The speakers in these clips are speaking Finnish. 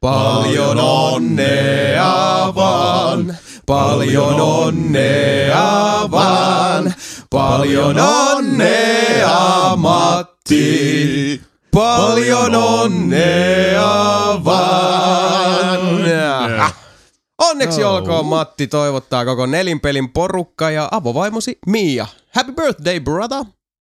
Paljon onnea vaan, paljon onnea vaan, paljon onnea Matti, paljon onnea vaan. Onneksi olkoon Matti, toivottaa koko Nelinpelin porukka ja avovaimosi Mia. Happy birthday, brother!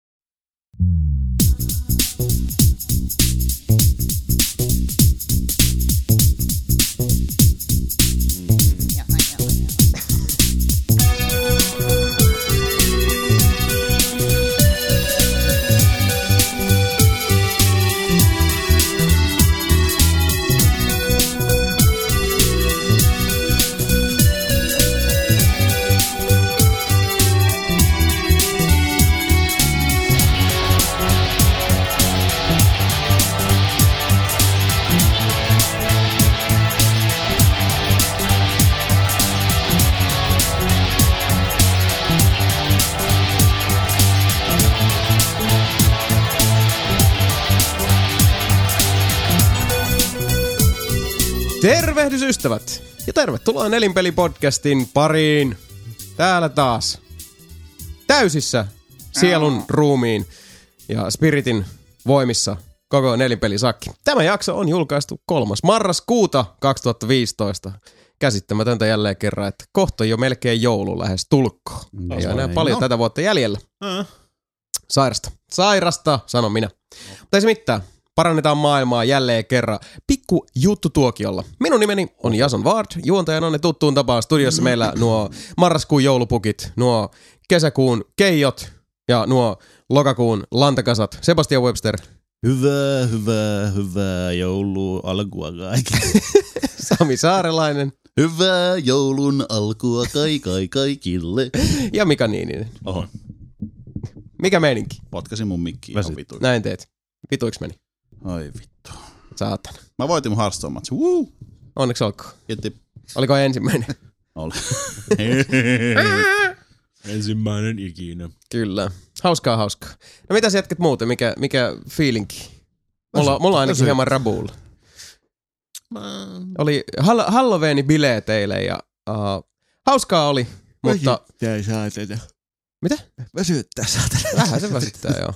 Tervehdys ystävät ja tervetuloa Nelinpeli-podcastin pariin. Täällä taas täysissä sielun ruumiin ja spiritin voimissa koko Nelinpelisakki. Tämä jakso on julkaistu 3. marraskuuta 2015. Käsittämätöntä jälleen kerran, että kohta jo melkein joulu lähes tulkkoon. Ei enää paljon tätä vuotta jäljellä. Sairasta, sanon minä. Mutta ei se mitään. Parannetaan maailmaa jälleen kerran pikku juttutuokiolla. Minun nimeni on Jason Ward, juontajana on ne tuttuun tapaan studiossa meillä nuo marraskuun joulupukit, nuo kesäkuun keijot ja nuo lokakuun lantakasat. Sebastian Webster. Hyvää joulun alkua kaikille. Sami Saarelainen. Hyvää joulun alkua kaikille. Ja Mika Niininen. Oho. Mikä meininki? Potkasin mun mikkiin ihan vituiksi. Näin teet. Vituiksi meni. Ai vittu. Saatana. Mä voitin mun Hearthstone-matsin. Woo! Onneksi olkoon. Kiitti. Oliko ensimmäinen? Oli. Ensimmäinen ikinä. Kyllä. Hauskaa. No mitäs jätkät muuten? Mikä feelinki? Mulla on ainakin hieman rabuulla. Oli Halloween-bileet eilen ja hauskaa oli, mutta... Väsyttää saatana. Mitä? Väsyttää saatana. Vähän se väsyttää, joo.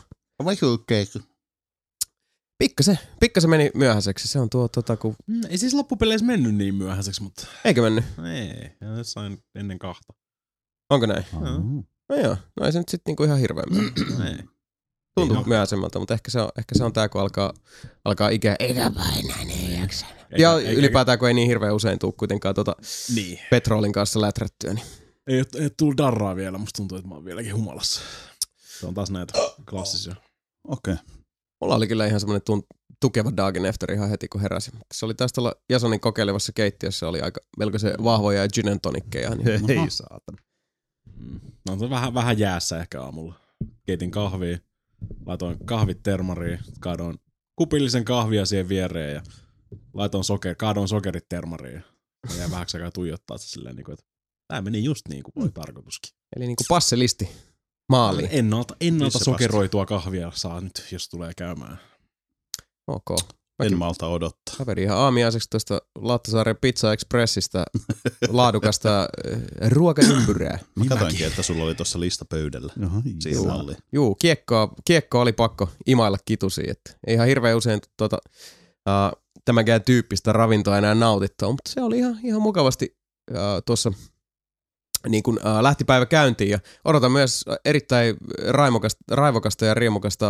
Pikkasen meni myöhäiseksi. Se on kun... Ei siis loppupeleissä mennyt niin myöhäiseksi, mutta... Eikö mennyt? Ei, jossain ennen 2. Onko näin? No joo, no ei se nyt sit niinku ihan hirveän myöhäisemmin. Tuntuu myöhäisemmältä, mutta ehkä se on tää, kun alkaa eikä painaa, ei jaksa. Ja ylipäätään, kun ei niin hirveän usein tuu kuitenkaan niin. petrolin kanssa läträttyä. Niin. Ei tullut darraa vielä, musta tuntuu, että mä oon vieläkin humalassa. Se on taas näitä klassisia. Okei. Mulla oli kyllä ihan semmonen tukeva Dagen After ihan heti, kun heräsin. Se oli taas tuolla Jasonin kokeilevassa keittiössä, oli aika melkoisen vahvoja ja gin and tonickeja. Niin. Ei saatana. No on vähän jäässä ehkä aamulla. Keitin kahvia, laitoin kahvit termariin, kaadoin kupillisen kahvia siihen viereen ja kaadoin sokerit termariin. Ja jäin vähäksi aikaa tuijottaa se silleen, että tää meni just niin kuin voi tarkoituskin. Eli niin kuin passelisti maaliin. Ennalta sokeroitua kahvia saa nyt, jos tulee käymään. Ok. En malta odottaa. Kaveri ihan aamiaiseksi tuosta Lauttasaaren Pizza Expressistä laadukasta ruokaympyrää. Mä katsoinkin, että sulla oli tuossa lista pöydällä. Siinä malliin. Juu, kiekkoa oli pakko imailla kitusia. Että ei ihan hirveän usein tämänkään tyyppistä ravintoa enää nautittua, mutta se oli ihan mukavasti tuossa niin kuin lähti päivä käyntiin ja odotan myös erittäin raivokasta ja riemukasta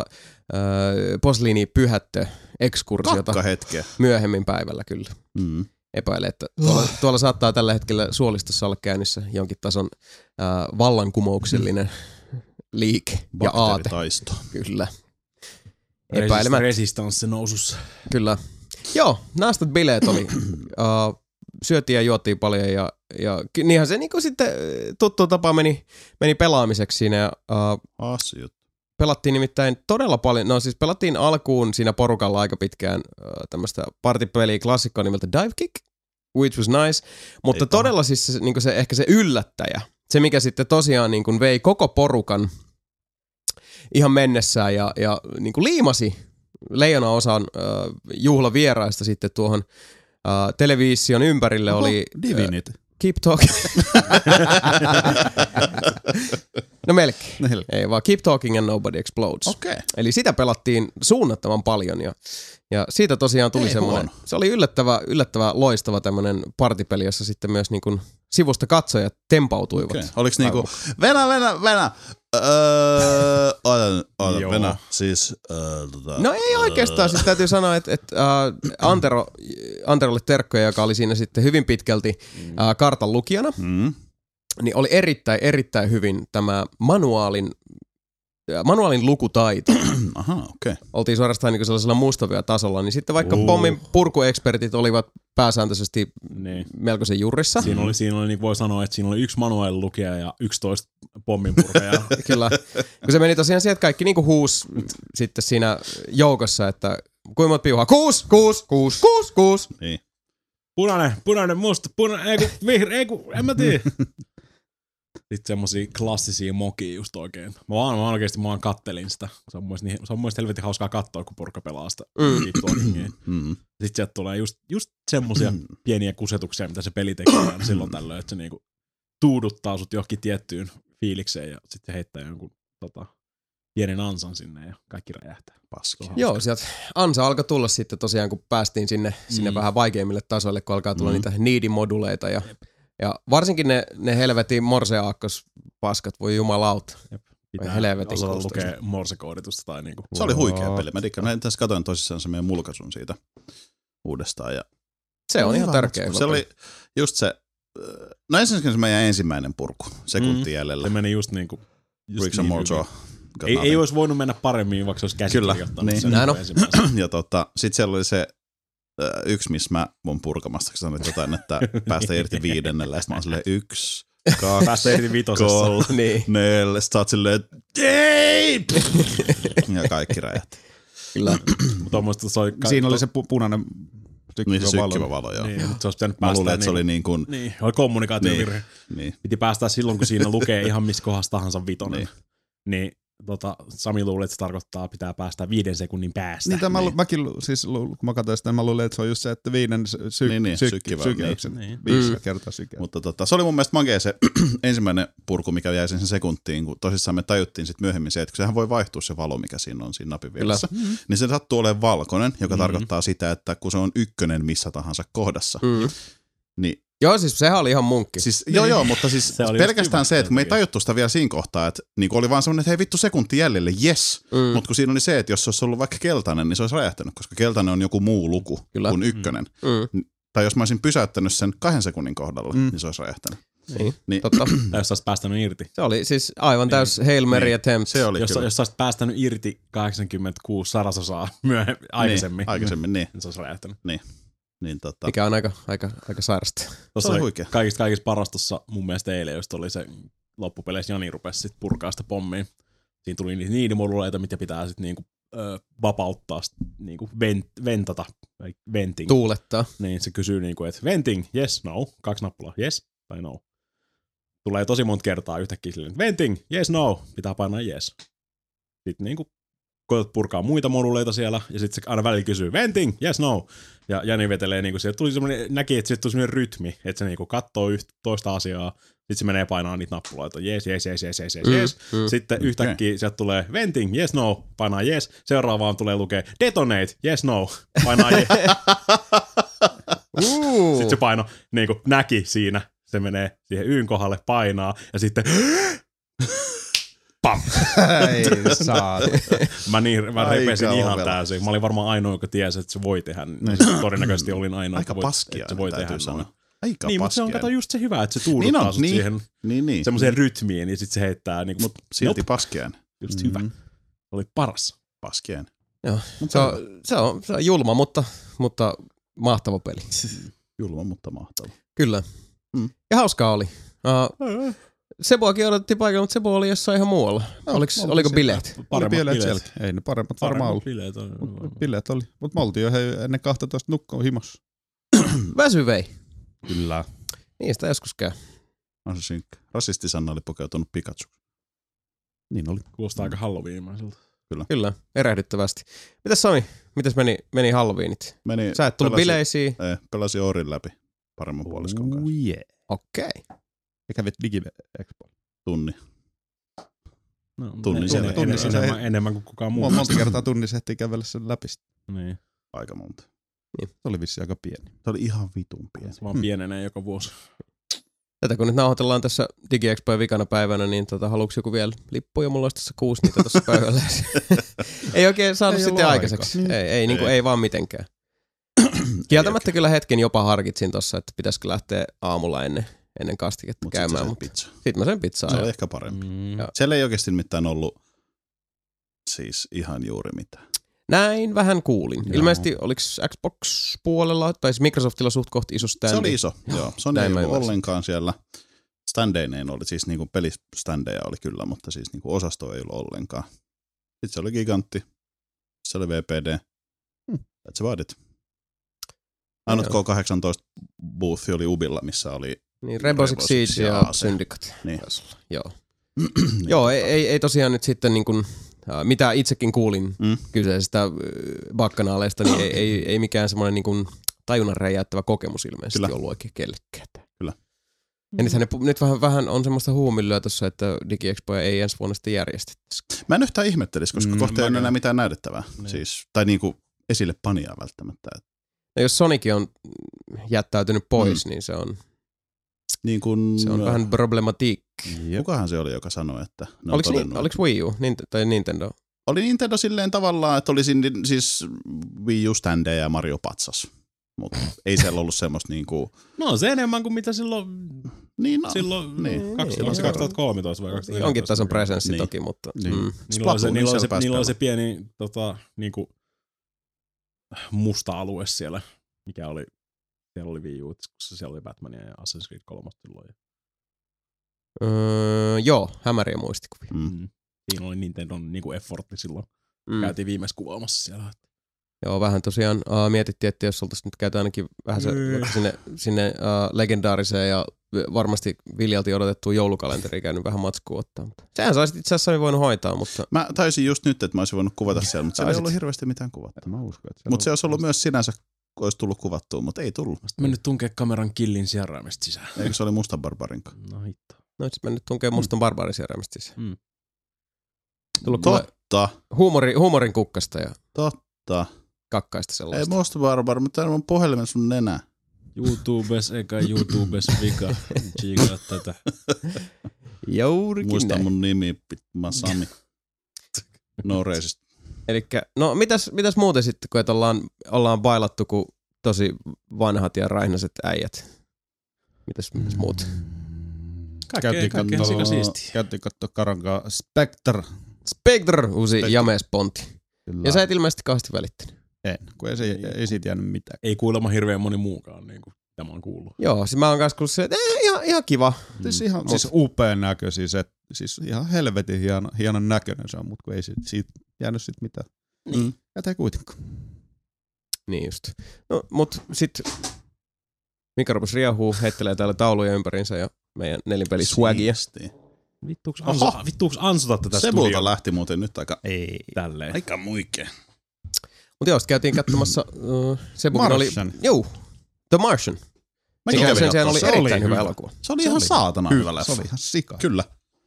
posliini-pyhättö-ekskursiota myöhemmin päivällä kyllä. Epäilen, että tuolla saattaa tällä hetkellä suolistossa olla käynnissä jonkin tason vallankumouksellinen liike ja aate. Kyllä. Resistanssi nousussa. Kyllä. Joo, naastat bileet oli. Syötiin ja juotiin paljon ja niinhän se niinku sitten tuttuun tapaan meni pelaamiseksi siinä ja pelattiin nimittäin todella paljon, no siis pelattiin alkuun siinä porukalla aika pitkään tämmöistä partipeliä klassikkoa nimeltä Dive Kick, which was nice, mutta ei todella siis se, niinku se, ehkä se yllättäjä, se mikä sitten tosiaan niinku vei koko porukan ihan mennessään ja niinku liimasi leijonaosan juhlavieraista sitten tuohon Television ympärille oli... Divinity. Keep Talking. No melkein. Ei vaan Keep Talking and Nobody Explodes. Okei. Eli sitä pelattiin suunnattoman paljon ja siitä tosiaan tuli semmoinen, se oli yllättävä loistava tämmönen partipeli, jossa sitten myös niin kuin sivusta katsojat tempautuivat. Okay. Oliko niinku, Venä. Venä. Siis, No ei oikeastaan, siis täytyy sanoa, että Anterolle terkkoja, joka oli siinä sitten hyvin pitkälti kartan lukijana, niin oli erittäin hyvin tämä manuaalin lukutaito. Aha, okei. Okay. Oltiin suorastaan niin sellaisella mustavyötasolla, niin sitten vaikka pommin purkuekspertit olivat pääsääntöisesti melkoisen jurrissa. Siinä oli niin voi sanoa, että siinä oli 1 manuaalilukija ja 11 pomminpurkajaa. Kyllä. Kun se meni tosiaan siihen, että kaikki niinku huus sitten siinä joukossa, että kuinka monta piuhaa? 6. Niin. Punainen, musta, vihreä, en mä tiedä. Sitten semmosia klassisia mokia just oikein. Mä oikeesti kattelin sitä. Se on mun mielestä helvetin hauskaa katsoa, kun porukka pelaa sitä. Sitten sieltä tulee just semmosia pieniä kusetuksia, mitä se peli tekee silloin tällöin, että se niinku tuuduttaa sut johonkin tiettyyn fiilikseen ja sitten heittää jonkun pienen ansan sinne ja kaikki räjähtää. Paskia. Joo, sieltä ansa alkoi tulla sitten tosiaan, kun päästiin sinne vähän vaikeimmille tasoille, kun alkaa tulla niitä needy-moduleita ja varsinkin ne helvetin morse-aakkospaskat, voi jumalauta. Pitää osata lukea morse-kooditusta tai niinku. Se oli huikea peli. Mä tässä katsoin tosissaan se meidän mulkaisun siitä uudestaan. Ja se on ihan tärkeä. Se oli just se, no ensinnäkin se meidän ensimmäinen purku, sekunti jäljellä. Se meni just niinku. Bricks and Mortar. Ei olisi voinut mennä paremmin, vaikka se olisi käsikirjoittanut. Kyllä, sen ja sit siellä oli se yksi, missä mä mun purkamasta, kun sanoit jotain, että päästä irti 5. Ja sit mä oon silleen 1, 2, päästä irti 5. 3, 4, sit sä oot silleen ja kaikki räjähti. Kyllä. Siinä oli se punainen sykkivä valo, joo. Niin, se olisi pitänyt mä päästä. luulen, että se oli niin kuin... Niin, oli kommunikaatiovirhe. Niin. Piti päästä silloin, kun siinä lukee ihan missä kohdassa tahansa 5. Niin Sami luulee, että se tarkoittaa, pitää päästä 5 sekunnin päästä. Niin, mäkin siis, kun mä katsoin sitä, mä luulen, että se on just se, että 5 sykäyksen. 5 kertaa sykäyksen. Mutta se oli mun mielestä makea se ensimmäinen purku, mikä jäi sen sekuntiin, kun tosissaan me tajuttiin sitten myöhemmin se, että kun sehän voi vaihtua se valo, mikä siinä on siinä napin vieressä, niin se sattuu olemaan valkoinen, joka tarkoittaa sitä, että kun se on 1 missä tahansa kohdassa, niin joo, siis sehän oli ihan munkki. Siis, joo, mutta siis pelkästään se, että kun me ei tajuttu sitä vielä siinä kohtaa, että niin oli vaan semmoinen, että hei vittu sekunti jäljelle, yes. Mutta kun siinä oli se, että jos se olisi ollut vaikka keltainen, niin se olisi räjähtänyt, koska keltainen on joku muu luku kuin 1. Tai jos mä olisin pysäyttänyt sen 2 sekunnin kohdalla, niin se olisi räjähtänyt. Niin. Totta. Tai jos sä olisit päästänyt irti. Se oli siis aivan täys Hail Mary attempt. Se oli jos sä olisit päästänyt irti 86 sarasosaa aikaisemmin. Aikaisemmin, niin. Se olisi räjähtänyt. Niin, mikä on aika sairasta. Tuossa oli kaikista parasta tuossa mun mielestä eilen, jos oli se loppupeleissä Jani rupesi sit purkaa sitä pommia. Siinä tuli niitä moduleita, mitä pitää sitten niinku, vapauttaa, niinku ventata, venting. Tuulettaa. Niin se kysyy niinku, että venting, yes, no, 2 nappulaa, yes tai no. Tulee tosi monta kertaa yhtäkkiä silleen, venting, yes, no, pitää painaa yes. Sitten niinku koetat purkaa muita moduleita siellä, ja sitten se aina välillä kysyy, venting, yes, no. Ja Jani vetelee, niinku sieltä tuli semmoinen, näki, että sieltä tuli semmoinen rytmi, että se niinku katsoo toista asiaa, sitten se menee painaa niitä nappuloita, yes. Sitten yhtäkkiä sieltä tulee, venting, yes, no, painaa yes. Seuraavaan tulee lukee, detonate, yes, no, painaa yes. Sitten se paino, niinku näki siinä, se menee siihen Yyn kohdalle, painaa, ja sitten pam! Ei saa. Mä repesin ihan täysin. Mä olin varmaan ainoa, joka tiesi, että se voi tehdä. Todennäköisesti olin ainoa, aika paskia, että se voi tehdä. Aika niin, mutta se on kato just se hyvä, että se tuuduttaa sut siihen semmoiseen rytmiin, ja sit se heittää niinku. Mut silti paskiain. Just hyvä. Oli paras. Paskiain. Joo. Se on julma, mutta mahtava peli. Julma, mutta mahtava. Kyllä. Ja hauskaa oli. Seboakin odotettiin paikalla, mutta Sebo oli jossain ihan muualla. Oliko bileet? Bileet siellä. Ei ne paremmat varmaan ollut. Bileet oli. Mutta me oltiin jo ennen 12 nukkoon himossa. Väsy vei. Kyllä. Niin sitä joskus käy. On se synkkä. Rasisti Sanna oli pukeutunut Pikachu. Niin oli. Kuulostaa aika Halloweenimaiselta. Kyllä, erehdyttävästi. Mitäs Sami? Mitäs meni Halloweenit? Sä et tullut bileisiin? Ei, pelasin Orin läpi paremman puoliskon kanssa. Yeah. Okei. Ja kävit Digi-Expo? Tunni. No, tunni enemmän kuin kukaan muu. Monta kertaa tunnissa ehtii kävellä sen läpi. Niin. Aika monta. Niin. Se oli vissiin aika pieni. Se oli ihan vitun pieni. Se vaan pienenee joka vuosi. Tätä kun nyt nauhoitellaan tässä Digi-Expojen vikana päivänä, niin haluatko joku vielä lippuja? Mulla olisi tässä 6 niitä tuossa päivällä. Ei oikein saanut sitten aikaiseksi. Ei vaan mitenkään. Kieltämättä kyllä hetken jopa harkitsin tossa, että pitäisikö lähteä aamulla ennen kastiketta käymään. Sitten mä sen pizzaa. Se on ehkä parempi. Siellä ei oikeasti mitään ollut siis ihan juuri mitään. Näin vähän kuulin. Ilmeisesti oliko Xbox-puolella, tai siis Microsoftilla suht kohti iso standi? Se oli iso, joo. Sony ei ollut ollenkaan siellä. Standeineen oli, siis niinku pelistandeja oli kyllä, mutta siis niinku osasto ei ollut ollenkaan. Sitten se oli Gigantti, se oli VPD. That's about it. Ainut K18 boothi oli Ubilla, missä oli niin, Rainbow Six Siege ja Syndicate. Niin. Joo. Joo, ei tosiaan nyt sitten niin kuin, mitä itsekin kuulin kyseisestä bakkanaaleista, niin ei mikään semmoinen niin kuin tajunnan räjäyttävä kokemus ilmeisesti kyllä. Ollut oikein kellekään. Kyllä. Ja nyt vähän on semmoista huumillyä tuossa, että Digi-Expoja ei ensi vuonna sitten järjestettäisi. Mä en yhtään ihmettelisi, koska kohta ei ole enää mitään näytettävää. Siis, tai niinku esille panijaa välttämättä. No jos Sonic on jättäytynyt pois, niin se on... Niin kun, se on vähän problematiikki. Kukahan se oli, joka sanoi, että... Oliko Wii U tai Nintendo? Oli Nintendo silleen tavallaan, että oli siis Wii U-standeja ja Mario Patsas. Mutta ei siellä ollut semmoista niinku... No se enemmän kuin mitä silloin... Niin, 2013 vai 2014. Jonkin tason presenssi niin. Toki, mutta... Niin. Niillä oli se pieni niinku musta alue siellä, mikä oli... Siellä oli Wii U, koska siellä oli Batmania ja Assassin's Creed 3 silloin. Joo, hämäriä muistikuvia. Siinä oli Nintendon niinku effortti silloin. Käytiin viimeis kuvaamassa siellä. Joo, vähän tosiaan mietittiin, että jos oltaisiin nyt käyty ainakin vähän sinne legendaariseen ja varmasti viljalti odotettuun joulukalenteriin käynyt vähän matskua ottaa. Mutta sehän sä olisit itse asiassa voinut hoitaa, mutta... Mä taisin just nyt, että mä olisin voinut kuvata siellä, mutta siellä ei ollut hirveästi mitään kuvata. Mä uskon, että mutta se olisi ollut myös sinänsä, olisi tullut kuvattua, mutta ei tullut. Sitten mennyt tunkea kameran killin sierraimesta sisään. Eikö se oli mustan barbarinko? No hitto. No sitten mennyt tunkea mustan barbarin sierraimesta sisään. Totta. Huumorin kukkasta ja... Totta. Kakkaista sellaista. Ei musta barbar, mutta täällä on puhelimen sun nenä. YouTubes eikä YouTubes vika. Chiikaa tätä. Juurikin muista näin. Mun nimi, mä Sami. No racist. Elikkä, no mitäs muuten sitten, kun ollaan bailattu kuin tosi vanhat ja raihnaset äijät? Mitäs muut? Kaikkea siistiä. Käytiin katsoa Karankaa Spectre, uusi James-ponti. Ja sä et ilmeisesti kauheasti välittänyt. En, kun ei siitä jäänyt mitään. Ei kuulemma hirveän moni muukaan, niin kuin tämä on kuullut. Joo, siis mä oon kanssa kuullut se, että ihan kiva. Siis upean näköisiä, siis ihan helvetin hienon näköinen se on, mutta kun ei siitä jäänyt sit mitään. Niin. Jätä kuitenkaan. Niin just. No, mut sit Mika rupes riehuu, heittelee täällä tauluja ympärinsä ja meidän nelinpeli swagia. Vittuuks ansota tätä studioa? Sebulta lähti muuten nyt aika... Ei. Tälleen. Aika muikea. Mut joo, sit käytiin katsomassa Sebukin oli... Joo, The Martian. Sehän oli erittäin hyvä elokuva. Se oli ihan saatana hyvä leffa. Se oli ihan sika. Kyllä.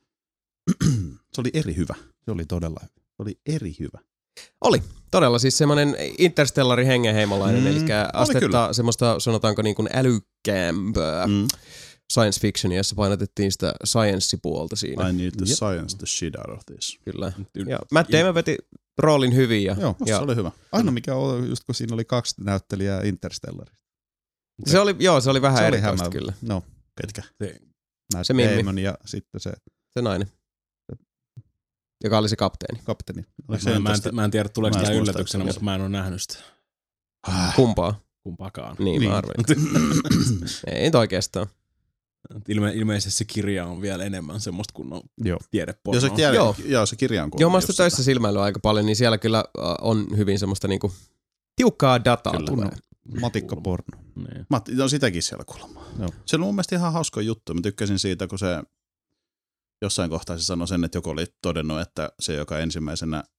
Se oli eri hyvä. Se oli todella hyvä. Se oli eri hyvä. Oli. Todella siis semmoinen interstellari hengenheimolainen, eli astetta semmoista sanotaanko niin kuin älykkäämpää science fictionia, jossa painotettiin sitä science-puolta siinä. I need to science the shit out of this. Kyllä. Ja Matt Damon veti roolin hyvin. Joo, se oli hyvä. Ainoa mikä oli just kun siinä oli 2 näyttelijää Interstellarista. Se oli vähän erikoista kyllä. No. Ketkä? Se Mimmi. Damon ja sitten se nainen. Joka oli se kapteeni. Mä en tiedä tuleeko tämä yllätyksenä, mutta mä en ole nähnyt sitä. Kumpaa? Kumpaakaan. Niin. Mä arvelin. Ei oikeastaan. Ilmeisesti se kirja on vielä enemmän semmoista kunnon tiedepornoa. Joo, se kirja on. Joo, mä sitä töissä silmäilyä aika paljon, niin siellä kyllä on hyvin semmoista niinku tiukkaa dataa. Matikkaporno. Niin. No sitäkin siellä kuulemma. Se on mun mielestä ihan hauska juttu. Mä tykkäsin siitä, kun se jossain kohtaa se sanoi sen, että joku oli todennut, että se, joka ensimmäisenä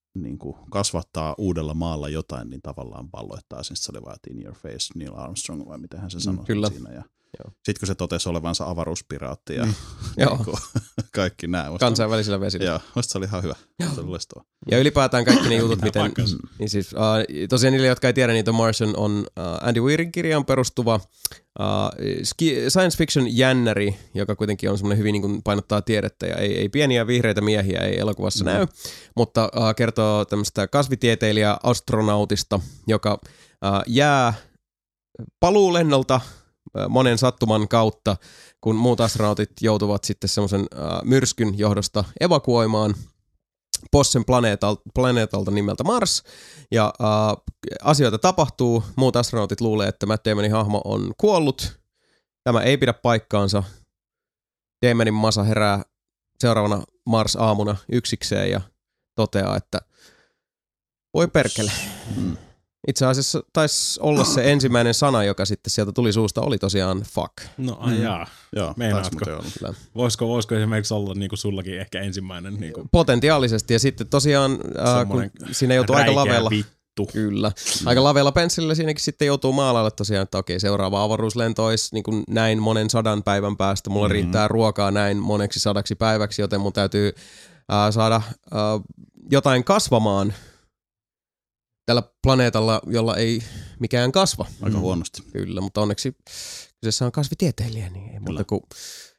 niin kuin kasvattaa uudella maalla jotain, niin tavallaan valloittaa sen. Se oli vaan, että in your face Neil Armstrong, vai miten se sanoi siinä. Ja sitten kun se totesi olevansa avaruuspiraatti ja kaikki nämä. Kansainvälisillä vesillä. Joo, se oli ihan hyvä. Se oli loistava. Ja ylipäätään kaikki ne jutut, miten... Niin siis, tosiaan niille, jotka ei tiedä, niin The Martian on Andy Weirin kirjaan perustuva science fiction jännäri, joka kuitenkin on semmoinen hyvin niin kuin painottaa tiedettä ja ei pieniä vihreitä miehiä ei elokuvassa näy, mutta kertoo tämmöistä kasvitieteilijä astronautista, joka jää paluulennolta monen sattuman kautta, kun muut astronautit joutuvat sitten semmoisen myrskyn johdosta evakuoimaan Possen planeetalta nimeltä Mars, ja asioita tapahtuu, muut astronautit luulee, että Matt Damonin hahmo on kuollut, tämä ei pidä paikkaansa, Damonin masa herää seuraavana Mars-aamuna yksikseen ja toteaa, että voi perkele. Itse asiassa taisi olla se ensimmäinen sana, joka sitten sieltä tuli suusta, oli tosiaan fuck. No ajaa. Joo, meinaatko? Voisiko esimerkiksi olla niin kuin sullakin ehkä ensimmäinen? Niin kuin potentiaalisesti, ja sitten tosiaan kun siinä joutuu aika laveella. Kyllä. Aika laveella pensselillä siinäkin sitten joutuu maalailla tosiaan, että okei, seuraava avaruuslento olisi niin kuin näin monen 100 päivän päästä. Mulla riittää ruokaa näin moneksi 100 päiväksi, joten mun täytyy saada jotain kasvamaan tällä planeetalla, jolla ei mikään kasva. Aika huonosti. Kyllä, mutta onneksi kyseessä on kasvitieteilijä, niin ei muuta kuin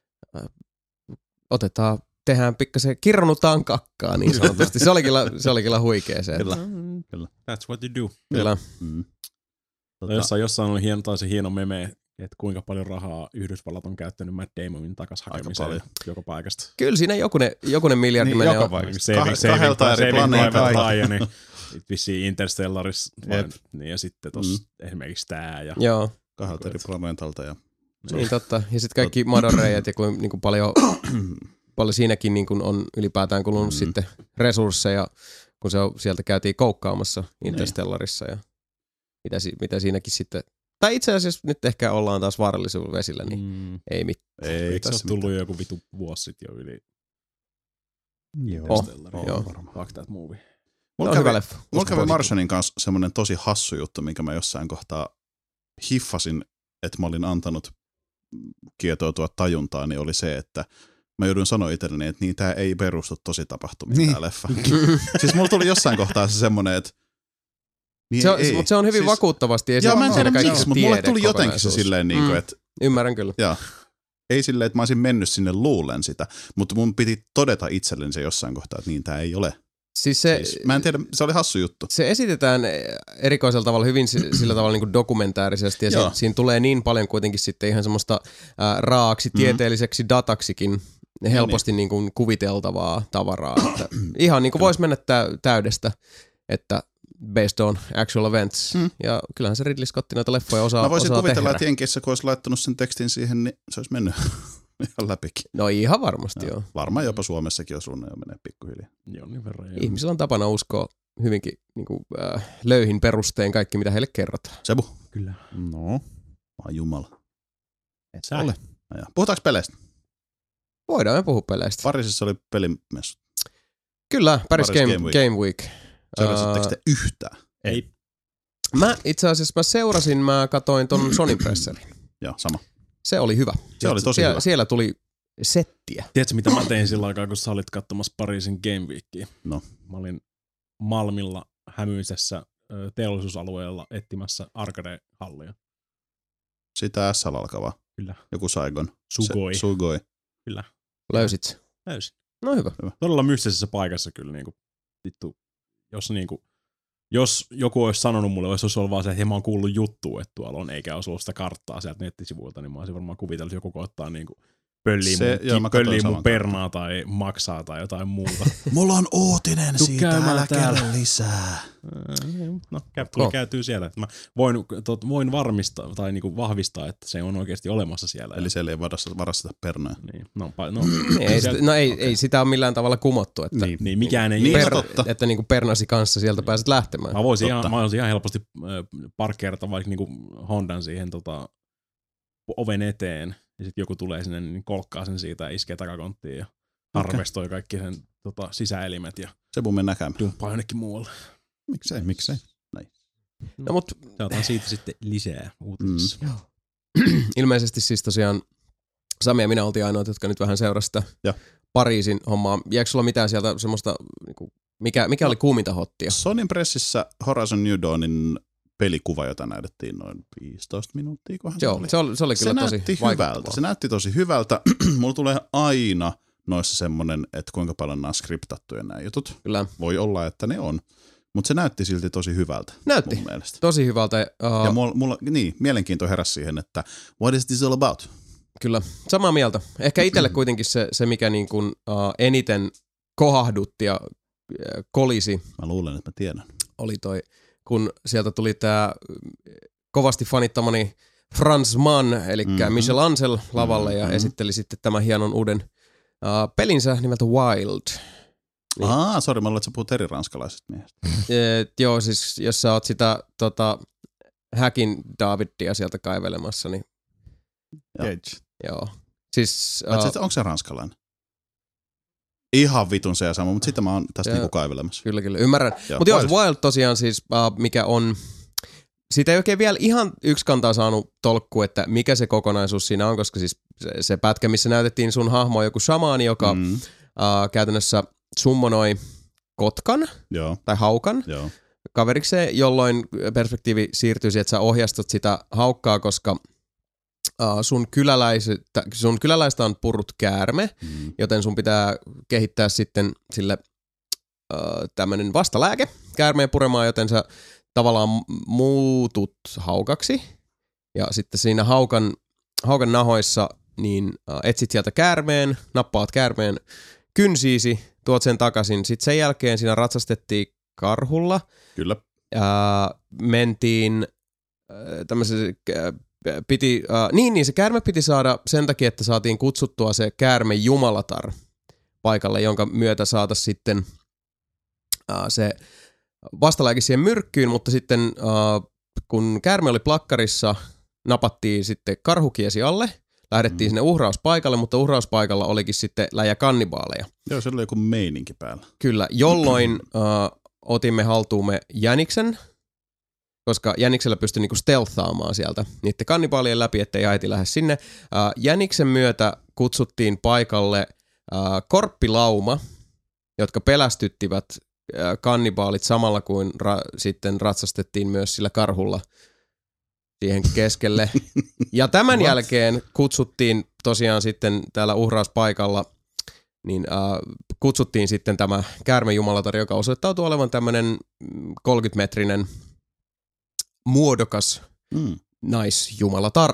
tehdään pikkasen, kirnutaan kakkaa niin sanotusti. Se oli kyllä huikea se. Kyllä. That's what you do. Kyllä. Jossain oli hieno meme, että kuinka paljon rahaa Yhdysvallat on käyttänyt Matt Damonin takas hakemiseen joka paikasta. Kyllä siinä jokunen miljardi menee. Joka paikasta. Kahdelta eri planeetalta. Vissiin Interstellaris, niin, ja sitten tuossa esimerkiksi tää. Ja kahdelta eri planeetalta. Ja niin totta. Ja sitten kaikki madonreijat ja niin kuin paljon siinäkin niin kuin on ylipäätään kulunut sitten resursseja, kun sieltä käytiin koukkaamassa Interstellarissa ja mitä siinäkin sitten. Tai itse asiassa nyt ehkä ollaan taas vaarallisuuden vesillä, niin ei mitään. Eikö se ole tullut joku vitu vuosi sitten jo yli? Joo. Fuck that movie. Mulla kävi Martianin kanssa semmoinen tosi hassu juttu, minkä mä jossain kohtaa hiffasin, että mä olin antanut kietoutua tajuntaan, niin oli se, että mä joudun sanoa itselleni, että niin tää ei perustu tosi tapahtumiin tää leffa. Siis mulla tuli jossain kohtaa se semmoinen, että niin mutta se on hyvin vakuuttavasti. Joo, mä en tiedä miksi, mutta mulle tuli jotenkin se silleen, että ymmärrän kyllä. Joo. Ei silleen, että mä olisin mennyt sinne luulen sitä, mutta mun piti todeta itselleni se jossain kohtaa, että niin tää ei ole. Siis mä en tiedä, se oli hassu juttu. Se esitetään erikoisella tavalla, hyvin sillä tavalla niin kuin dokumentaarisesti, ja siinä tulee niin paljon kuitenkin sitten ihan semmoista raaksi, tieteelliseksi dataksikin helposti niin kuin kuviteltavaa tavaraa. Että ihan niin kuin voisi mennä täydestä, että based on actual events. Ja kyllähän se Ridley Scott noita leffoja osaa tehdä. Mä voisin kuvitella, että Jenkeissä, kun olisi laittanut sen tekstin siihen, niin se olisi mennyt ihan läpikin. No ihan varmasti joo. Varmaan jopa Suomessakin on suunnilleen menee pikkuhiljaa. Jonkin verran. Ihmisillä on tapana uskoa hyvinkin niin kuin, löyhin perustein kaikki, mitä heille kerrotaan. Sebu. Kyllä. No. Ai jumala. Et sä ole. Puhutaanko peleistä? Voidaan me puhua peleistä. Parisissa oli pelimessu. Kyllä, Paris Game Week. Seurasitteko te yhtään? Ei. Itse asiassa mä katoin ton Sonyn presserin. Joo, sama. Se oli hyvä. Se oli tosi hyvä. Siellä tuli settiä. Tiedätkö, mitä mä tein sillä aikaa, kun sä olit katsomassa Pariisin Game Weekia? No. Mä olin Malmilla hämyisessä teollisuusalueella etsimässä arcade-hallia. Sitä SL alkavaa. Kyllä. Joku Saigon. Sugoi. Kyllä. Löysit? Löysin. No hyvä. Todella mystisessä paikassa kyllä. Niin kuin, vittu, jos joku olisi sanonut mulle, olisi ollut vaan se, että mä oon kuullut juttua, että tuolla on, eikä olisi ollut sitä karttaa sieltä nettisivuilta, niin mä olisin varmaan kuvitellut, että joku koittaa niin kuin pöllii mun pernaa tai maksaa tai jotain muuta. Mulla on uutinen siitä, älä kerro lisää. No, käytyy siellä. Mä voin varmistaa tai niinku vahvistaa, että se on oikeasti olemassa siellä. Eli siellä ei varasteta pernaa. Niin. Ei sitä ole millään tavalla kumottu. Että niin mikään ei että niinku pernasi kanssa sieltä pääset lähtemään. Mä voisin ihan helposti parkkeerata vaikka niinku Hondan siihen oven eteen. Ja sitten joku tulee sinne, niin kolkkaa sen siitä ja iskee takakonttiin ja harvestoi kaikki sen sisäelimet ja Se mun näkäämään. Dumppaa jonnekin muualle. Miksei? Näin. No, mut saadaan siitä sitten lisää uutisissa. Ilmeisesti siis tosiaan Sami ja minä oltiin ainoat, jotka nyt vähän seurasi sitä Pariisin hommaa. Jääkö sulla mitään sieltä semmoista, mikä oli kuuminta hottia? Sonyn pressissä Horizon New Dawnin pelikuva, jota näytettiin noin 15 minuuttia, kohan se oli. Se oli kyllä tosi hyvältä. Se näytti tosi hyvältä. Mulla tulee aina noissa semmonen, että kuinka paljon nämä on skriptattuja nämä jutut. Kyllä. Voi olla, että ne on. Mutta se näytti silti tosi hyvältä. Näytti mun mielestä. Tosi hyvältä. Ja mulla mielenkiinto heräsi siihen, että what is this all about? Kyllä, samaa mieltä. Ehkä itselle kuitenkin se mikä niin kuin, eniten kohahdutti ja kolisi. Mä luulen, että mä tiedän. Oli toi, kun sieltä tuli tää kovasti fanittamani Franz Mann, eli Michel Ancel lavalle ja esitteli sitten tämän hienon uuden pelinsä nimeltä Wild. Niin. Sori, mä luulen, että sä puhut eri ranskalaisesta miehestä. Joo, siis jos sä oot sitä Häkin Davidia sieltä kaivelemassa, niin joo. Siis, onko se ranskalainen? Ihan vitun se ja sama, mutta sitten mä oon tästä niinku kaivelemassa. Kyllä, ymmärrän. Mutta joo, Wild tosiaan siis, mikä on, siitä ei oikein vielä ihan yksikantaa saanut tolkku, että mikä se kokonaisuus siinä on, koska siis se pätkä, missä näytettiin sun hahmoa joku shamaani, joka käytännössä summonoi kotkan tai haukan kaverikseen, jolloin perspektiivi siirtyy siihen, että sä ohjastat sitä haukkaa, koska sun kyläläistä on purrut käärme, joten sun pitää kehittää sitten sille tämmönen vastalääke käärmeen puremaan, joten sä tavallaan muutut haukaksi. Ja sitten siinä haukan nahoissa niin etsit sieltä käärmeen, nappaat käärmeen kynsiisi, tuot sen takaisin. Sitten sen jälkeen siinä ratsastettiin karhulla. Kyllä. Mentiin tämmöisessä se käärme piti saada sen takia, että saatiin kutsuttua se käärme Jumalatar paikalle, jonka myötä saataisiin sitten se vastalääke siihen myrkkyyn, mutta sitten kun käärme oli plakkarissa, napattiin sitten karhukiesi alle, lähdettiin sinne uhrauspaikalle, mutta uhrauspaikalla olikin sitten läjä kannibaaleja. Joo, se oli joku meininki päällä. Kyllä, jolloin otimme haltuumme jäniksen, koska jäniksellä pystyi niinku stealthaamaan sieltä niiden kannibaalien läpi, ettei äiti lähde sinne. Jäniksen myötä kutsuttiin paikalle korppilauma, jotka pelästyttivät kannibaalit samalla kuin sitten ratsastettiin myös sillä karhulla siihen keskelle. Ja tämän jälkeen kutsuttiin tosiaan sitten täällä uhrauspaikalla, niin kutsuttiin sitten tämä käärmejumalatar, joka osoittautui olevan tämmöinen 30-metrinen muodokas naisjumalatar.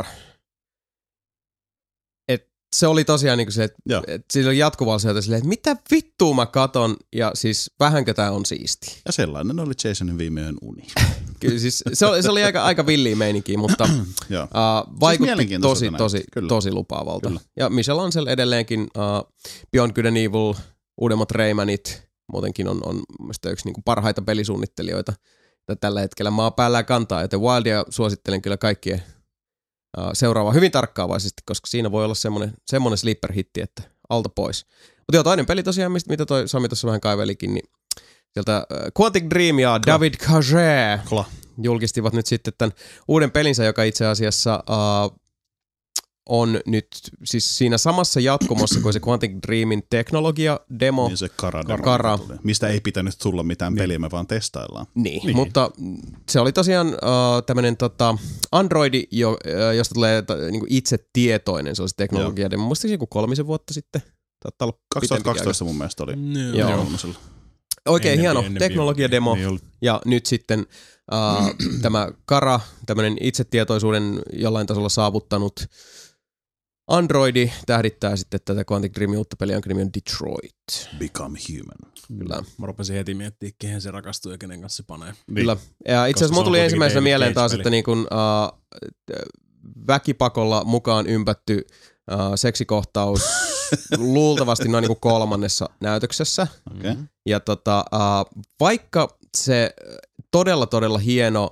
Se oli tosiaan niin se, että siinä oli jatkuvalla sieltä silleen, että mitä vittua mä katon, ja siis vähänkö tää on siisti. Ja sellainen oli Jasonin viimeinen uni. Kyllä siis se oli aika villiä meininkiä, mutta vaikutti tosi lupaavalta. Kyllä. Ja Michel Ancel edelleenkin, Beyond Good and Evil, uudemmat Raymanit, muutenkin on mielestäni yksi niinku parhaita pelisuunnittelijoita tällä hetkellä maapäällään kantaa, joten Wildia suosittelen kyllä kaikkien seuraavaa hyvin tarkkaavaisesti, koska siinä voi olla semmoinen sleeper-hitti, että alta pois. Mutta joo, toinen peli tosiaan, mitä toi Sami tuossa vähän kaivelikin, niin sieltä Quantic Dream ja David Cage julkistivat nyt sitten tämän uuden pelinsä, joka itse asiassa on nyt siis siinä samassa jatkumossa kuin se Quantic Dreamin teknologia-demo. Niin se Kara. Mistä ei pitänyt tulla mitään peliä, me vaan testaillaan. Niin. Mutta se oli tosiaan tämmöinen Androidi, josta tulee niinku itse tietoinen, se oli se teknologia-demo. Muistaakseni joku 3 vuotta sitten. 2012 mun mielestä oli. Joo. Oikein hieno teknologia-demo. Ja nyt sitten tämä Kara, tämmöinen itsetietoisuuden jollain tasolla saavuttanut Androidi tähdittää sitten tätä Quantic Dreamin uutta peliä, jonka nimi on Detroit. Become Human. Kyllä. Mä rupesin heti miettimään, kehen se rakastuu ja kenen kanssa se panee. Kyllä. Ja itse asiassa mun tuli ensimmäisenä mieleen taas, että niin kun, väkipakolla mukaan ympätty seksikohtaus luultavasti noin niin kuin 3. näytöksessä. Okay. Ja vaikka se todella hieno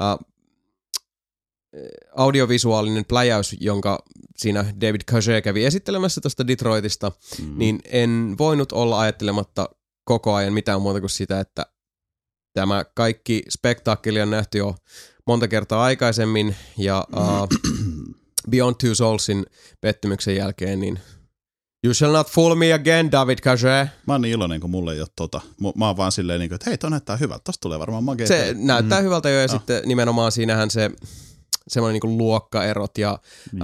audiovisuaalinen pläjäys, jonka siinä David Cage kävi esittelemässä tuosta Detroitista, niin en voinut olla ajattelematta koko ajan mitään muuta kuin sitä, että tämä kaikki spektaakkeli on nähty jo monta kertaa aikaisemmin ja Beyond Two Soulsin pettymyksen jälkeen, niin you shall not fool me again, David Cage. Mä oon niin iloinen, kun mulla ei ole tota. Mä oon vaan silleen, että hei, toi näyttää hyvältä, tosta tulee varmaan magea. Se näyttää hyvältä jo, ja sitten nimenomaan siinähän se semmoinen niinku luokkaerot ja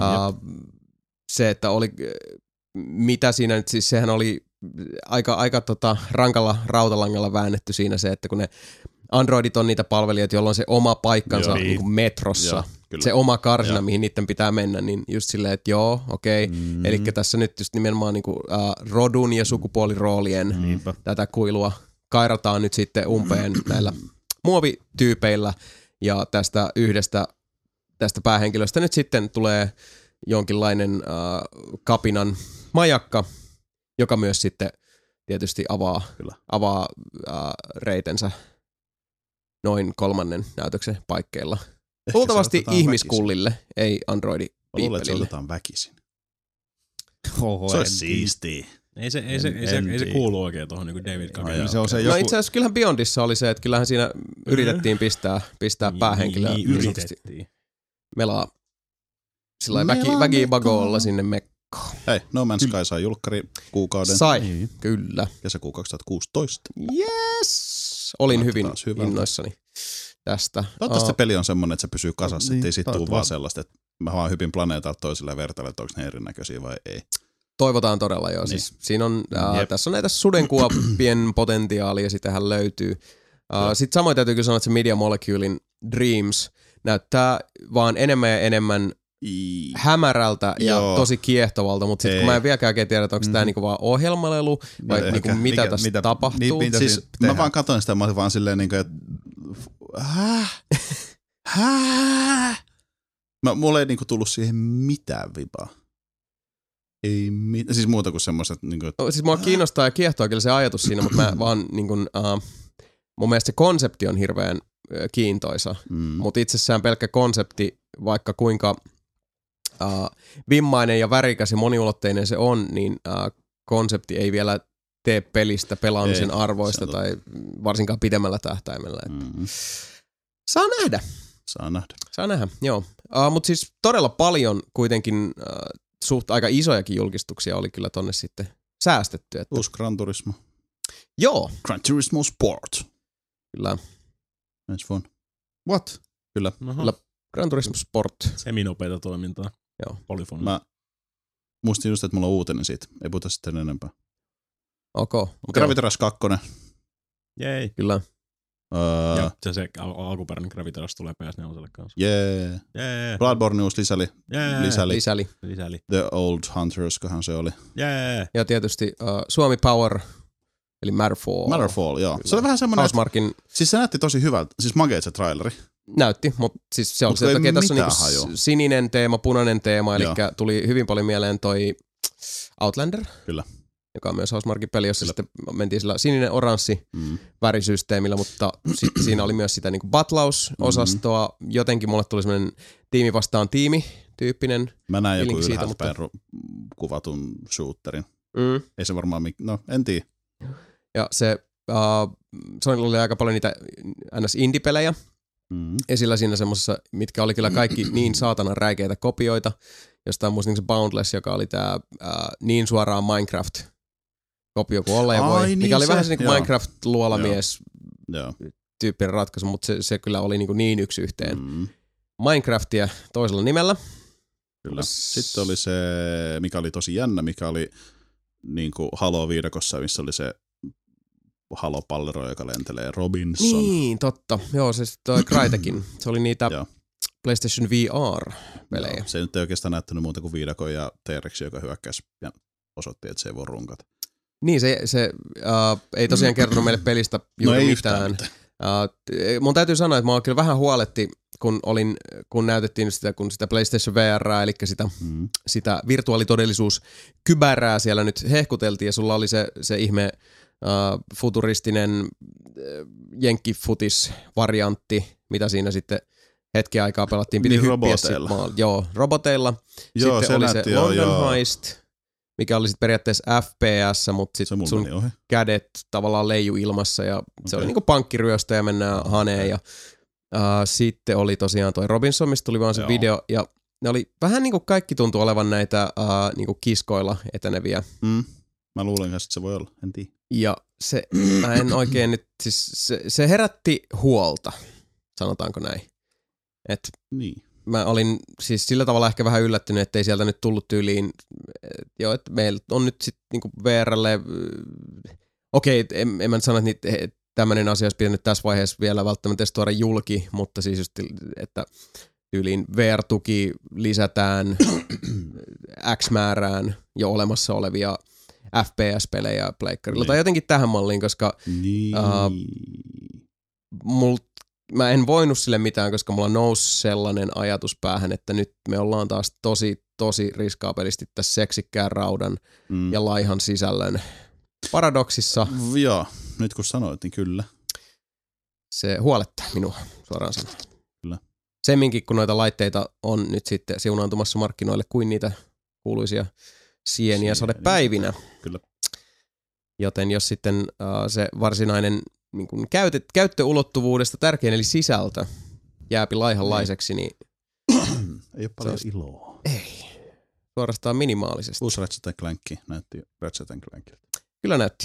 se, että oli, mitä siinä nyt, siis sehän oli aika rankalla rautalangalla väännetty siinä se, että kun ne Androidit on niitä palvelijoita, joilla on se oma paikkansa niin kuin metrossa, se oma karsina, mihin niiden pitää mennä, niin just silleen, että joo, okei. Eli tässä nyt just nimenomaan niin kuin, rodun ja sukupuoliroolien tätä kuilua kairataan nyt sitten umpeen näillä muovityypeillä, ja tästä päähenkilöstä nyt sitten tulee jonkinlainen kapinan majakka, joka myös sitten tietysti avaa reitensä noin 3. näytöksen paikkeilla. Luultavasti ihmiskullille, ei Androidi-piippelille. Luulen, että se otetaan väkisin. Se olisi siistiä. Ei se kuulu oikein tuohon niin kuin David Cage. No itse asiassa kyllähän Beyondissa oli se, että kyllähän siinä yritettiin pistää päähenkilöä. Niin yritettiin. Melaa sillä väkibagolla sinne mekkoon. Hei, No Man's Sky sai julkkari kuukauden. Sai, kyllä. Kesäkuu 2016. Yes! Olin hyvin innoissani tästä. Toivottavasti se peli on semmoinen, että se pysyy kasassa, ettei sit tuu vaan sellaista, että mä vaan hypin planeetalta toiselle ja vertailen, että onko ne erinäköisiä vai ei. Toivotaan todella joo. Niin. Siis siinä on, tässä on näitä sudenkuoppien potentiaalia, sitähän löytyy. Sitten samoin täytyy kyllä sanoa, että se Media Moleculein Dreams näyttää vaan enemmän ja enemmän hämärältä ja tosi kiehtovalta, mutta sitten kun mä en vieläkään oikein tiedä, että onko tämä niinku vaan ohjelmalelu vai niinku mitä tässä tapahtuu. Siis mä vaan katsoin sitä, mä olin vaan silleen niinku, että mulla ei niinku tullut siihen mitään vipaa. Ei mitään, siis muuta kuin semmoista. Niinku, siis mua kiinnostaa ja kiehtoo kyllä se ajatus siinä, mutta mä vaan niinku, mun mielestä se konsepti on hirveän kiintoisa, mutta itsessään pelkkä konsepti, vaikka kuinka vimmainen ja värikäs ja moniulotteinen se on, niin konsepti ei vielä tee pelistä pelaamisen arvoista tai varsinkaan pidemmällä tähtäimellä. Saa nähdä, joo. Mutta siis todella paljon kuitenkin suht aika isojakin julkistuksia oli kyllä tonne sitten säästetty. Että... Uusi Gran Turismo. Joo. Gran Turismo Sport. Kyllä. Nice fun. What? Kyllä. Kyllä. Gran Turismo Sport. Seminopeita toimintaa. Joo. Polyfonia. Mä muistin just, että mulla on uutinen siitä. Ei puhuta sitten enempää. Okay. Gravity Rush 2. Jei. Kyllä. Ja se alkuperäinen Gravity Rush tulee PS4 kanssa. Jee. Bloodborne uusi lisäli. The Old Hunters, kohan se oli. Jee. Ja tietysti Suomi Power, eli Matterfall, joo. Se oli vähän semmoinen, siis se näytti tosi hyvältä. Siis mageet se traileri. Näytti, mutta siis se oli se, että tässä on niinku sininen teema, punainen teema, eli tuli hyvin paljon mieleen toi Outlander. Kyllä. Joka on myös Housemarquin peli, jossa sitten mentiin sillä sininen-oranssi värisysteemillä, mutta sitten siinä oli myös sitä niinku battlaus-osastoa. Jotenkin mulle tuli semmoinen tiimi vastaan tiimi -tyyppinen. Mä näin joku ylhäältäpäin kuvatun shooterin. Ei se varmaan, en tiedä. Ja se Sonylla oli aika paljon niitä NS-indie-pelejä esillä siinä semmoisessa, mitkä oli kyllä kaikki niin saatanan räikeitä kopioita. Jostain muistin se Boundless, joka oli tää niin suoraan Minecraft-kopio kuin olla ja voi. Niin mikä oli vähän se niin kuin Minecraft-luolamies tyyppinen ratkaisu, mutta se kyllä oli niin yksi yhteen. Minecraftia toisella nimellä. Kyllä. Sitten oli se, mikä oli tosi jännä, mikä oli niin kuin Halo-viidakossa, missä oli se Halo-pallero, joka lentelee, Robinson. Niin, totta. Joo, se toi Crytekin. Se oli niitä PlayStation VR-pelejä. Joo, se nyt ei oikeastaan näyttänyt muuta kuin viidakon ja T-Rex, joka hyökkäsi ja osoitti, että se ei voi runkata. Niin, se ei tosiaan kertonut meille pelistä juuri mitään. Mun täytyy sanoa, että mä kyllä vähän huoletti, kun näytettiin sitä PlayStation VR, eli sitä virtuaalitodellisuuskybärää siellä nyt hehkuteltiin, ja sulla oli se ihme futuristinen jenkkifutis-variantti, mitä siinä sitten hetken aikaa pelattiin. Piti hyppiä roboteilla. Joo, roboteilla. Joo, sitten se oli näytti, se London Heist. mikä oli sitten periaatteessa FPS, mutta sitten sun kädet tavallaan leiju ilmassa ja se oli niinku pankkiryöstö ja mennään haneen ja sitten oli tosiaan toi Robinson, mistä tuli vaan se video ja ne oli vähän niinku kaikki tuntuu olevan näitä niinku kiskoilla eteneviä. Mä luulen, että se voi olla, en tiedä. Ja se, mä en oikein nyt, siis se herätti huolta, sanotaanko näin. Niin. Mä olin siis sillä tavalla ehkä vähän yllättynyt, ettei sieltä nyt tullut tyyliin, että meillä on nyt sitten niinku VRlle, okei, en mä nyt sano, että tämmöinen asia olisi pitänyt tässä vaiheessa vielä välttämättä tuoda julki, mutta siis just, että tyyliin VR-tuki lisätään X määrään jo olemassa olevia FPS-pelejä pleikkarilla. Tai jotenkin tähän malliin, koska mä en voinut sille mitään, koska mulla nousi sellainen ajatus päähän, että nyt me ollaan taas tosi riskaapelisti tässä seksikkään raudan ja laihan sisällön paradoksissa. Joo, nyt kun sanoit, niin kyllä. Se huolettaa minua, suoraan sanoen. Kyllä. Semminkin, kun noita laitteita on nyt sitten siunaantumassa markkinoille kuin niitä kuuluisia sieniä sadepäivinä. Kyllä. Joten jos sitten se varsinainen niin kuin käyttöulottuvuudesta tärkein, eli sisältö, jääpi laihanlaiseksi, niin ei ole paljon iloa. Ei. Suorastaan minimaalisesti. Uusi Ratchet & Clank näytti Ratchet & Clankilta. Kyllä näytti.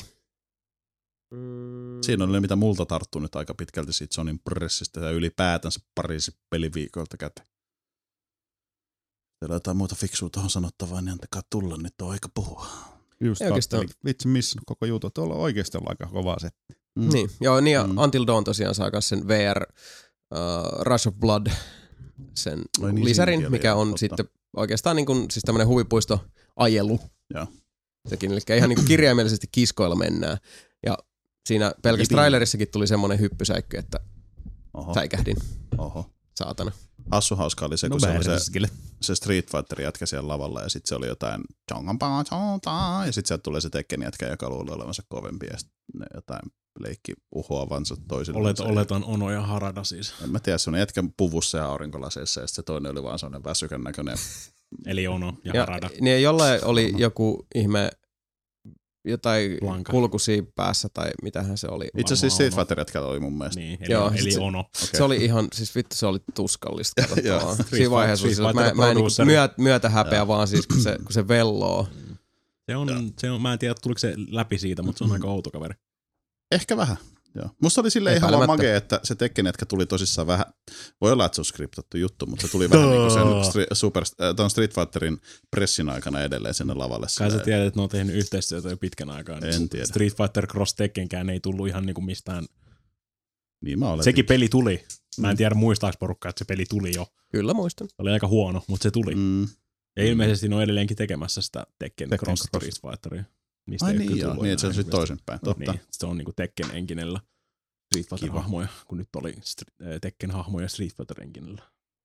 Siinä on ne, mitä multa tarttuu nyt aika pitkälti siitä Sonyn pressistä ja ylipäätänsä Pariisin peliviikoilta käteen. Teillä on jotain muuta fiksua tuohon sanottavaa, niin antakaa tulla, nyt on aika puhua. Just oikeastaan. Vitsi missannut koko juttu. Tuolla on oikeasti ollut aika kovaa setti. Niin, joo, niin ja Until Dawn tosiaan saa myös sen VR Rush of Blood, sen niin, lisärin, mikä on sitten oikeastaan niin kuin, siis tämmöinen huvipuistoajelu. Joo. Sekin, eli ihan niin kuin kirjaimellisesti kiskoilla mennään. Ja siinä pelkästään trailerissakin tuli semmoinen hyppysäikky, että säikähdin. Saatana. Hassu hauska oli se, kun se oli se Street Fighter jätkä siellä lavalla ja sitten se oli jotain ja sitten sieltä tulee se Tekken jätkä, joka luulee olevansa kovempi ja sitten ne jotain leikki uhoavansa toisille. Oletan Ono ja Harada siis. En mä tiedä, se on jätkä puvussa ja aurinkolaseissa ja sitten se toinen oli vaan sellainen väsykän näköinen. Eli Ono ja Harada. Niin jollain oli joku ihme jotain kulkusia päässä tai mitähän se oli. Itse asiassa Street Fighter jätkällä oli mun mielestä. Niin, eli Ono. Okay. Se oli ihan, siis vittu se oli tuskallista katsottavaa. Siinä vaiheessa mä en myötä häpeä vaan siis kun se velloo. Se on, mä en tiedä tuliko se läpi siitä, mutta se on aika outo kaveri. Ehkä vähän. Joo. Musta oli silleen ihan vaan magea, että se Tekken jätkä tuli tosissaan vähän, voi olla, että se on skriptattu juttu, mutta se tuli vähän niin kuin sen Street Fighterin pressin aikana edelleen sinne lavalle. Kai sä tiedät, että ne on tehnyt yhteistyötä jo pitkän aikaa. En tiedä. Street Fighter Cross Tekkenkään ei tullut ihan niin kuin mistään. Niin mä oletin. Sekin peli tuli. Mä en tiedä muistaaks porukkaa, että se peli tuli jo. Kyllä muistan. Se oli aika huono, mutta se tuli. Ja ilmeisesti ne on edelleenkin tekemässä sitä Tekken Cross Street Fighteria. Ai niin joo, niin että se on sitten toisinpäin. Totta. Niin, se on niinku Tekken enginellä Street Fighter-hahmoja, kun nyt oli Tekken-hahmoja Street Fighter-enginellä.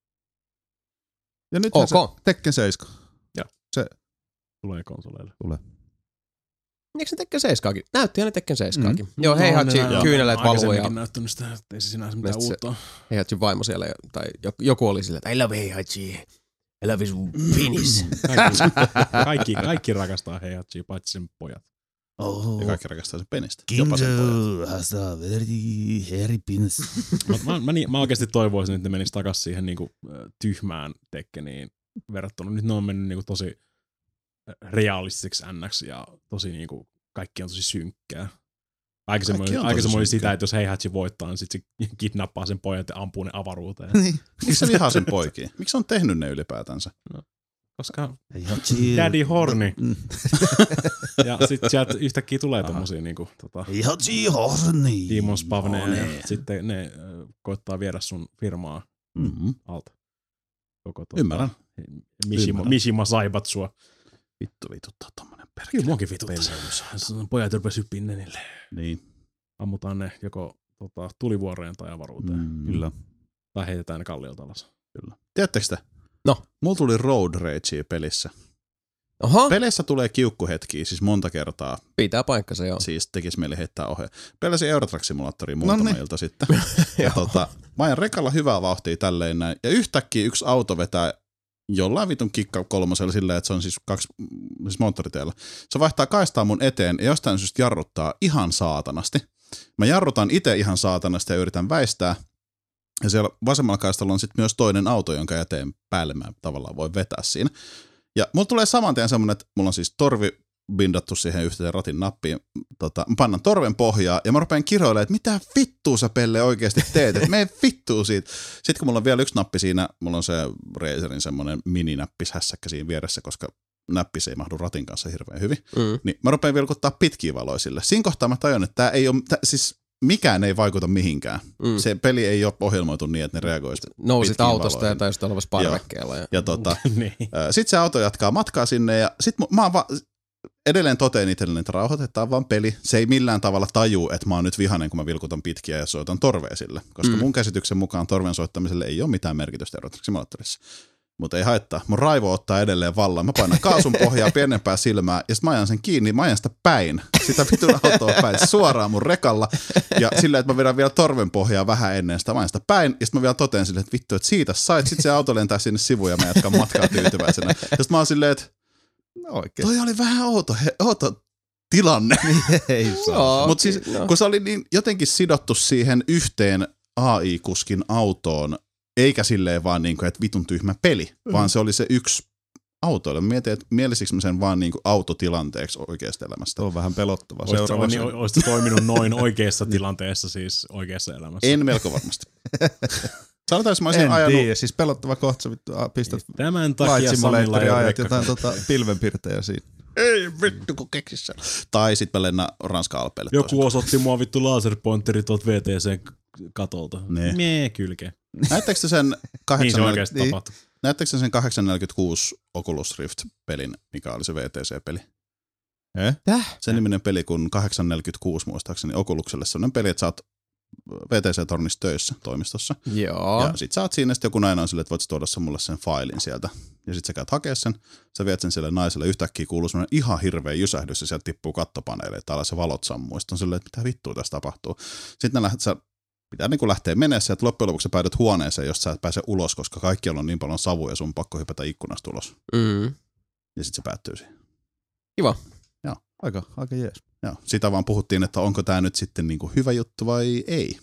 Ja nyt se Tekken 7. Joo. Se tulee konsoleille. Tulee. Eikö se Tekken 7-kin? Näyttihän ne Tekken 7-kin. Joo, Heihachi kyyneleet valuu. Ja näyttänyt sitä, ettei se sinänsä mitään uutta. Heihachin vaimo siellä, tai joku oli sillä, että I love Heihachi. I love his penis. Kaikki rakastaa Heihachia, paitsi sen pojat. Ja kaikki rakastaa sen penistä. Jopa sen pojat. Hairy penis. Mä oikeasti toivoisin, että ne menis takas siihen niinku tyhmään Tekkeniin verrattuna. Nyt ne on mennyt niinku tosi realistiseksi NX ja tosi niinku, kaikki on tosi synkkää. Aikaisemmin oli sitä, että jos Heihachi voittaa, niin sit se kidnappaa sen pojan ja ampuu ne avaruuteen. Niin. Miksi se vihaa sen poikia? Miksi on tehnyt ne ylipäätänsä? No, koska Daddy horny. Ja sit sieltä yhtäkkiä tulee tommosia niinku Heihachi horny. Demon Spavneja ja sitten ne koittaa viedä sun firmaa alta. Ymmärrän. Mishima Saibatsua. Vituttaa tommonen perkele. Kyllä muakin vituttaa. Pojat rupes hyppiin nenille. Niin. Ammutaan ne joko tulivuoreen tai avaruuteen. Kyllä. Tai heitetään ne kalliolta alas. Kyllä. Tiedättekö sitä? No. Mulla tuli road ragea pelissä. Oho. Peleissä tulee kiukkuhetkiä, siis monta kertaa. Pitää paikkansa, joo. Siis tekisi mieli heittää ohjaa. Pelasin Eurotrack-simulaattoria muutama ilta sitten. Ja mä ajan rekalla hyvää vauhtia tälleen näin. Ja yhtäkkiä yksi auto vetää jollain vitun kikka kolmosella silleen, että se on siis siis moottoriteellä. Se vaihtaa kaistaa mun eteen ja jostain syystä jarruttaa ihan saatanasti. Mä jarrutan itse ihan saatanasti ja yritän väistää. Ja siellä vasemmalla kaistalla on sitten myös toinen auto, jonka eteen päälle mä tavallaan voi vetää siinä. Ja mulla tulee saman tien semmonen, että mulla on siis torvi bindattu siihen yhteen ratin nappiin. Mä pannan torven pohjaa ja mä rupean kiroilemaan, että mitä vittua sä Pelle oikeasti teet, että mene vittua siitä. Sitten kun mulla on vielä yksi nappi siinä, mulla on se Razerin semmonen mininäppishässäkkä siinä vieressä, koska näppis ei mahdu ratin kanssa hirveän hyvin. Niin mä rupean vilkuttaa pitkiä valoja sille. Siinä kohtaa mä tajun, että tää ei ole, siis mikään ei vaikuta mihinkään. Se peli ei ole ohjelmoitu niin, että ne reagoisi. Nousit autosta valoihin. Ja tajusit olevassa parvekkeella. Ja niin. Sitten se auto jatkaa matkaa sinne ja sitten mä oon edelleen toteen itselleni, että rauhoitetaan vaan peli. Se ei millään tavalla tajuu, että mä oon nyt vihainen, kun mä vilkutan pitkiä ja soitan torvea sille. Koska mun käsityksen mukaan torven soittamiselle ei ole mitään merkitystä Euro-Truck-simulaattorissa. Mutta ei haittaa. Mun raivo ottaa edelleen vallan. Mä painan kaasun pohjaa pienempää silmää ja sit mä ajan sen kiinni. Mä ajan sitä päin. Sitä vitun autoa päin suoraan mun rekalla. Ja silleen, että mä vedän vielä torven pohjaa vähän ennen sitä. Mä ajan sitä päin ja sit mä vielä toteen silleen, että vittu, että siitä sait. Sit se auto lentää sinne sivuun ja mä jatkan matkaa tyytyväisenä. Ja sit mä oon silleen, että toi oli vähän outo tilanne. Ei saa. Mutta siis, kun se oli niin jotenkin sidottu siihen yhteen AI-kuskin autoon, eikä silleen vaan niinku, että vitun tyhmä peli, vaan se oli se yksi autoille. Mä mietin, että mielisikö mä sen vaan niinku autotilanteeksi oikeasta elämästä. Tuo on vähän pelottavaa. Olisitko toiminut noin oikeassa tilanteessa, siis oikeassa elämässä? En melko varmasti. Sanotaan, jos mä olisin ajanut... En tiedä, siis pelottava kohta, pistät tämän takia Samilla ei ajat jotain pilvenpiirtejä siinä. Ei vittu, kun keksis sen. Tai sit mä lennän Ranska-alpeille. Joku osoitti mua vittu laserpointeri tuolta VTC-katolta. Mie kylkeen. Näettekö sen niin se oikeasti tapahtui. Näettekö sen 846 Oculus Rift-pelin, mikä oli se VTC-peli? Sen niminen peli kuin 846 muistaakseni Oculukselle. Se on peli, että sä oot VTC-tornissa töissä toimistossa. Joo. Ja sit sä oot siinä, joku nainen on silleen, että voit tuoda mulle sen failin sieltä. Ja sit sä käyt hakea sen, sä viet sen sille naiselle, yhtäkkiä kuuluu semmoinen ihan hirveä jysähdys ja sieltä tippuu kattopaneelle, että täällä se valot sammuu. Sitten on silleen, että mitä vittua tässä tapahtuu. Sitten sä pitää niin kuin lähteä meneessä, että loppujen lopuksi sä päädyt huoneeseen, jos sä et pääse ulos, koska kaikkialla on niin paljon savuja ja sun pakko hypätä ikkunasta ulos. Ja sit se päättyy siihen. Kiva. Joo. Aika jees. Joo. Sitä vaan puhuttiin, että onko tää nyt sitten niin kuin hyvä juttu vai ei.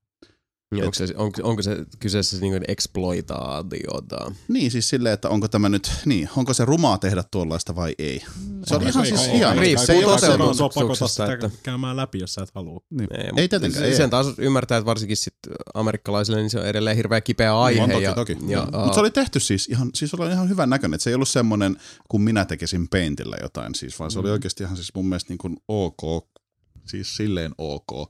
Onko se kyseessä niin kuin exploitaatiota? Niin, siis silleen, että onko tämä nyt, niin, onko se rumaa tehdä tuollaista vai ei. Se on ihan siis hieno. Riippuu toteutuksesta. Että käymään läpi, jos sä et halua. Niin. Ei tietenkään. Sen taas ymmärtää, että varsinkin sit amerikkalaisille niin se on edelleen hirveän kipeä aihe. Toki. Mutta se oli tehty siis oli ihan hyvän näköinen. Että se ei ollut semmoinen, kun minä tekisin Paintillä jotain, siis, vaan se oli oikeasti ihan siis mun mielestä niin kuin ok, siis silleen ok.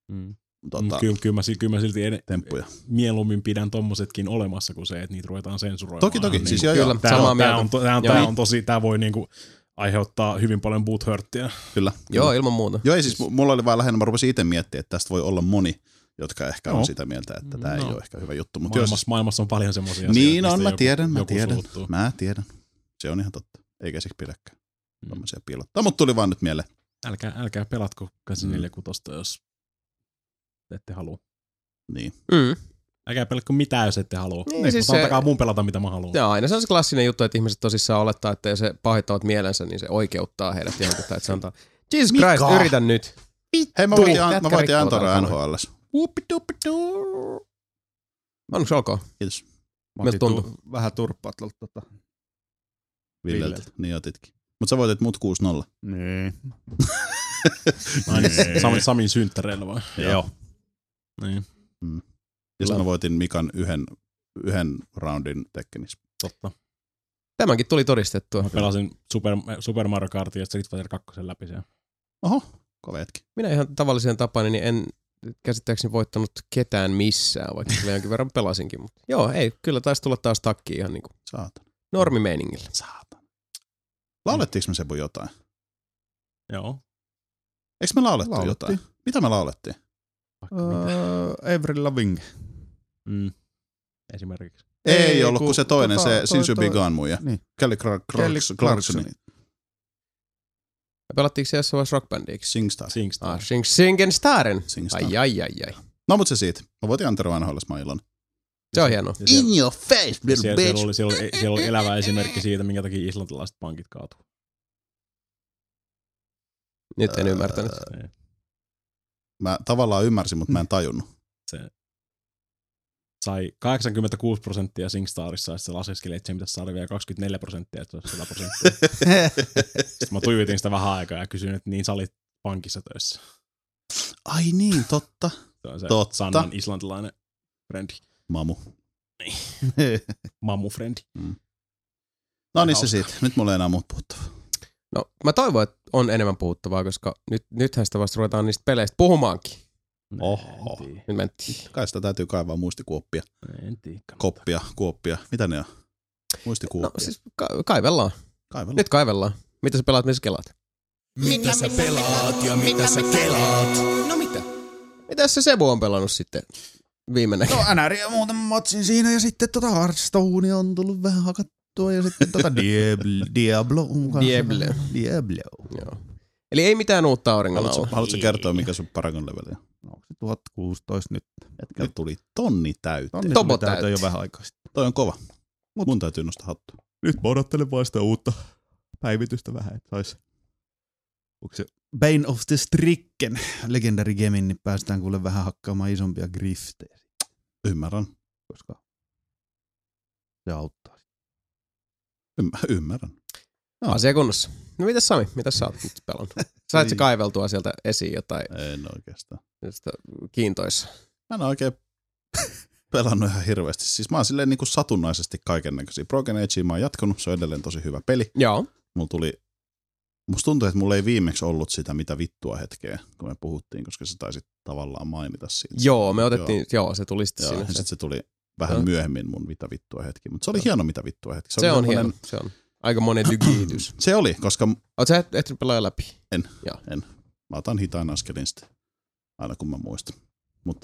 Kyllä mä silti mieluummin pidän tommosetkin olemassa kuin se, että niitä ruvetaan sensuroimaan. Toki. Niin, siis kyllä, samaa mieltä. Tää voi niinku aiheuttaa hyvin paljon boothurttia. Kyllä. Joo, ilman muuta. Joo, ei siis mulla oli vaan lähinnä, mä rupesin itse miettimään, että tästä voi olla moni, jotka ehkä on sitä mieltä, että tää ei ole ehkä hyvä juttu. Mutta maailmassa on paljon semmoisia asioita. Niin on, mä tiedän. Se on ihan totta. Eikä siksi pidäkään tommosia piilottaa. Mutta tuli vaan nyt mieleen. Älkää pelatko 846, jos ette halua. Niin. Älkää pelatko mitään, jos ette halua. Niin, siis antakaa mun pelata, mitä mä haluan. Joo, aina se on se klassinen juttu, että ihmiset tosissaan olettaa, että jos se pahittavat mielensä, niin se oikeuttaa heidät johonkin, että se antaa, Jesus Christ, yritän nyt. Hei, mä voitin Antora NHL:ssä. Onneksi olkoon. Kiitos. Mä otin vähän turppaa tuolta Villeltä. Niin otitkin. Mutta sä voitit mut 6-0. Niin. Samin synttäreillä vai? Joo. Niin. Ja sitten mä voitin Mikan yhden roundin Tekkenissä. Totta. Tämänkin tuli todistettua. Mä pelasin Super Mario Kartin ja Street Fighter 2 läpi siellä. Oho, koveetkin. Minä ihan tavalliseen tapaan, niin en käsittääkseni voittanut ketään missään, vaikka kyllä jonkin verran pelasinkin. Mutta joo, ei, kyllä taisi tulla taas takkiin ihan niinku normimeiningillä. Saatana. Laulettiinko me Sebu jotain? Joo. Eikö me laulettu jotain? Mitä me laulettiin? Avril Lavigne. Esimerkiksi. Ei ollut, kun se toinen, se Since You Be Gone muija. Niin. Kelly Clarkson. Pelattiinko se jossain vaiheessa rockbändiiksi? Singstar. Singstaren. Ai. No mut se siitä. Mä voitin Antero vanhoilles, mä oon iloinen. Se on hienoa. In your face, little bitch. Siellä oli elävä esimerkki siitä, minkä takia islantilaiset pankit kaatuu. Nyt en ymmärtänyt. Mä tavallaan ymmärsin, mutta mä en tajunnut. Se sai 86% SingStarissa, ja se laskeskeli, että se pitäisi saada vielä 24%, että se olisi 100%. Sitten mä tuijotin sitä vähän aikaa ja kysyin, että niin sä olit pankissa töissä. Ai niin, totta. Se on se Sannan islantilainen frendi. Mamu. Niin. Mamu-frendi. No niin se siitä. Nyt mulla ei enää muut puhuttavaa. No mä toivon, että on enemmän puhuttavaa, koska nythän sitä vasta ruvetaan niistä peleistä puhumaankin. Oho. Nyt mentiin. Kai sitä täytyy kaivaa muistikuoppia. En tiedä. Kuoppia. Mitä ne on? Muistikuoppia. No siis kaivellaan. Nyt kaivellaan. Mitä sä pelaat, missä kelaat? Mitä sä pelaat ja mitä sä kelaat? No mitä? Mitäs se Sebu on pelannut sitten viimeinen? No NRiä muuten matsin siinä ja sitten Hearthstone on tullut vähän hakattua ja sitten Diablo. Joo. Eli ei mitään uutta auringon alla. Haluatko kertoa, mikä sun Paragon leveli on? No, onko se 1016 nyt? Nyt tuli tonni täyteen. Topo täyteen jo vähän aikaa sitten. Toi on kova. Mun täytyy nostaa hattua. Nyt mä odottelen vaan sitä uutta päivitystä vähän, että sais. Onko se Bane of the Stricken Legendary Gamein, niin päästään kuule vähän hakkaamaan isompia griftejä. Ymmärrän. Koska se auttaa. Ymmärrän. No. Asia kunnossa. No mitäs Sami, mitäs sä oot nyt pelannut? Sait sä kaiveltua sieltä esiin jotain? En oikeastaan. Kiintoissa. Mä en oikein pelannut ihan hirveästi. Siis mä oon silleen niin kuin satunnaisesti kaikennäköisiä. Broken Agea mä oon jatkanut, se on edelleen tosi hyvä peli. Joo. Musta tuntuu, että mulla ei viimeksi ollut sitä mitä vittua hetkeä, kun me puhuttiin, koska sä taisit tavallaan mainita siitä. Joo, me otettiin, se tuli sitten siinä. Sitten se tuli vähän myöhemmin mun mitä vittua hetki, mutta se oli hieno mitä vittua hetki. Se on hieno, se on. Aika monen tykitys. Se oli, koska... Oot sä ehtinyt pelaa läpi? En. Mä otan hitaan askelin sitten, aina kun mä muistan. Mutta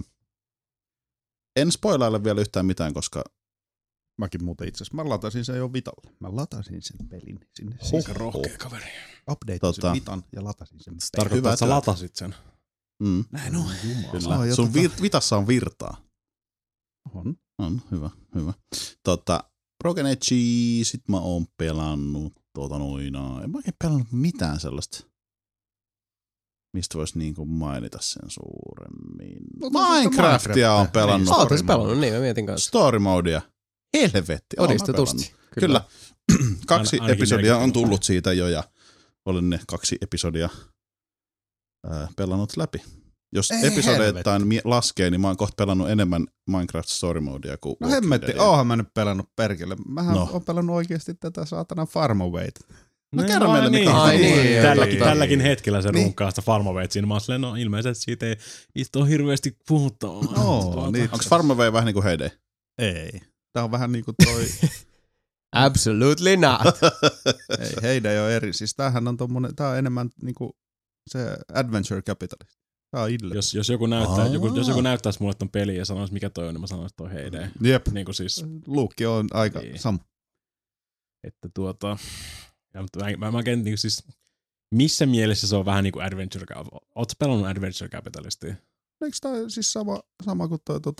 en spoilaile vielä yhtään mitään, koska... Mäkin muuten itse asiassa. Mä latasin sen jo Vitalle. Mä latasin sen pelin sinne. Aika rohkea kaveri. Updatein sen Vitan ja latasin sen. Se tarkoittaa, että sä latasit sen. Näin on. Kyllä. Sun Vitassa on virtaa. On, hyvä. Broken Agea, sit mä oon pelannut en mä oikein pelannut mitään sellaista, mistä vois niinku mainita sen suuremmin. Minecraftia on pelannut. Oot sä pelannut, niin mä mietin kanssa. Story modea. Helvetti. Todistetusti. Kyllä. 2 episodia on tullut siitä jo ja olen ne 2 episodia pelannut läpi. Jos episodeittain laskee, niin mä oon kohta pelannut enemmän Minecraft Story Modea kuin... No hemmetti, oonhan mä nyt pelannut perkele. Mähän oon pelannut oikeesti tätä saatana Farmawayta. No kerro meille, mikä on Tälläkin hetkellä se runkkaa sitä Farmawayta siinä. Mä oon silleen, no ilmeisesti siitä ei ole hirveästi puhuttavaa. Niin. Onko Farmaway vähän niin kuin Heyday? Ei. Tää on vähän niinku toi... Absolutely not. Ei, Heyday on eri. Siis tämähän on tommonen, tää on enemmän niinku se Adventure Capitalist. Jos joku näyttäisi mulle ton peliä ja sanoisi mikä toi on, niin mä sanoisin, että toi Heyday. Jep. Niin siis, luukki on aika sama. Että mä niin siis, missä mielessä se on vähän niinku Adventure Capitalist? Ootko pelannut Adventure Capitalistia? Eikö tää siis sama kuin toi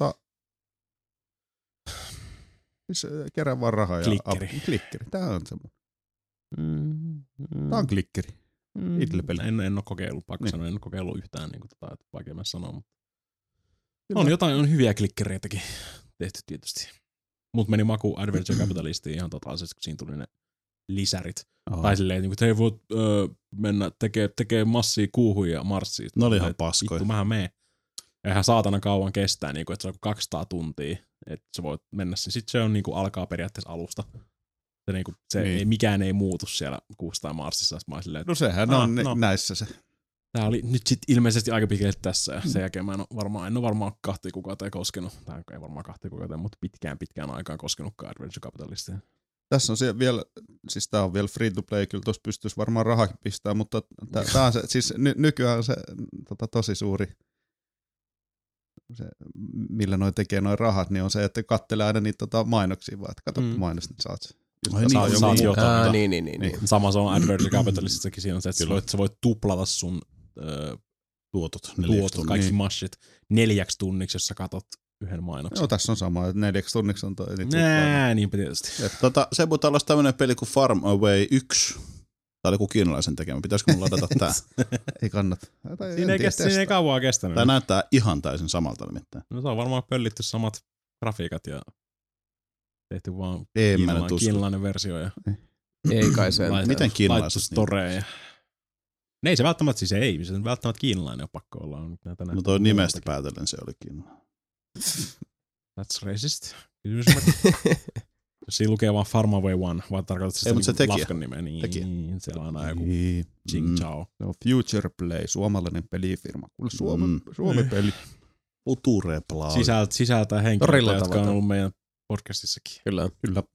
siis kerää vaan rahaa ja... Klikkeri. Tää on semmoinen. Tää on klikkeri. En ole kokeillut, pakko sanoa, en ole kokeillut yhtään, niin kuin vaikea mä sanoa. Mutta on hyviä klikkereitäkin tehty tietysti. Mut meni maku Adventure Capitalistiin ihan totaalisesti, kun siinä tuli ne lisärit. Tai silleen, että he voit mennä tekee massia kuuhun ja marssiin. Ne oli ihan paskoja. Vittu, mähän mene. Eihän saatana kauan kestää, niin kuin, että se on 200 tuntia, että sä voit mennä. Sitten se on, niin kuin, alkaa periaatteessa alusta. Mikään ei muutu siellä 600 Marsissa. No sehän on näissä se. Tää oli nyt sit ilmeisesti aika pitkälle tässä ja sen jälkeen mä en ole varmaan 2 kuukauteen koskenut. Tai ei varmaan 2 kuukauteen, mutta pitkään aikaan koskenutkaan Adventure Capitalistia. Tässä on vielä, siis tää on vielä free to play, kyllä tossa pystyisi varmaan rahakin pistää, mutta tää on se, siis nykyään on se tosi suuri, se, millä noi tekee noi rahat, niin on se, että kattelee aina niitä mainoksia vaan, että katsot mainos, niin saat se. Niin. Sama se on Adventure Capitalistissakin, siinä on se, että sä voit tuplata sun tuotot kaikki mashit 4 tunniksi, jos sä katot yhden mainoksen. Joo, tässä on sama, että 4 tunniksi on toi. Niinpä tietysti. Sebu, täällä olisi tämmöinen peli kuin Farm Away 1. Tää oli joku kiinalaisen tekemä. Pitäisikö mun ladata tää? Ei kannata. Siinä ei kauaa kestänyt. Tää näyttää ihan täysin samalta nimittäin. No se on varmaan pöllitty samat grafiikat ja tehty vaan kiinalainen versio. Ja ei kai se. Miten kiinalaiset? Storeen. Ne ei se välttämättä, siis ei. Se välttämättä kiinalainen on pakko olla. No toi nimestä päätellen se oli kiinalainen. That's racist. Jos siinä lukee vaan Farm Away 1, vaan tarkoittaa sitä niinku lafkan nimeä, niin siellä on aina joku Jing Chao. Se on Future Play, suomalainen pelifirma. Kuule Suomi-peli. Future Play. Sisältää henkilöitä, jotka on ollut meidän podcastissakin. Kyllä.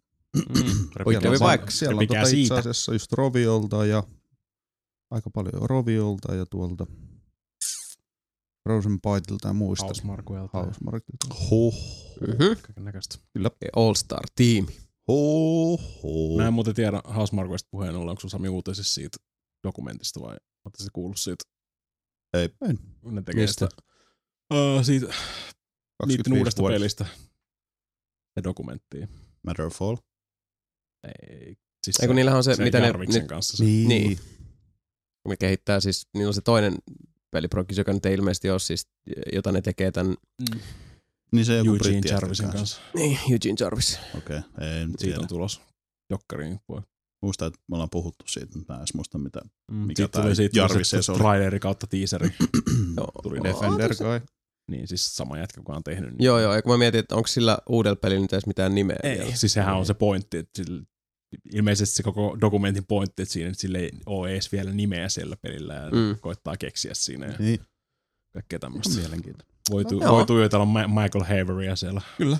Siellä on itse asiassa just Roviolta ja aika paljon Roviolta ja tuolta Frozen Bytelta ja muista. Housemarquelta. Kaikennäköistä. Kyllä. All-Star-tiimi. Mä en muuten tiedä Housemarquesta puheen ollen, onko sun Sami uutisissa siitä dokumentista vai ootte se kuullut siitä? Ei. Ne tekee sitä. Siitä niiden uudesta pelistä. Se dokumenttia. Matterfall? Ei. Siis eikö niillähän on se mitä ne Jarviksen kanssa. Niin. Me kehittää siis, niillä on se toinen peliprogis, joka nyt ei ilmeisesti ole siis, jota ne tekee tän niin se Eugene Jarvisin kanssa. Niin, Eugene Jarvis. Okei. Siitä on tulos Jokkariin. Muistan, että me ollaan puhuttu siitä, mutta mä en muista mikä tää Jarvis oli. Traileri kautta teaseri. Tuli Defender kai. Niin, siis sama jätkä, kuka on tehnyt. Joo, eikö mä mietin, että onko sillä uudella pelillä nyt edes mitään nimeä? Ei, vielä. Siis sehän on se pointti, että ilmeisesti se koko dokumentin pointti, että sillä ei ole edes vielä nimeä siellä pelillä ja koittaa keksiä siinä ja kaikkea tämmöistä. Mielenkiintoista. Voi tuijotella Michael Haveria siellä. Kyllä.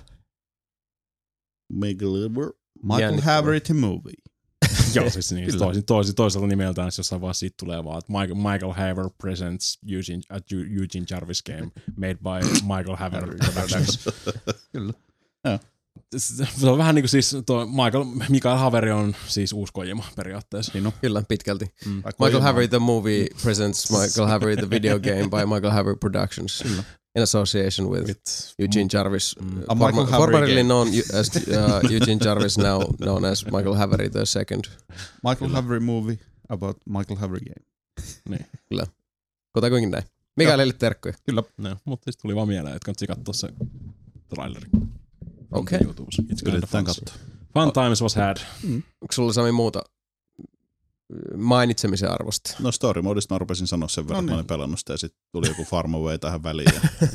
Michael Havery the movie. Joo, siis niin, toiselta nimeltään, jossain vaan siitä tulee vaan, että Michael Haver presents Eugene Jarvis game made by Michael Haver Productions. Kyllä. Se on vähän niin kuin siis Michael Haveri on siis uusi Kojima periaatteessa. Niin on. Kyllä, pitkälti. Michael Havery the movie presents Michael Havery the video game by Michael Havery Productions. Kyllä. In association with Eugene Jarvis, formerly known as Eugene Jarvis, now known as Michael Havery the second. Michael Havery movie about Michael Havery game. Niin. Kyllä. Kutakuinkin näin. Mikaelille terkkuja. Kyllä. No, mutta sitten tuli vaan mieleen, että kannattaa katsoa se traileri. Okei. Yritetään katsoa. Fun times was had. Onko sulla Sami muuta mainitsemisen arvosta? No story modista mä rupesin sanoa sen verran, että mä olin pelannut sitä ja sitten tuli joku Farm Away tähän väliin.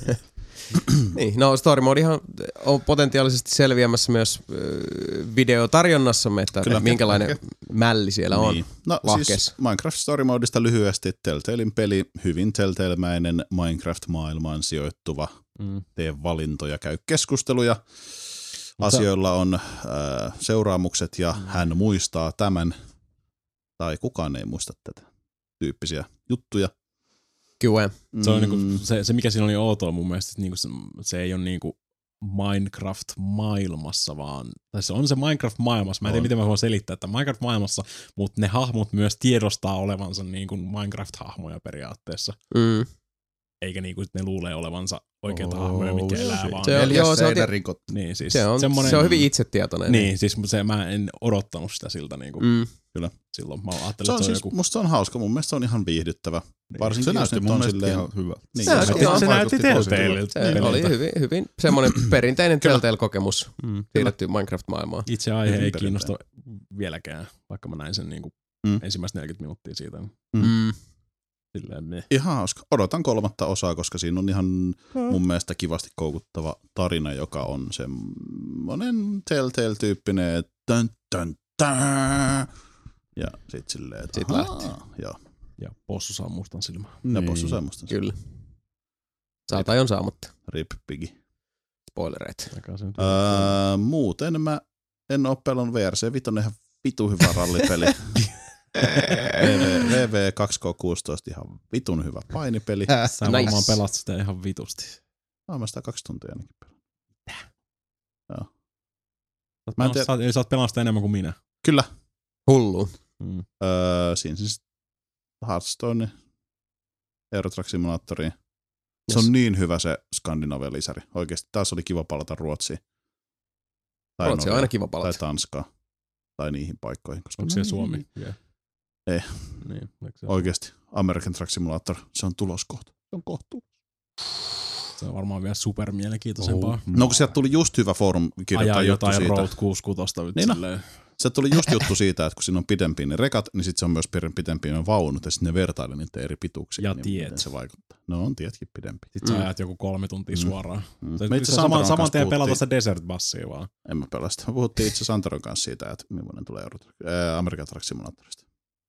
Niin, no story modihan on potentiaalisesti selviämässä myös videotarjonnassamme, että minkälainen mälli siellä on. No siis Minecraft story modista lyhyesti Telltalein peli, hyvin Telltale-mäinen Minecraft-maailmaan sijoittuva. Tee valintoja, käy keskusteluja. Asioilla on seuraamukset ja hän muistaa tämän. Tai kukaan ei muista tätä tyyppisiä juttuja. Kyllä. Se on niinku, se mikä siinä oli outoa mun mielestä, että niinku se ei ole niinku Minecraft-maailmassa, vaan tai se on se Minecraft-maailmassa. Mä en tiedä, miten mä voin selittää, että Minecraft-maailmassa, mutta ne hahmot myös tiedostaa olevansa niinku Minecraft-hahmoja periaatteessa. Eikä niinku, että ne luulee olevansa oikeita hahmoja, mitkä elää vaan. Niin, siis se on hyvin itsetietoinen. Niin, siis mä en odottanut sitä siltä niinku. Kyllä. Silloin mä ajattelin, että se on joku. Musta se on hauska, mun mielestä se on ihan viihdyttävä. Niin. Varsinkin se näytti mun mielestä ihan hyvä. Niin. Se näytti Telltaleilta. Se oli hyvin semmoinen perinteinen Telltale-kokemus siirretty Minecraft-maailmaan. Itse aihe ei kiinnosta vieläkään, vaikka mä näin sen niinku ensimmäistä 40 minuuttia siitä. Ihan hauska. Odotan 3. osaa, koska siinä on ihan mun mielestä kivasti koukuttava tarina, joka on semmoinen Telltale-tyyppinen ja sit silleen, että sit lähti. Ja possu saa mustan silmän. Ja possu saa mustan silmän. Kyllä. Saa tai on saamatta. Rip Piggy. Spoilereita. Muuten mä en oo pelannut VRC5 on ihan vitu hyvä rallipeli. VV2K16 ihan vitun hyvä painipeli. Sä varmaan pelat sitä ihan vitusti. Mä sitä 2 tuntia ainakin pelannut. Joo. Sä oot pelannut sitä enemmän kuin minä. Kyllä. Hullu. Siinä siis Hearthstone, Euro Truck Simulatori, Se on niin hyvä se Skandinavian lisäri. Oikeasti taas oli kiva palata Ruotsiin. Ruotsi on aina kiva palata. Tai Tanskaa. Tai niihin paikkoihin. Koska onko se Suomi? Yeah. Ei. Niin, oikeasti. American Truck Simulator. Se on tulos kohta. Se on kohtu. Se on varmaan vielä super mielenkiintoisempaa. No kun sieltä tuli just hyvä forum kirjoittaa juttu siitä. Ajaa jotain Road 66 niin silleen. Se tuli just juttu siitä, että kun siinä on pidempiä ne rekat, niin sitten se on myös pidempiä ne vaunut, ja sitten ne vertailee niitä eri pituuksia. Ja niin tiet. Se vaikuttaa. No on tietkin pidempi. Sitten sä ajat joku 3 tuntia suoraan. Saman tien pelata sitä Desert Bussia vaan. En mä pelaa sitä. Puhuttiin itse Santeron kanssa siitä, että millainen tulee American Truck Simulatorista.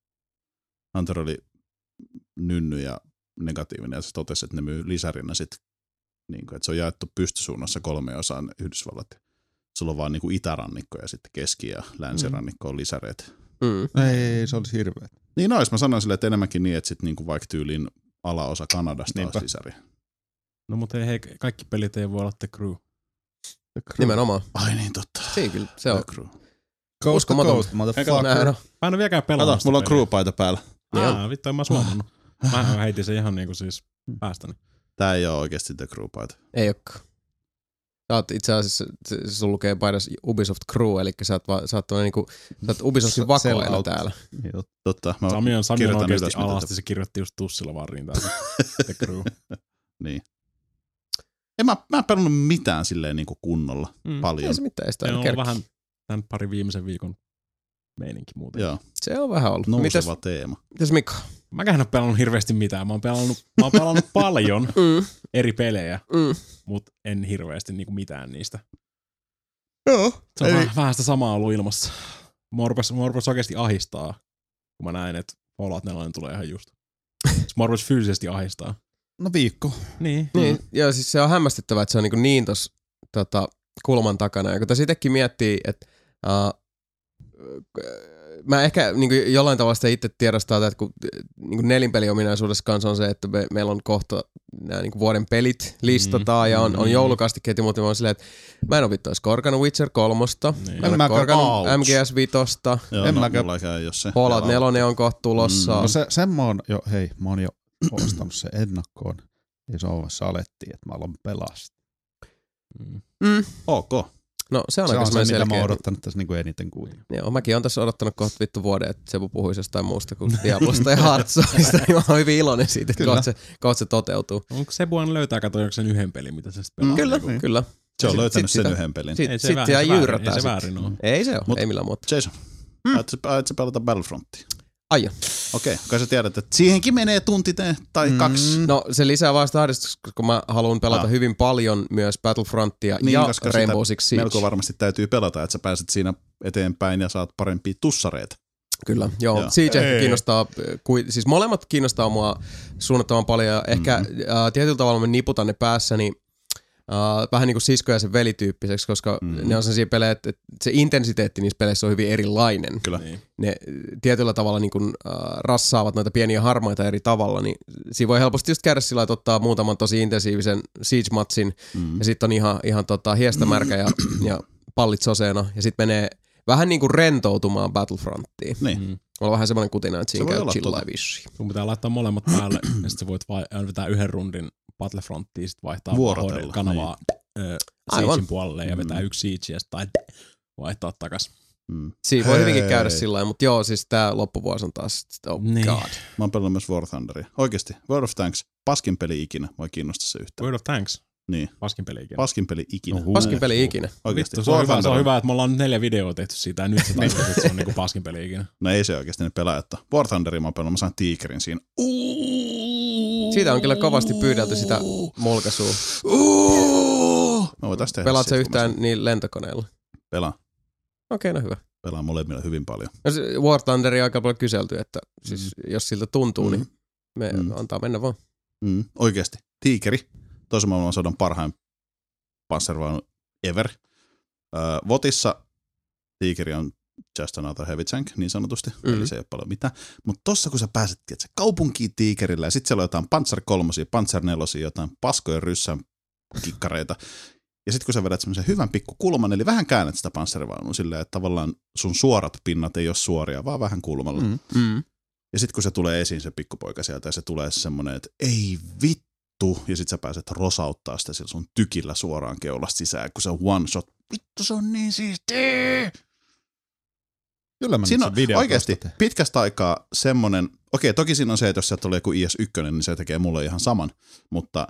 Santero oli nynny ja negatiivinen, ja se totesi, että ne myy lisärinä sitten, niin että se on jaettu pystysuunnassa 3 osaan Yhdysvallat. Sulla on vaan niinku itärannikko ja sitten keski- ja länsirannikko on lisäreet. Ei, se olisi hirveä. Niin mä sanoin silleen, että enemmänkin niin, että sit niinku vaikka tyyliin alaosa Kanadasta olisi lisäri. No mutta hei, kaikki pelit ei voi olla The Crew. Nimenomaan. Ai niin, totta. Se on. Coast to coast, motherfucker. Mä en ole vieläkään pelannut. Kato, mulla on crew-paita päällä. Vittu, en mä suomannut. Mä heitin sen ihan niinku siis päästäni. Tää ei oo oikeesti The Crew-paita. Ei ookaan. Sä oot itse asiassa, se lukee paidassa Ubisoft Crew, eli sä oot Ubisoftin vakoilla täällä. Totta. Sami on oikeesti alasti, se kirjoitti just tussilla vaan rintaan. The Crew. Niin. Mä en pelannut mitään silleen niinku kunnolla paljon. Ei se mitään estä. Se on vähän tämän pari viimeisen viikon meininki muuten. Joo. Se on vähän ollut. Nouseva teema. Mitäs Mikko? Mäkään en ole pelannut hirveästi mitään. Mä oon pelannut paljon eri pelejä, mutta en hirveästi niinku mitään niistä. Joo. Se on vähän sitä samaa ollut ilmassa. Mua rupesi oikeasti ahistaa, kun mä näin, että Fallout 4 tulee ihan just. Mua rupesi fyysisesti ahistaa. No viikko. Niin. Ja siis se on hämmästyttävää, että se on niin tossa kulman takana. Ja kun tässä itsekin miettii, että mä ehkä niin jollain tavalla sitä itse tiedostaa, että kun niin nelinpeliominaisuudessa kanssa on se, että meillä on kohta nämä niin vuoden pelit listataan ja on joulukastikkeet ja muuta. Mä oon silleen, että mä en ole vittu edes korkannut Witcher 3, mä en ole korkannut MGS 5. En mäkään, jos se. Fallout 4 on kohta tulossa. No sen mä oon jo ostanut sen ennakkoon. Ja se on salettiin, että mä aloin pelaa sitä. Ok. No se on aika se, selkeä. mitä mä oon odottanut tässä niinku eniten kuin. Joo, mäkin oon tässä odottanut kohta vittu vuoden, että Sebu puhuisi jostain muusta kuin Diablosta ja Hearthstoneista. Niin mä oon hyvin iloinen siitä, että kohta se toteutuu. Onko Sebu aina löytää katsoa sen yhden pelin, mitä se sitten pelaa? Kyllä. Se on löytänyt sen yhden pelin. Sitten jää jyyrätään. Ei se väärin ole. Ei se ole, ei millään muuta. Jason, aiotko pelata Battlefrontia? Aion. Okei, kai sä tiedät, että siihenkin menee tunti tai 2. No se lisää vaan sitä ahdistusta, kun mä haluan pelata hyvin paljon myös Battlefrontia niin, ja Rainbow Six Siege. Melko varmasti täytyy pelata, että sä pääset siinä eteenpäin ja saat parempia tussareita. Kyllä, joo. Siege kiinnostaa, siis molemmat kiinnostaa mua suunnattoman paljon ja ehkä tietyllä tavalla mä niputan ne päässäni vähän niin kuin sisko ja sen velityyppiseksi, koska ne on sellaisia pelejä, että se intensiteetti niissä peleissä on hyvin erilainen. Kyllä. Ne tietyllä tavalla niin kuin, rassaavat noita pieniä harmaita eri tavalla, niin siinä voi helposti just käydä sillä, että ottaa muutaman tosi intensiivisen siege-matsin ja sitten on ihan hiestämärkä ja pallit soseena ja sitten menee vähän niin kuin rentoutumaan Battlefronttiin. Niin. On vähän semmoinen kutina, että siinä käy chillaa vissiin. Sun pitää laittaa molemmat päälle ja sitten sä voit vetää yhden rundin Battlefronttiin, sitten vaihtaa kanavaa Siegein puolelle ja vetää yksi Siege ja sitten vaihtaa takas. Siinä voi hyvinkin käydä sillä lailla, mutta joo, siis tää loppuvuosi on taas, niin. God. Mä oon pelannut myös War Thunderia. Oikeesti, World of Tanks, paskin peli ikinä, voi kiinnostaa se yhtään. World of Tanks? Niin. Paskin peli ikinä. Paskin peli ikinä. Paskin peli ikinä. Oikeesti. Vittu, se on hyvä, että me ollaan 4 videoa tehty siitä ja nyt se taisi, että se on niinku paskin peli ikinä. No ei se oikeesti ne pelaajat. War Thunderia mä oon pelannut, mä sain tiikerin siinä. Siitä on kyllä kovasti pyydelty sitä mulkaisua. Pelaat sä yhtään niin lentokoneilla? Pelaan. Okei, no hyvä. Pelaan molemmilla hyvin paljon. War Thunderia on aika paljon kyselty, että siis jos siltä tuntuu, niin me antaa mennä vaan. Oikeesti. Tiikeri. Toisen maailmansodan parhain panssarvaunu ever. Votissa tiikeri on just another heavy tank, niin sanotusti. Eli se ei ole paljon mitään. Mutta tossa kun sä pääset kaupunkiin tiikerillä ja sit siellä on jotain Panzer 3, Panzer 4, jotain paskojen ryssän kikkareita. Ja sit kun sä vedät semmoisen hyvän pikku kulman, eli vähän käännät sitä panssarivaunua silleen, että tavallaan sun suorat pinnat ei ole suoria, vaan vähän kulmalla. Ja sit kun se tulee esiin se pikkupoika sieltä ja se tulee semmonen, että ei vittu, juttu, ja sit sä pääset rosauttaa sitä sillä sun tykillä suoraan keulasta sisään, kun se on one shot. Vittu, se on niin siistiä! Kyllä mä siinä nyt sen video oikeasti pitkästä aikaa semmonen, okei, toki siinä on se, että jos sieltä tulee joku IS-1, niin se tekee mulle ihan saman, mutta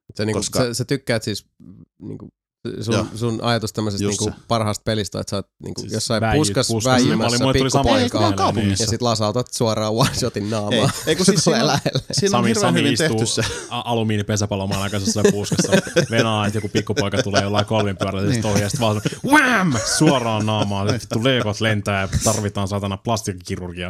sä tykkäät siis niinku, sun ajatus tämmöisestä niinku parhaasta pelistä, että sä oot niinku jossain puskas väimässä pikkupoikaa ja sit lasautat suoraan one-shotin naamaa. Ei kun siis siinä on hirveän hyvin tehty se. Alumiinipesäpallomaan aikaisessa puskassa venaa, että joku pikkupoika tulee jollain kolminpyörällä siis tohi ja sit vaan wham! Suoraan naamaan, että vittu leikot lentää ja tarvitaan saatana plastiikkakirurgia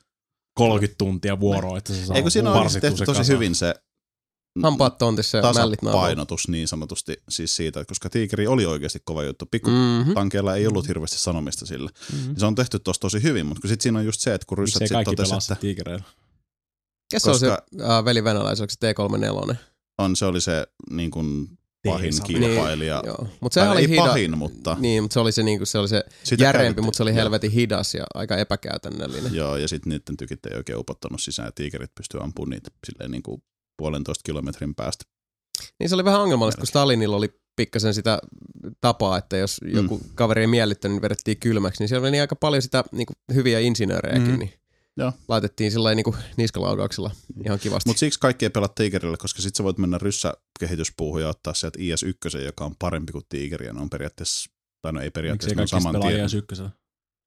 30 tuntia vuoroa, että se saa ei kun siinä on tehty tosi hyvin se hampaat tontissa ja mällit naamaa. Tasapainotus niin sanotusti siis siitä, koska tiikeri oli oikeasti kova juttu. Pikkutankeilla ei ollut hirveästi sanomista sille. Se on tehty tosi hyvin, mutta sit siinä on just se, että kun ryssät sit totesi, että tiikereillä. Kes on se veli venäläis, onko se T34? Se oli se niin kuin pahin kilpailija. Niin, mutta sehän oli pahin, mutta niin, mutta se oli se niinku se järeempi, mutta se oli helvetin hidas ja aika epäkäytännöllinen. Joo, ja sitten niiden tykit ei oikein upottanut sisään, ja tiikerit pystyy ampumaan niitä silleen niinku 1,5 kilometrin päästä. Niin se oli vähän ongelmallista, kun Stalinilla oli pikkasen sitä tapaa, että jos joku kaveri ei miellyttänyt, niin vedettiin kylmäksi, niin siellä oli niin aika paljon sitä niinku hyviä insinöörejäkin, niin laitettiin sillä niinku niskalaukauksella ihan kivasti. Mutta siksi kaikki ei pelaa tiikerillä, koska sit sä voit mennä ryssäkehityspuuhun ja ottaa sieltä IS-1, joka on parempi kuin tiikeri, ja ne on periaatteessa, tai no ei periaatteessa, ne on saman tien. Miksi ei kaikki pelaa IS-1?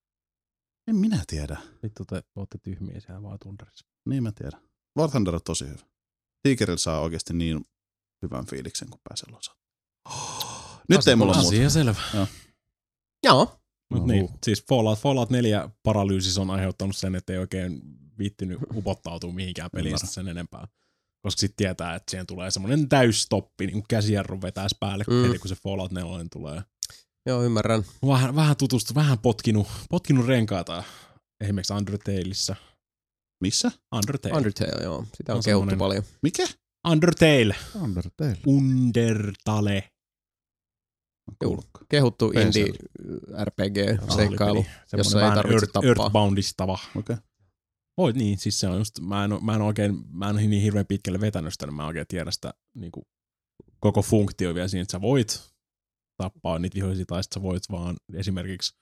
En minä tiedä. Vittu te ootte tyhmiä siellä vaan Thunderissa. Niin mä tiedän. War Thunder on tosi hyvä. Tiikerillä saa oikeasti niin hyvän fiiliksen, kun pääsee losaan. Nyt ei mulla muuta. Asia selvä. Joo. Mut niin, siis Fallout 4 paralyysis on aiheuttanut sen, että ei oikein viittinyt upottautua mihinkään peliin sen enempää. Koska sit tietää, että siihen tulee semmonen täystoppi, niin käsijarru vetäis päälle heti, kun se Fallout 4 tulee. Joo, ymmärrän. Vähän tutustu, vähän potkinut renkaata esimerkiksi Undertaleissa. Missä? Undertale, joo. Sitä on kehuttu paljon. Mikä? Undertale. Kehuttu indie RPG-seikkailu, jossa ei tarvitse tappaa. Earthboundistava. Okay. Voit niin, siis se on just, mä en niin hirveän pitkälle vetänyt sitä, niin mä en oikein tiedä sitä niin kuin, koko funktio vielä siinä, että sä voit tappaa niitä vihollisia, tai sä voit vaan esimerkiksi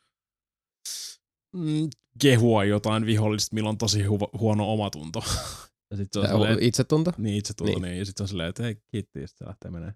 kehua jotain vihollista, millä on tosi huono omatunto. Ja sit se on silleen, itsetunto? Niin, itsetunto, niin. Ja sit se on silleen, että hei, kiitti, ja sit se lähtee menee.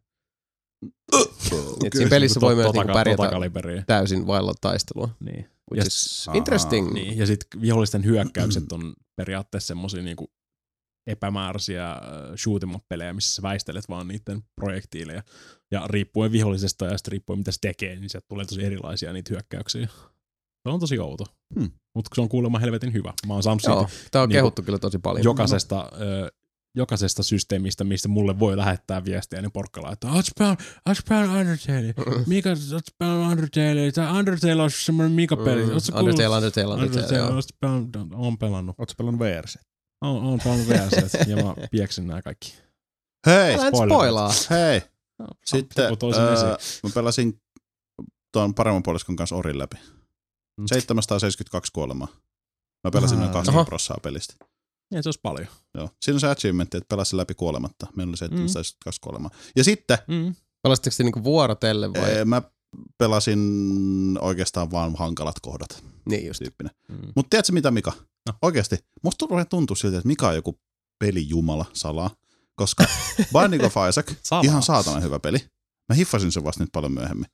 Siinä pelissä voi myös pärjätä täysin vailla taistelua. Niin. Which is interesting. Niin. Ja sit vihollisten hyökkäykset on periaatteessa semmosia niinku epämääräisiä shoot-em-up-pelejä, missä sä väistelet vaan niiden projektiileja. Ja riippuen vihollisesta ja sitten riippuen mitä se tekee, niin sieltä tulee tosi erilaisia niitä hyökkäyksiä. Se on tosi outo. Mutta se on kuulemma helvetin hyvä. Mä oon saanut siitä tää on kehuttu kyllä tosi paljon. Jokaisesta systeemistä, mistä mulle voi lähettää viestiä, niin porkkala, että oot spell Undertale. Mika, oot spell Undertale. Tää Undertale on semmoinen Mika-peli. Undertale. Oon pelannut. Oot pelannut VRC? Oon pelannut VRC ja mä pieksin nää kaikki. Hei! Älä spoilaa. Hei! Sitten mä pelasin tuon paremman puoliskon kanssa Orin läpi. 772 kuolemaa. Mä pelasin noin 20% pelistä. Ja se olisi paljon. Joo. Siinä on se achievementti, että pelasin läpi kuolematta. Meillä oli 772 kuolemaa. Ja sitten... Pelasitteko te niinku vuorotelle vai? Mä pelasin oikeastaan vaan hankalat kohdat. Niin just. Mutta tiedätkö mitä, Mika? No. Oikeasti. Musta tuntuu siltä, että Mika on joku pelijumala salaa. Koska Binding of Isaac, ihan saatana hyvä peli. Mä hiffasin sen vasta nyt paljon myöhemmin.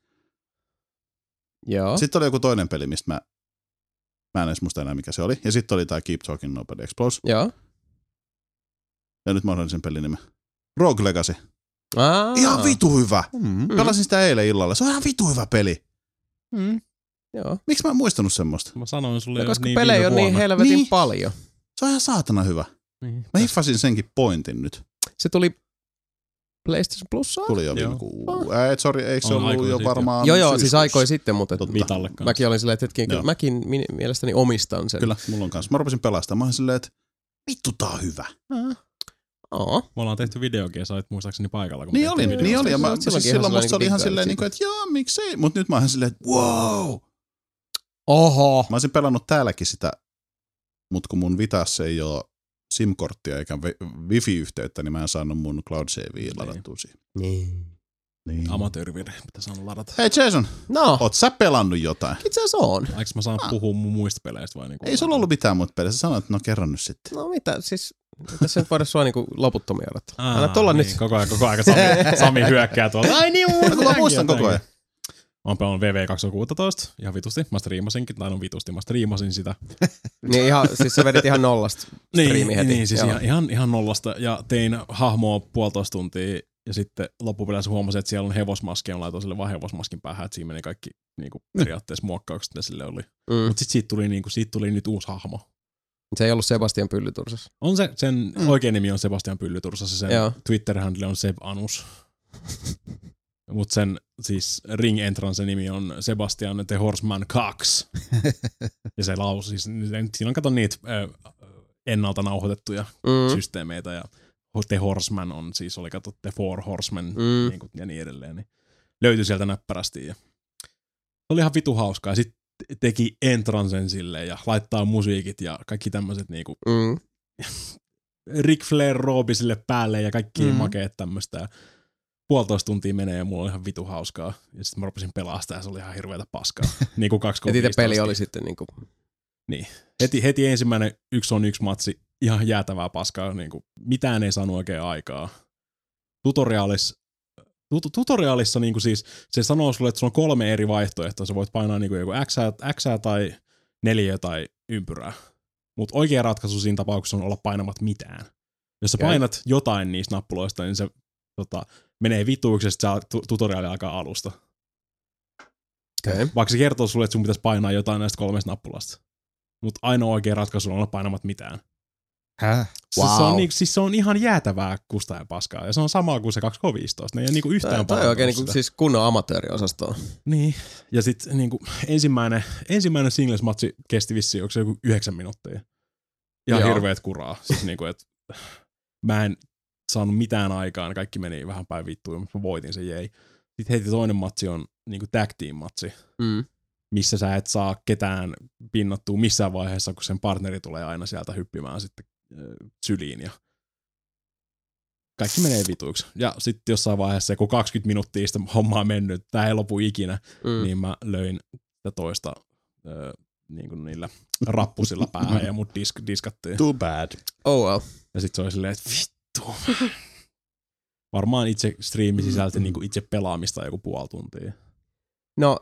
Joo. Sitten oli joku toinen peli, mistä mä en edes muista enää mikä se oli. Ja sitten oli tää Keep Talking Nobody Explodes. Joo. Ja nyt mä oon sen pelin nimen. Rogue Legacy. Ihan vitu hyvä. Pelasin sitä eilen illalla. Se on ihan vitu hyvä peli. Joo. Miksi mä en muistanut semmoista? Mä sanoin sulle koska niin pelejä on niin helvetin paljon. Se on ihan saatana hyvä. Mä hiffasin senkin pointin nyt. Se tuli PlayStation Plusaan? Tuli jo viime sorry, eikö se ollut jo varmaan Joo, siis aikoi sitten, mutta Vitalle kanssa. Mäkin olin silleen, että hetken, mäkin mielestäni omistan sen. Kyllä, mulla on kanssa. Mä rupesin pelastaa. Mä olin silleen, että vittu tää on hyvä. Me ollaan tehty videokin, sä olit muistaakseni paikalla. Niin oli. Ja silloin musta oli ihan silleen, että joo, miksei. Mut nyt mä oon silleen, että wow. Oho. Mä olisin pelannut täälläkin sitä, mut kun mun Vitassa ei oo SIM-korttia eikä wifi-yhteyttä, niin mä en saanut mun Cloud Savea ladattua siihen. Niin. Amatöörivire pitää saada ladata. Hei Jason, oot sä pelannut jotain? Itse asiassa on. Eikö mä saan puhua mun muista peleistä vai niinku? Ei sulla ollut mitään muuta pelejä. Sä sanoit, että kerran nyt sitten. No mitä, siis tässä nyt voidaan sua niinku loputtomia odottaa. Anna tulla niin, nyt. Koko ajan Sami hyökkää tuolla. Ai niin, mä muistan koko ajan. Mä oon pelannut VV 2016 ihan vitusti. Mä striimasinkin, tai vitusti, mä striimasin sitä. Niin ihan, siis sä vedit ihan nollasta striimi heti. Niin, siis ihan nollasta. Ja tein hahmoa 1,5 tuntia. Ja sitten loppupeleissä huomasin, että siellä on hevosmaski, ja laitoin sille vaan hevosmaskin päähän, että siinä meni kaikki niinku, periaatteessa muokkaukset, mitä sille oli. Mutta sitten siitä tuli nyt uusi hahmo. Se ei ollut Sebastian Pyllytursas. On se, sen oikein nimi on Sebastian Pyllytursas, ja sen Twitter-handle on Seb Anus. Mutta sen siis Ring Entrance nimi on Sebastian The Horseman 2. Ja se lausi, siis, siinä on kato niitä ennalta nauhoitettuja systeemeitä, ja The Horseman on, siis oli kato The Four Horsemen niin kuin, ja niin edelleen. Niin löytyi sieltä näppärästi. Ja se oli ihan vitu hauskaa. Ja sitten teki entrancen silleen ja laittaa musiikit ja kaikki tämmöiset niinku Ric Flair roobi sille päälle ja kaikki makeet tämmöistä. Ja 1,5 tuntia menee ja mulla oli ihan vitu hauskaa. Ja sitten mä rupesin pelastaa ja se oli ihan hirveätä paskaa. Niinku 2-3-15. Ja itse peli oli sitten niinku... Niin. Heti ensimmäinen 1-on-1 matsi, ihan jäätävää paskaa, niinku mitään ei saanut oikein aikaa. Tutorialissa niinku siis, se sanoo sulle, että sulla on 3 eri vaihtoehtoa, sä voit painaa niinku joku X tai 4 tai ympyrää. Mutta oikea ratkaisu siinä tapauksessa on olla painamat mitään. Jos sä painat jotain niistä nappuloista, niin se menee vituiksi ja sitten tutoriaali alkaa alusta. Okay. Vaikka se kertoo sulle, että sun pitäisi painaa jotain näistä 3 nappulasta. Mutta ainoa oikea ratkaisu on olla painamat mitään. Häh? Wow. Se on ihan jäätävää kustaa ja paskaa. Ja se on samaa kuin se 2K15. Ne ei ole niinku yhtään toi on oikein niinku, siis kunnon amatööriosastoa. Niin. Ja sitten niinku, ensimmäinen singles-matsi kesti vissiin, onko se joku 9 minuuttia. Ihan hirveet kuraa. Siis niinku, että mä en saanut mitään aikaan. Kaikki meni vähän päin vittuun, mutta mä voitin se jäi. Sitten heti toinen matsi on niinku tag team matsi. Missä sä et saa ketään pinnattua missään vaiheessa, kun sen partneri tulee aina sieltä hyppimään sitten syliin ja kaikki menee vituiksi. Ja sitten jossain vaiheessa, kun 20 minuuttia sitä hommaa mennyt, tää ei lopu ikinä, niin mä löin sitä toista niin kuin niillä rappusilla päähän ja mut diskattiin. Too bad. Oh well. Ja sit se oli silleen, että vittu. Varmaan itse striimi sisälti niin kuin itse pelaamista joku 0,5 tuntia. No,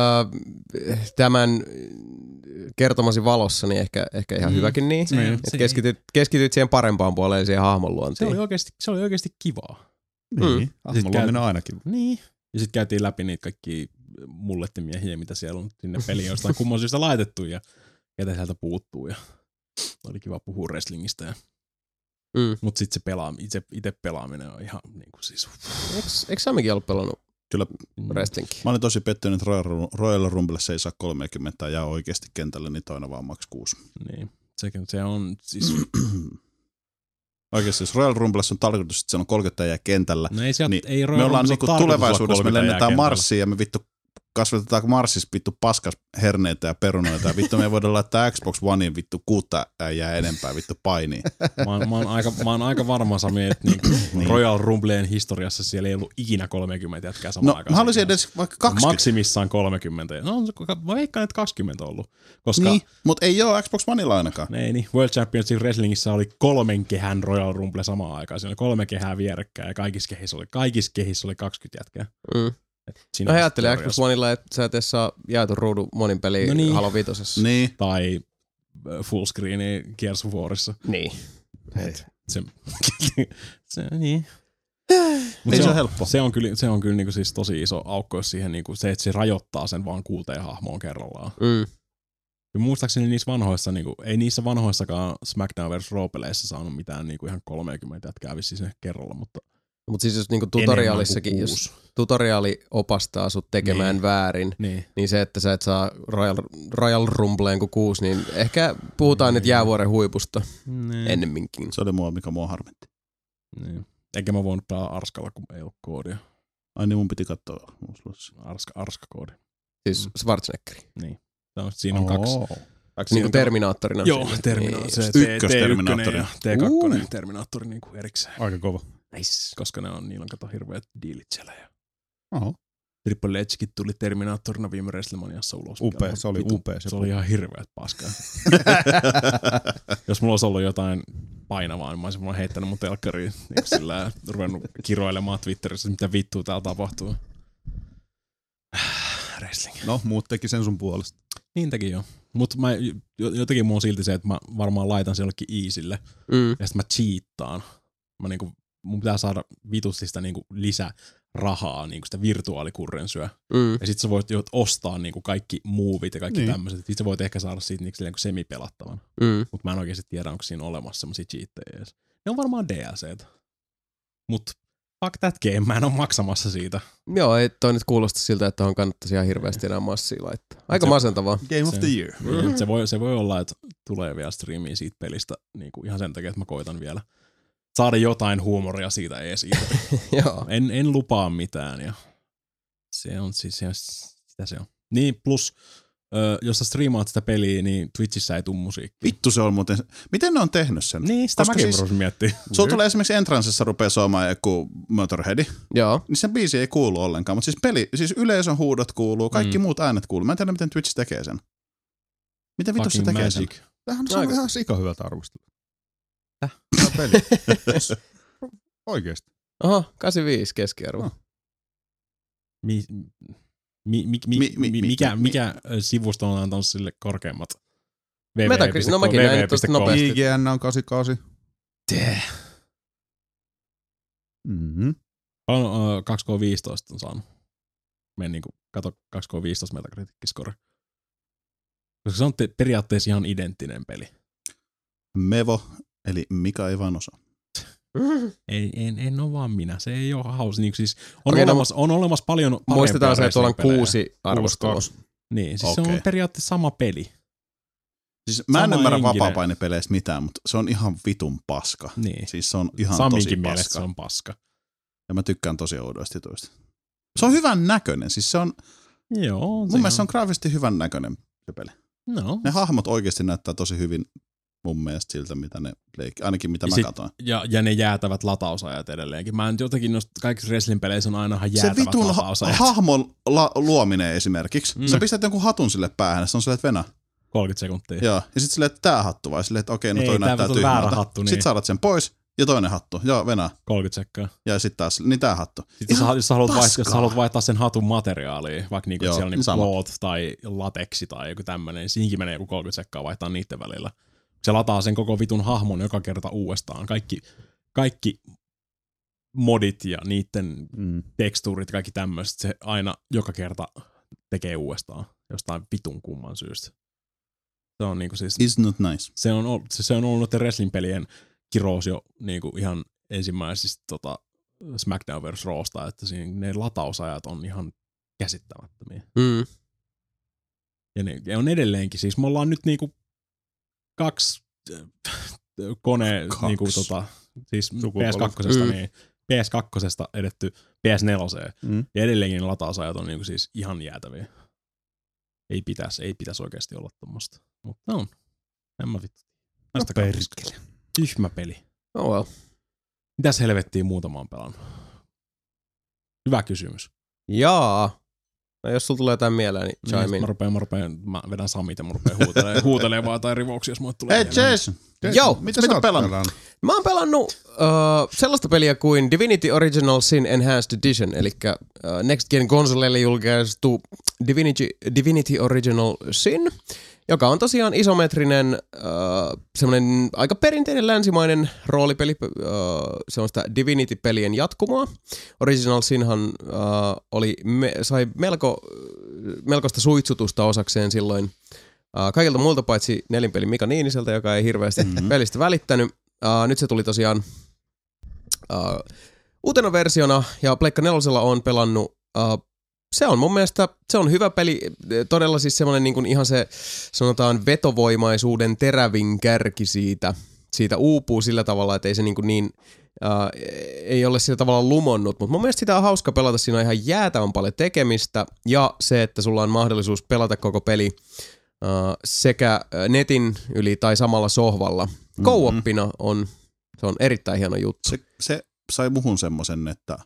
tämän kertomasi valossa, niin ehkä ihan hyväkin niin. Keskityt siihen parempaan puoleen, siihen hahmon luontiin. Se oli oikeasti kivaa. Niin, hahmon luominen on aina kiva. Niin. Ja sitten käytiin läpi niitä kaikki mullettimiehiä, mitä siellä on sinne peliin jostain kumman syystä laitettu ja ketä sieltä puuttuu. Ja oli kiva puhua wrestlingistä. Mutta sitten se itse pelaaminen on ihan niinku siis... Eikö Samikin ollut pelannut? Kyllä. Wrestlingkin. Mä olin tosi pettynyt, että Royal Rumblessa ei saa 30 ja oikeasti kentällä, niin toinen vaan maks 6. Niin. Se on siis... Oikeasti, jos Royal Rumblessa on tarkoitus, että se on 30 jää kentällä, no ei niin ei me ollaan niinku tulevaisuudessa, me lennetään Marsiin ja me vittu kasvatetaan Marsissa vittu paskas herneitä ja perunoita ja vittu me voidaan laittaa Xbox Oneen vittu 6 äijää enempää vittu painiin. Mä oon aika varma Sami, että niin. Royal Rumbleen historiassa siellä ei ollut ikinä 30 jätkää samaan aikaan. Mä haluaisin edes vaikka 20. Maksimissaan 30. No mä veikkaan, että 20 on ollut. Koska niin, mutta ei oo Xbox Onella ainakaan. Ei niin. World Championship Wrestlingissä oli 3 kehän Royal Rumble samaan aikaan. Siinä oli 3 kehää vierekkäin ja kaikissa kehissä oli 20 jätkää. No he ajattelee Xbox Onella, että sä et edes saa jaettu ruudun monin peliin Halo 5. Niin. Tai full screeni Gears of Warissa. Niin. Niin. Ei se ole helppo. Se on kyllä niinku siis tosi iso aukko siihen niinku se, että se rajoittaa sen vaan 6 hahmoon kerrallaan. Ja muistaakseni niissä vanhoissa, niinku, ei niissä vanhoissakaan SmackDown vs. Raw-peleissä saanut mitään niinku ihan 30 jätkää vissiin sen kerralla, mutta siis jos niinku tutoriaalissakin, jos tutoriaali opastaa sut tekemään väärin, niin se, että sä et saa Royal Rumbleen kuin 6, niin ehkä puhutaan nyt jäävuoren huipusta ennemminkin. Se oli mikä mua harmitti. Niin. Eikä mä voinut pelaa Arskalla, kun ei ole koodia. Ai niin mun piti katsoa. Arska-koodi. Siis Schwarzeneggeri. Niin. Siinä on Niinku Terminaattorina. Joo, Terminaattori. Ykkösterminaattori. Ja T2 Terminaattori niinku erikseen. Aika kova. Nice. Koska niillä on kato hirveät diilit siellä. Oho. Triple Hkin tuli Terminaattorina viime WrestleManiassa ulos. Upea, se oli upea. Se oli ihan hirveät paskaa. Jos mulla olisi ollut jotain painavaa, niin mä olisin vaan heittänyt mun telkkariin niin sillä ruvennut kiroilemaan Twitterissä, mitä vittua täällä tapahtuu. Wrestling. No, muut teki sen sun puolesta. Niin teki joo. Mutta jotenkin mun on silti se, että mä varmaan laitan sen jollekin easylle. Ja sitten mä cheattaan. Mun pitää saada vitusti sitä niinku lisärahaa, niinku sitä virtuaalikurrensyä. Ja sit sä voit ostaa niinku kaikki movit ja kaikki tämmöiset. Sit sä voit ehkä saada siitä niinku semipelattavan. Mutta mä en oikeasti tiedä, onko siinä olemassa semmosia cheattejä. Ne on varmaan DLCtä. Mut fuck that game, mä en oo maksamassa siitä. Joo, ei toi nyt kuulosta siltä, että on kannattaisi ihan hirveästi enää massia laittaa. Aika masentavaa. Game of the year. Se voi olla, että tulee vielä striimiä siitä pelistä niinku ihan sen takia, että mä koitan vielä saada jotain huumoria siitä esiin. Joo. En lupaa mitään. Ja se on siis sitä se on. Niin plus, jos sä striimaat sitä peliä, niin Twitchissä ei tuu musiikkia. Vittu se on muuten. Miten ne on tehnyt sen? Niin, sitä mäkin voisin miettiä. Sulla tulee esimerkiksi Entrancessa rupeaa soimaan joku Motorheadi. Joo. Niin se biisi ei kuulu ollenkaan, mutta siis yleisön huudot kuuluu, kaikki muut äänet kuuluu. Mä en tiedä, miten Twitch tekee sen. Miten vitus se tekee sen? Tämähän on ihan sikahyvät arvostelut. Tämä peli. Oikeesti. Aha, 85 keskiarvo. Mikä sivusto on antanut sille korkeimmat? Metacritic, no mäkin näin tosta nopeasti. IGN on 88. Mm-hmm. 2K15 on saanut. Menen niinku, kato 2K15 Metacritic-score. Koska se on periaatteessa ihan identtinen peli. Mevo, eli Mika ei vaan osaa. En ole vaan minä. Se ei ole hauska. Niin, siis on olemassa paljon parempia. Muistetaan se, että ollaan 6 arvostelua. Niin, siis se on periaatteessa sama peli. Siis mä en ymmärrä vapaapainipeleistä mitään, mutta se on ihan vitun paska. Niin. Siis se on ihan Saminkin tosi mielestä paska. se on paska. Ja mä tykkään tosi oudoista jutuista. Se on hyvän näköinen. Siis se on, joo, mun mielestä se on graafisesti hyvän näköinen se peli. No. Ne hahmot oikeasti näyttää tosi hyvin mun mielestä siltä, mitä ne leikki, ainakin mitä mä katsoin. Ja ne jäätävät latausajat edelleenkin. Mä en jotenkin kaikissa wrestling-peleissä on aina ihan jäätävät latausajat. Se vitun hahmon luominen esimerkiksi. Sä pistät jonkun hatun sille päähän, ja se on silleen, että venä. 30 sekuntia. Joo, ja sit silleen, että tää hattu, vai silleen, että okei, no toi näyttää tyhmältä. Hattu, niin. Sit saadat sen pois, ja toinen hattu. Joo, venä. 30 sekkaa. Ja sit taas, niin tää hattu. Sitten jos sä haluat vaihtaa sen hatun materiaalia, vaikka niinku, siellä on niinku cloth tai lateksi tai joku tämmönen, niin siinkin menee joku 30 sekkaa vaihtaa niiden välillä. Se lataa sen koko vitun hahmon joka kerta uudestaan. Kaikki modit ja niiden tekstuurit ja kaikki tämmöiset, se aina joka kerta tekee uudestaan jostain vitun kumman syystä. Se on niinku siis... It's not nice. Se on ollut noiden wrestling-pelien kirous jo niinku ihan ensimmäisistä SmackDown vs. Rawsta, että siinä ne latausajat on ihan käsittämättömiä. Ja ne on edelleenkin, siis me ollaan nyt niinku 2 kone niinku siis PS2:sta niin PS2:sta edetty PS4. Ja edelleenkin latausajat on niinku siis ihan jäätäviä. Ei pitäisi oikeasti olla tommoista. Mutta on. En mä vittu. Tyhmä peli. Oh well. Mitäs helvettiä muutama on pelannut? Hyvä kysymys. Jaa. No jos sulla tulee jotain mieleen, niin chime in. Mä vedän Samit ja mä rupean huutelemaan vaan tai rivauksia, jos mulle tulee. Hei Jason! Joo, mitä sä oot pelannut? Mä oon pelannut sellaista peliä kuin Divinity Original Sin Enhanced Edition, eli Next Gen konsoleille julkaistu Divinity Original Sin, joka on tosiaan isometrinen, semmoinen aika perinteinen länsimainen roolipeli. Se on sitä Divinity-pelien jatkumoa. Original Sinhan sai melkoista suitsutusta osakseen silloin kaikilta muilta paitsi nelinpelin Mika Niiniseltä, joka ei hirveästi pelistä välittänyt. Nyt se tuli tosiaan uutena versiona ja Pleikka 4 on pelannut. Se on mun mielestä, se on hyvä peli, todella siis semmoinen niin kuin ihan se sanotaan vetovoimaisuuden terävin kärki siitä uupuu sillä tavalla, että ei se niin ei ole sillä tavalla lumonnut, mutta mun mielestä sitä on hauska pelata, siinä on ihan jäätävän paljon tekemistä ja se, että sulla on mahdollisuus pelata koko peli sekä netin yli tai samalla sohvalla. Co-oppina se on erittäin hieno juttu. Se sai muhun semmoisen, että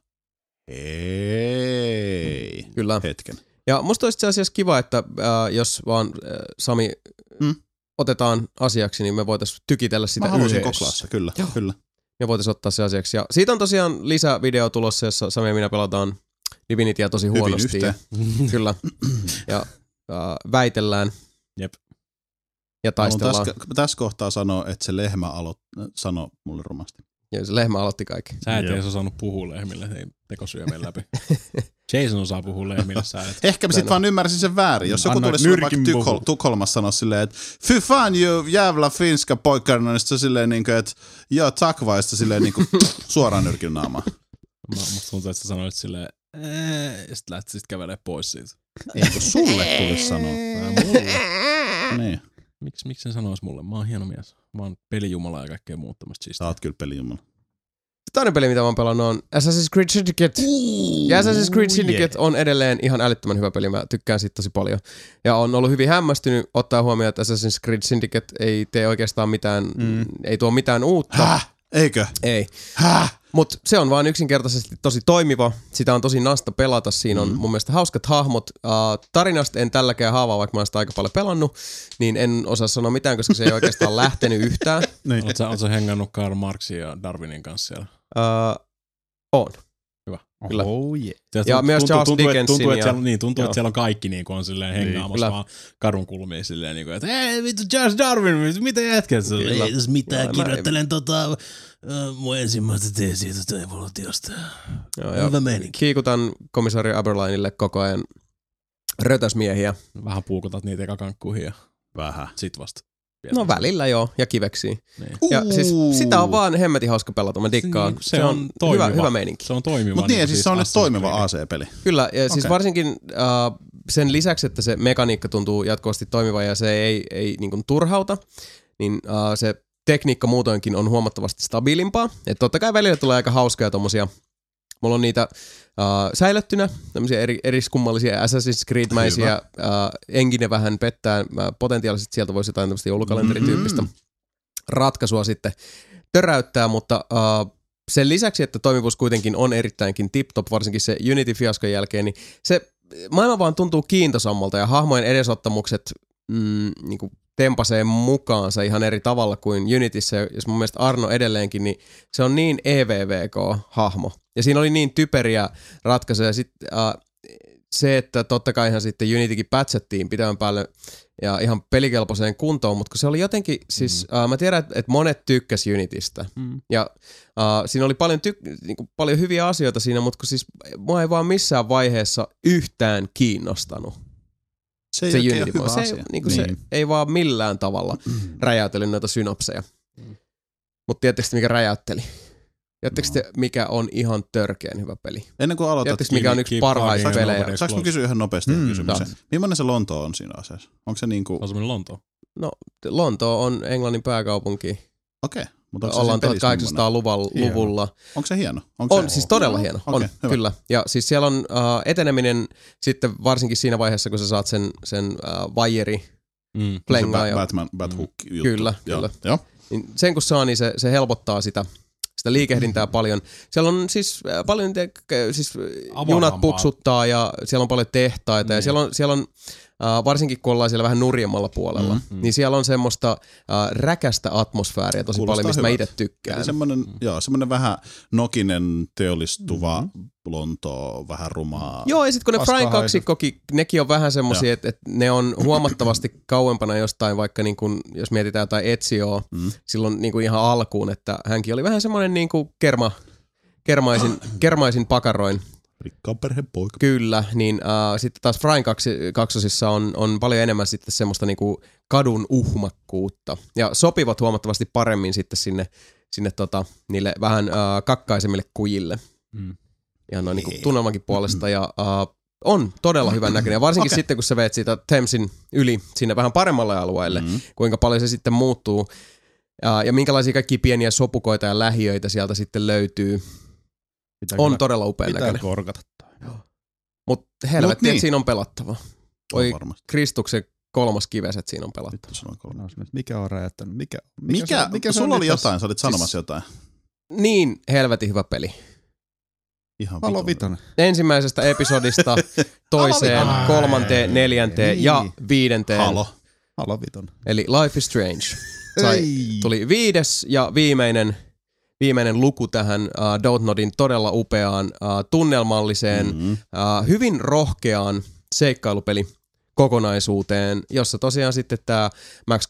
ei. Kyllä. Hetken. Ja musta olisi itse asiassa kiva, että jos vaan Sami otetaan asiaksi, niin me voitaisiin tykitellä sitä yhdessä. Mä haluaisin koklassa, kyllä. Me voitaisiin ottaa se asiaksi. Ja siitä on tosiaan lisävideo tulossa, jossa Sami ja minä pelataan Divinityä tosi huonosti. Kyllä. Ja väitellään. Jep. Ja taistellaan. Tässä kohtaa sanoo, että se lehmä sanoo mulle rumasti. Ja se lehmä aloitti kaikki. Sä et edes osannut puhua lehmille tekosyömien läpi. Jason osaa puhua lehmille, sä et. Ehkä mä sit vaan ymmärsin sen väärin. Jos joku tulisi sulle vaikka Tukholmassa sanoa silleen, että fy fan you jävla finska poikkarina, niin sit se silleen niinku, että joo takvaista silleen niinku suoraan nyrkin naamaan. Musta tuntuu, että sä sanoit silleen, ja sit lähti sit kävelee pois siitä. Eikö sulle tulisi sanoa? Mulle. Niin. Miksi sen sanois mulle? Mä oon hieno mies. Mä oon pelijumala ja kaikkea muut tämmöstä Sä oot kyllä pelijumala. Toinen peli, mitä mä oon pelannut, on Assassin's Creed Syndicate. Ja Assassin's Creed Syndicate on edelleen ihan älyttömän hyvä peli. Mä tykkään siitä tosi paljon. Ja on ollut hyvin hämmästynyt ottaa huomioon, että Assassin's Creed Syndicate ei tee oikeastaan mitään, ei tuo mitään uutta. Eikö? Ei. Mutta se on vaan yksinkertaisesti tosi toimiva. Sitä on tosi nasta pelata. Siinä on mun mielestä hauskat hahmot. Tarinasta en tälläkään haavaa, vaikka mä oon sitä aika paljon pelannut, niin en osaa sanoa mitään, koska se ei oikeastaan lähtenyt yhtään. Niin. Oletko hengannut Karl Marxin ja Darwinin kanssa siellä? On. Hyvä. Kyllä. Oh yeah. Ja myös Charles Dickensin. Tuntuu, että siellä on kaikki niin kuin on silleen hengaamassa vaan kadun kulmiin silleen, niin kuin, että hei vittu Charles Darwin, mitä jätket? Ei jos mitään, kirjoittelen mun ensimmäistä teesiä evoluutiosta. Hyvä meininki. Kiikutan komissaari Aberlinelle koko ajan rötösmiehiä. Vähän puukotat niitä eka kankkuihin ja vähän. Sit vasta. No välillä joo, ja kiveksiin. Niin. Ja siis sitä on vaan hemmetin hauska pelata, mä dikkaan. Se on toimiva. Hyvä meininki. Se on toimiva. Mutta niin, siis se on nyt toimiva AC-peli. Kyllä, ja siis varsinkin sen lisäksi, että se mekaniikka tuntuu jatkuvasti toimiva ja se ei niin kuin turhauta, niin se tekniikka muutoinkin on huomattavasti stabiilimpaa. Että totta kai välillä tulee aika hauskoja tommosia. Mulla on niitä säilyttynä, tämmöisiä eriskummallisia Assassin's Creed-mäisiä. Engine vähän pettää. Potentiaalisesti sieltä voisi jotain tämmöistä joulukalenterityyppistä ratkaisua sitten töräyttää, mutta sen lisäksi, että toimivuus kuitenkin on erittäinkin tip-top, varsinkin se Unity-fiaskon jälkeen, niin se maailma vaan tuntuu kiintosammalta ja hahmojen edesottamukset niinku tempasee mukaansa ihan eri tavalla kuin Unityssä, jos mun mielestä Arno edelleenkin, niin se on niin EVVK-hahmo. Ja siinä oli niin typeriä ratkaisuja. Sitten se, että totta kaihan sitten Unitykin pätsättiin pitemmän päälle ja ihan pelikelpoiseen kuntoon, mutta se oli jotenkin, siis mä tiedän, että monet tykkäs Unitystä. Ja siinä oli paljon hyviä asioita siinä, mutta siis mua ei vaan missään vaiheessa yhtään kiinnostanut. Se Unity, se ei vaan millään tavalla räjäytely noita synopseja. Mutta tiedättekö mikä räjäytteli? Tiedättekö mikä on ihan törkeän hyvä peli? Ennen kuin aloitat. Tiedättekö mikä on yksi parhaista pelejä? Saanko mä kysyä ihan nopeasti kysymyksen? Millainen se Lontoo on siinä asiassa? Onko se niinku... On semmoinen Lontoo? No, Lontoo on Englannin pääkaupunki. Okei. Ollaan 1800-luvulla. Onko se hieno? On siis todella hieno. On, kyllä. Ja siis siellä on eteneminen sitten varsinkin siinä vaiheessa, kun sä saat sen vajeri plengaa. Bathook juttu. Kyllä. Niin sen kun saa, niin se helpottaa sitä liikehdintää paljon. Siellä on siis paljon, junat puksuttaa ja siellä on paljon tehtaita ja siellä on varsinkin kun ollaan siellä vähän nurjemmalla puolella, niin siellä on semmoista räkästä atmosfääriä tosi paljon, mistä mä itse tykkään. Semmoinen vähän nokinen teollistuva Lontoo, vähän rumaa. Joo, ja sitten kun ne Fryn kaksikkokin, nekin on vähän semmosia, että ne on huomattavasti kauempana jostain, vaikka niin kun, jos mietitään jotain Ezioa, silloin niin kuin ihan alkuun, että hänkin oli vähän semmoinen niin kuin kermaisin pakaroin. Rikkaan perheen poika. Kyllä, niin sitten taas Fryn kaksosissa on paljon enemmän sitten semmoista niinku kadun uhmakkuutta. Ja sopivat huomattavasti paremmin sitten sinne niille vähän kakkaisemmille kujille. Ihan noin niinku tunnelmankin puolesta. Ja on todella hyvän näköinen. Ja varsinkin sitten, kun sä veet siitä Thamesin yli sinne vähän paremmalle alueelle, kuinka paljon se sitten muuttuu. Ja minkälaisia kaikki pieniä sopukoita ja lähiöitä sieltä sitten löytyy. On todella upean näköinen. Pitää korkata. Mutta helvetti, että siinä on pelattava. Oi varmasti. Kristuksen kolmas kiveset siinä on pelattu. Mikä on räjättänyt? Mikä sulla oli jotain, sä olit sanomassa jotain. Niin helvetin hyvä peli. Ihan Halo Vitoinen. Ensimmäisestä episodista toiseen, kolmanteen, neljänteen ja viidenteen. Halo Vitoinen. Eli Life is Strange. Tuli 5. ja viimeinen luku tähän Dontnodin todella upeaan, tunnelmalliseen, hyvin rohkeaan seikkailupeli kokonaisuuteen, jossa tosiaan sitten tämä Max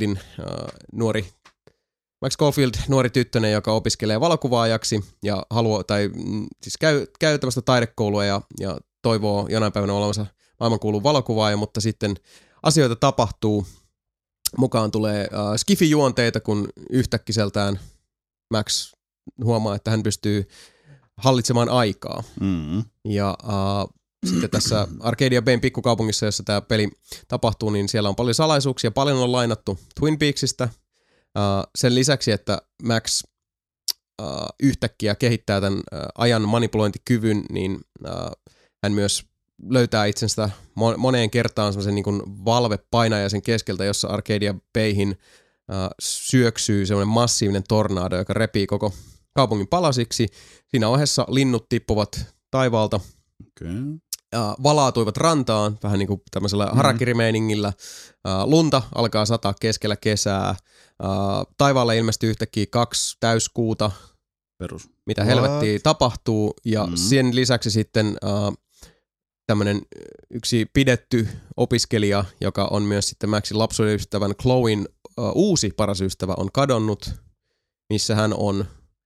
Caulfield, nuori tyttönen, joka opiskelee valokuvaajaksi ja käy tämmöistä taidekoulua ja toivoo jonain päivänä olevansa maailmankuulu valokuvaaja, mutta sitten asioita tapahtuu. Mukaan tulee skifi-juonteita, kun yhtäkkiseltään Max huomaa, että hän pystyy hallitsemaan aikaa. Ja sitten tässä Arcadia Bayn pikkukaupungissa, jossa tämä peli tapahtuu, niin siellä on paljon salaisuuksia. Paljon on lainattu Twin Peaksista. Sen lisäksi, että Max yhtäkkiä kehittää tämän ajan manipulointikyvyn, niin hän myös löytää itsensä moneen kertaan semmoisen niin kuin valvepainajaisen keskeltä, jossa Arcadia Bayhin syöksyy semmoinen massiivinen tornado, joka repii koko kaupungin palasiksi. Siinä ohessa linnut tippuvat taivaalta, valaatuivat rantaan, vähän niin kuin tämmöisellä harakiri-meiningillä. Lunta alkaa sataa keskellä kesää. Taivaalle ilmestyy yhtäkkiä 2 täyskuuta. Mitä helvettiä tapahtuu. Ja sen lisäksi sitten tämmöinen yksi pidetty opiskelija, joka on myös sitten Maxin lapsuuden ystävän Chloen uusi paras ystävä, on kadonnut, missä hän on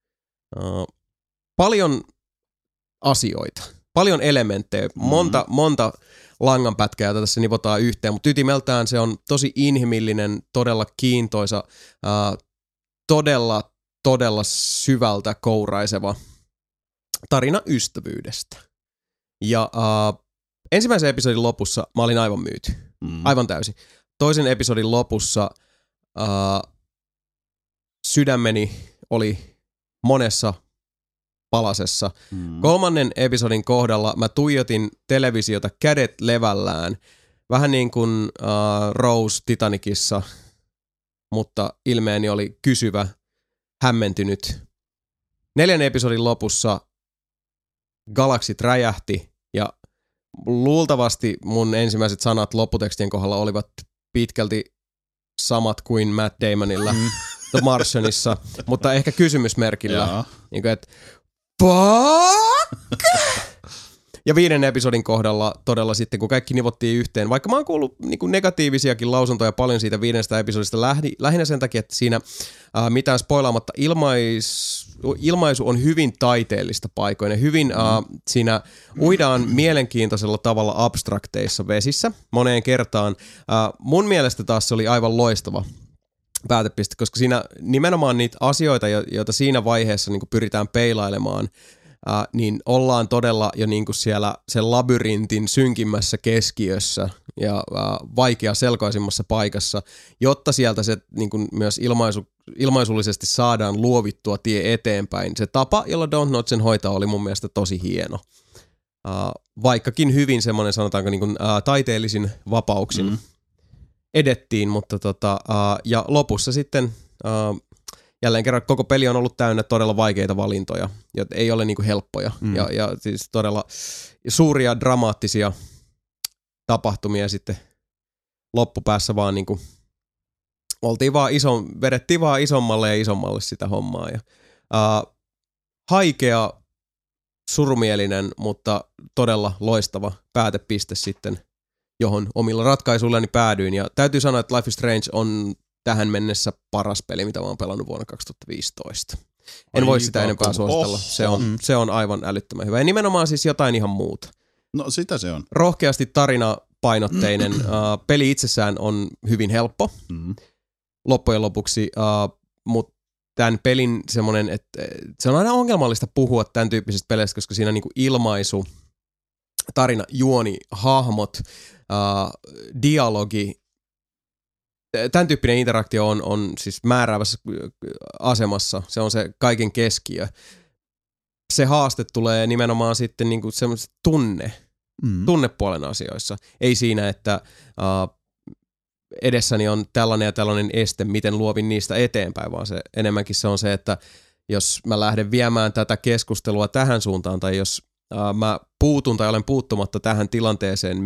paljon asioita, paljon elementtejä, monta langanpätkää, jota tässä nivotaan yhteen, mutta ytimeltään se on tosi inhimillinen, todella kiintoisa, todella syvältä kouraiseva tarina ystävyydestä. Ja ensimmäisen episodin lopussa mä olin aivan myyty. Aivan täysin. Toisen episodin lopussa sydämeni oli monessa palasessa. Kolmannen episodin kohdalla mä tuijotin televisiota kädet levällään. Vähän niin kuin Rose Titanicissa, mutta ilmeeni oli kysyvä, hämmentynyt. 4. episodin lopussa galaksit räjähti ja luultavasti mun ensimmäiset sanat lopputekstien kohdalla olivat pitkälti samat kuin Matt Damonilla The Martianissa, mutta ehkä kysymysmerkillä. Niin kuin, että fuck! Ja 5. episodin kohdalla todella sitten, kun kaikki nivottiin yhteen, vaikka mä oon kuullut niin kuin negatiivisiakin lausuntoja paljon siitä 5. episodista, lähinnä sen takia, että siinä mitään spoilaamatta ilmaisu on hyvin taiteellista paikoin. Hyvin siinä uidaan mielenkiintoisella tavalla abstrakteissa vesissä moneen kertaan. Mun mielestä taas se oli aivan loistava päätepiste, koska siinä nimenomaan niitä asioita, joita siinä vaiheessa niin kuin pyritään peilailemaan, niin ollaan todella jo niin kuin siellä sen labyrintin synkimmässä keskiössä ja vaikeaselkoisimmassa paikassa, jotta sieltä se niin kuin myös ilmaisullisesti saadaan luovittua tie eteenpäin. Se tapa, jolla Dontnod sen hoitaa, oli mun mielestä tosi hieno. Vaikkakin hyvin semmoinen, sanotaanko niin kuin, taiteellisin vapauksin edettiin, mutta ja lopussa sitten jälleen kerran koko peli on ollut täynnä todella vaikeita valintoja, jotka ei ole niinku helppoja. Ja siis todella suuria dramaattisia tapahtumia sitten loppupäässä vaan niinku vedettiin vaan isommalle ja isommalle sitä hommaa. Ja, haikea, surumielinen, mutta todella loistava päätepiste sitten, johon omilla ratkaisuillani päädyin. Ja täytyy sanoa, että Life is Strange on tähän mennessä paras peli, mitä mä oon pelannut vuonna 2015. En voi sitä enempää suositella. Se on aivan älyttömän hyvä. Ja nimenomaan siis jotain ihan muuta. No sitä se on. Rohkeasti tarinapainotteinen. Peli itsessään on hyvin helppo loppujen lopuksi, mutta tämän pelin semmoinen, että se on aina ongelmallista puhua tämän tyyppisestä peleistä, koska siinä niinku ilmaisu, tarina, juoni, hahmot, dialogi, tämän tyyppinen interaktio on siis määräävässä asemassa. Se on se kaiken keskiö. Se haaste tulee nimenomaan sitten niinku semmoisesta tunnepuolen asioissa. Ei siinä, että edessäni on tällainen ja tällainen este, miten luovin niistä eteenpäin, vaan se enemmänkin se on se, että jos mä lähden viemään tätä keskustelua tähän suuntaan, tai jos mä puutun tai olen puuttumatta tähän tilanteeseen,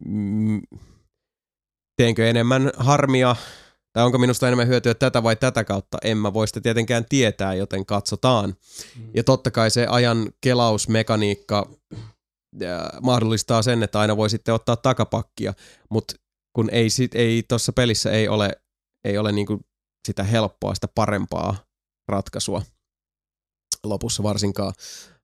teenkö enemmän harmia, tai onko minusta enemmän hyötyä tätä vai tätä kautta, en mä voi sitä tietenkään tietää, joten katsotaan. Ja totta kai se ajan kelausmekaniikka mahdollistaa sen, että aina voi sitten ottaa takapakkia, mutta kun ei tuossa pelissä ei ole niinku sitä helppoa, sitä parempaa ratkaisua lopussa varsinkaan.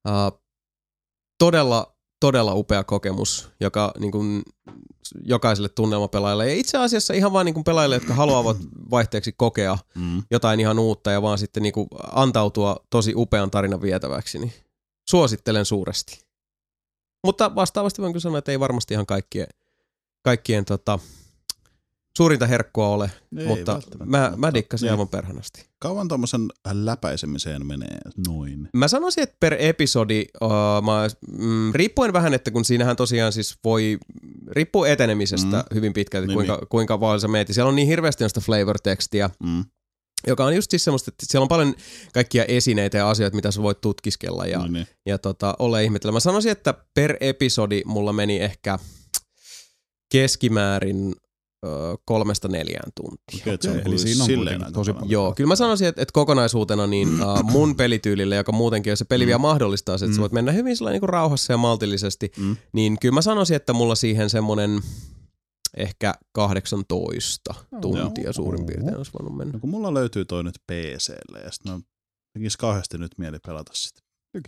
Todella upea kokemus, joka niin kuin jokaiselle tunnelmapelaajalle ja itse asiassa ihan vaan niin kuin pelaajille, jotka haluavat vaihteeksi kokea jotain ihan uutta ja vaan sitten niin kuin antautua tosi upean tarinan vietäväksi, niin suosittelen suuresti. Mutta vastaavasti voin kyllä sanoa, että ei varmasti ihan kaikkien suurinta herkkua ole, ei, mutta mä dikkasin aivan perhanasti. Kauan tuommoisen läpäisemiseen menee noin? Mä sanoisin, että per episodi, riippuen vähän, että kun siinähän tosiaan siis riippuu etenemisestä hyvin pitkälti, kuinka vaan sä meet. Siellä on niin hirveästi sitä flavor-tekstiä, joka on just siis semmoista, että siellä on paljon kaikkia esineitä ja asioita, mitä sä voit tutkiskella ja olla ihmetellä. Mä sanoisin, että per episodi mulla meni ehkä keskimäärin 3-4 tuntia. Okay, eli siinä on tosi paljon. Joo, kyllä mä sanoisin, että kokonaisuutena niin mun pelityylille, joka muutenkin, jos se peli vielä mahdollistaa se, että sä voit mennä hyvin niin kuin rauhassa ja maltillisesti, niin kyllä mä sanoisin, että mulla siihen semmonen ehkä 18 tuntia suurin piirtein olisi voinut mennä. No kun mulla löytyy toi nyt PC:lle ja sitten mä tekis kauheasti nyt mieli pelata sitä.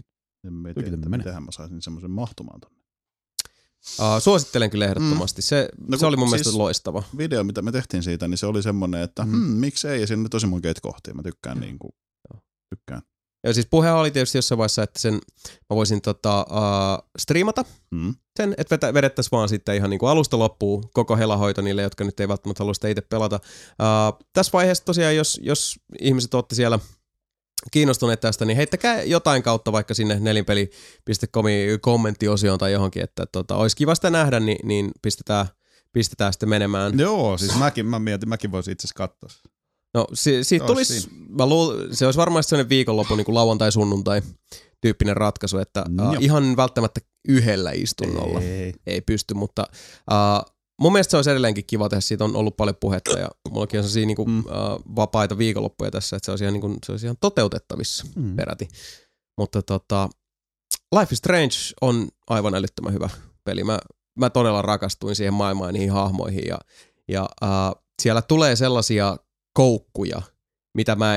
Mitähän mä saisin semmoisen mahtumaan tonne. Suosittelen kyllä ehdottomasti. Se oli mun mielestä loistava. Video, mitä me tehtiin siitä, niin se oli semmoinen, että miksei, ja siinä oli tosi monkeita kohtia. Mä tykkään tykkään. Ja siis puhe oli tietysti jossain vaiheessa, että mä voisin striimata sen, että vedettäisiin vaan sitten ihan niin kuin alusta loppuun koko helahoito niille, jotka nyt ei välttämättä halua sitä itse pelata. Tässä vaiheessa tosiaan, jos ihmiset olette siellä kiinnostuneet tästä, niin heittäkää jotain kautta vaikka sinne nelinpeli.comin kommenttiosioon tai johonkin, että olisi kiva sitä nähdä, niin pistetään sitten menemään. Joo, siis mäkin voisin itse asiassa katsoa. No siitä tulisi, se olisi varmaan sellainen viikonloppu, niin kuin lauantai-sunnuntai tyyppinen ratkaisu, että ihan välttämättä yhdellä istunnolla ei pysty, mutta mun mielestä se olisi edelleenkin kiva tehdä, siitä on ollut paljon puhetta ja mullakin on sellaisia niinku, vapaita viikonloppuja tässä, että se olisi ihan toteutettavissa peräti. Mutta Life is Strange on aivan älyttömän hyvä peli. Mä todella rakastuin siihen maailmaan ja niihin hahmoihin ja siellä tulee sellaisia koukkuja, mitä mä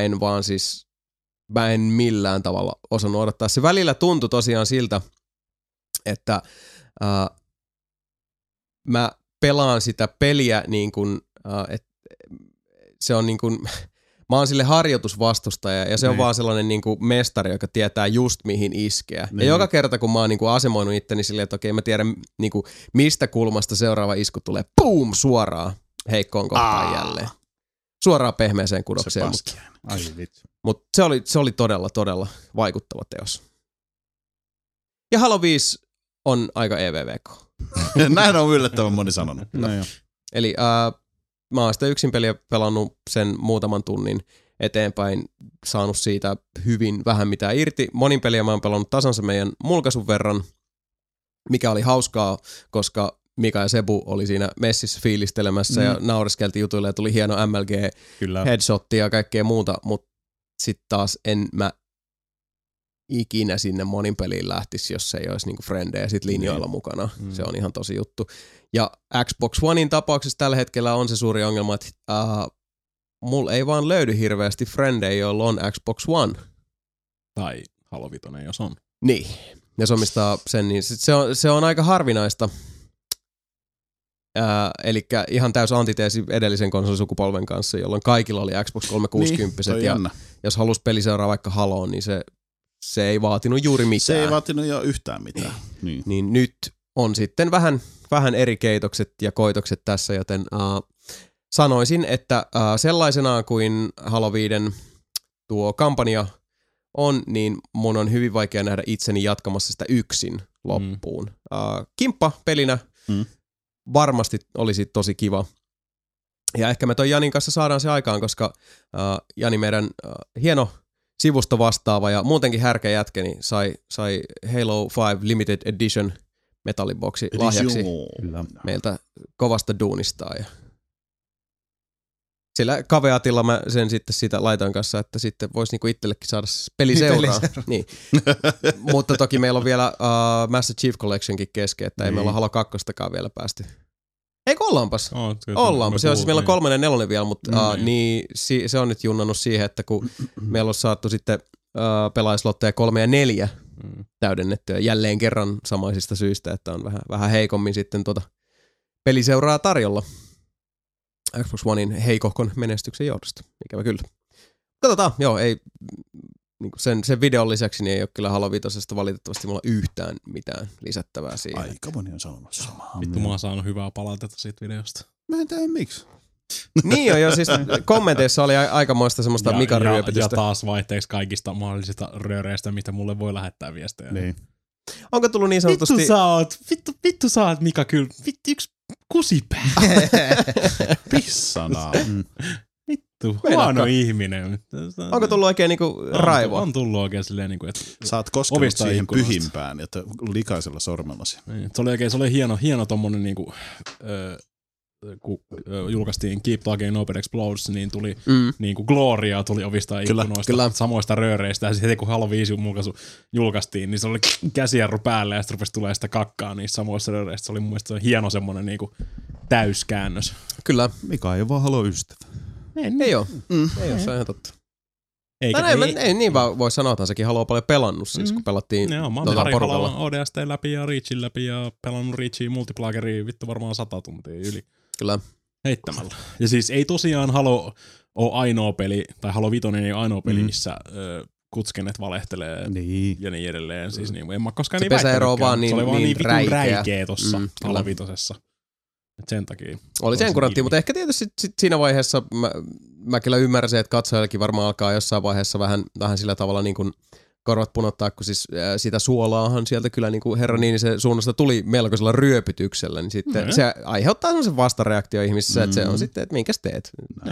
en millään tavalla osannut odottaa. Se välillä tuntui tosiaan siltä, että mä pelaan sitä peliä niin kuin, että se on niin kuin, mä oon sille harjoitusvastustaja ja se on vaan sellainen niin kuin mestari, joka tietää just mihin iskeä. Ja joka kerta kun mä oon niin kuin asemoinut itteni silleen, että okei mä tiedän niin kuin, mistä kulmasta seuraava isku tulee, boom, suoraan heikkoon kohtaan jälleen. Suoraan pehmeeseen kudokseen. Mutta se oli todella vaikuttava teos. Ja Halo 5 on aika EVVK. Näin on yllättävän moni sanonut. No joo. Eli mä oon sitä yksin peliä pelannut sen muutaman tunnin eteenpäin, saanut siitä hyvin vähän mitään irti. Monin peliä mä oon pelannut tasansa meidän mulkaisun verran, mikä oli hauskaa, koska Mika ja Sebu oli siinä messissä fiilistelemässä ja naureskeltiin jutuille ja tuli hieno MLG-headshotti ja kaikkea muuta, mutta sitten taas en mä ikinä sinne monin peliin lähtisi, jos ei olisi niinku frendejä sit linjoilla mukana. Se on ihan tosi juttu. Ja Xbox Onein tapauksessa tällä hetkellä on se suuri ongelma, että mulla ei vaan löydy hirveästi frendejä, joilla on Xbox One. Tai Halo 5, jos on. Niin. Ja se omistaa sen, niin se on aika harvinaista. Eli ihan täys antiteesi edellisen konsolisukupolven kanssa, jolloin kaikilla oli Xbox 360. Niin, ja jos halusi peliseuraa vaikka Haloon, niin se ei vaatinut juuri mitään. Se ei vaatinut jo yhtään mitään. Niin nyt on sitten vähän eri keitokset ja koitokset tässä, joten sanoisin, että sellaisenaan kuin Halo 5 tuo kampanja on, niin mun on hyvin vaikea nähdä itseni jatkamassa sitä yksin loppuun. Kimppa pelinä varmasti olisi tosi kiva. Ja ehkä me toi Janin kanssa saadaan se aikaan, koska Jani meidän hieno sivusto vastaava ja muutenkin härkä jätkä, niin sai Halo 5 Limited Edition metalliboksi lahjaksi meiltä kovasta duunistaan. Ja sillä kaveatilla mä sen sitten siitä laitoin kanssa, että sitten voisi niinku itsellekin saada peliseuraa. Niin. Mutta toki meillä on vielä Master Chief Collectionkin kesken, että ei me olla Halo 2:stakaan vielä päästy. Eikö ollaanpas? Ollaanpas. Se on siis meillä on 3. ja 4. vielä, mutta niin, se on nyt junnannut siihen, että kun meillä on saatu sitten pelaajaslotteja 3 ja 4 täydennettyä jälleen kerran samaisista syistä, että on vähän heikommin sitten peliseuraa tarjolla Xbox Onein heikohkon menestyksen johdosta. Ikävä kyllä. Katsotaan, ei niinku sen videon lisäksi niin ei ole kyllä Halo 5:sta valitettavasti mulla yhtään mitään lisättävää siihen. Aika moni on sanonut samaa. Vittu, mä oon saanut hyvää palautetta siitä videosta. Mä en tiedä miksi. Niin jo, siis kommenteissa oli aikamoista semmoista Mikan ryöpytystä. Ja taas vaihteeksi kaikista mahdollisista rööreistä, mitä mulle voi lähettää viestejä. Niin. Onko tullut niin sanotusti... Vittu sä oot Mika kyllä, vittu yksi kusipää. Pissanaa. Vittu, huono ihminen. Onko tullut oikein niinku raivoa? On tullut oikein silleen niinku, että... Sä oot koskenut siihen pyhimpään, että likaisella sormellasi. Niin, se oli hieno tommonen niinku... kun julkaistiin Keep Talking Open Explodes, niin tuli niinku Gloria tuli ovista ikkunoista samoista rööreistä. Ja sitten kun Halo 5 julkaistiin, niin se oli käsijarru päälle ja sitten rupesi tulemaan sitä kakkaa niissä samoissa rööreistä. Se oli mun mielestä hieno semmonen niinku täyskäännös. Kyllä. Mika ei ole vaan Halo-ystävä. Ei oo. Ei oo, se on ihan totta. Ei niin vaan voi sanoa, että sekin haluaa paljon pelannut siis, kun pelattiin porukalla. ODST läpi ja Reachin läpi ja pelannut Reachin multiplageria vittu varmaan 100 tuntia yli. Kyllä. Heittämällä. Ja siis ei tosiaan Halo ole ainoa peli, tai Halo 5 ei ole ainoa peli, missä kutskenet valehtelee ja niin edelleen. Siis niin, en mä koskaan niin väittänytkään. Vaan niin, se oli vaan niin vitun räikeä tossa Halo 5:ssa. Et sen takia. Oli sen kurantti, mutta ehkä tietysti siinä vaiheessa mä kyllä ymmärsin, että katsojallekin varmaan alkaa jossain vaiheessa vähän sillä tavalla niin kuin korvat punottaa, kun siis sitä suolaahan sieltä kyllä niin kuin herra Niinisen suunnasta tuli melkoisella ryöpytyksellä, niin sitten se aiheuttaa semmoisen vastareaktio ihmisissä, että se on sitten, että minkäs teet.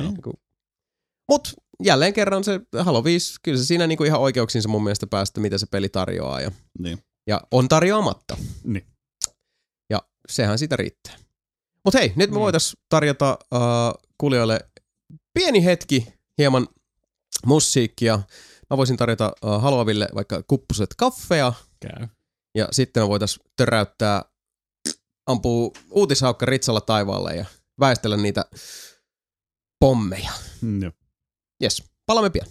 Mut jälleen kerran se Halo 5, kyllä se siinä niin kuin ihan oikeuksinsa mun mielestä päästä, mitä se peli tarjoaa ja on tarjoamatta. Niin. Ja sehän siitä riittää. Mut hei, nyt me voitais tarjota kuulijoille pieni hetki, hieman musiikkia. Mä voisin tarjota haluaville vaikka kuppuset kaffea. Käy. Ja sitten me voitais töräyttää, ampuu uutishaukka ritsalla taivaalle ja väistellä niitä pommeja. Jes, palaamme pian.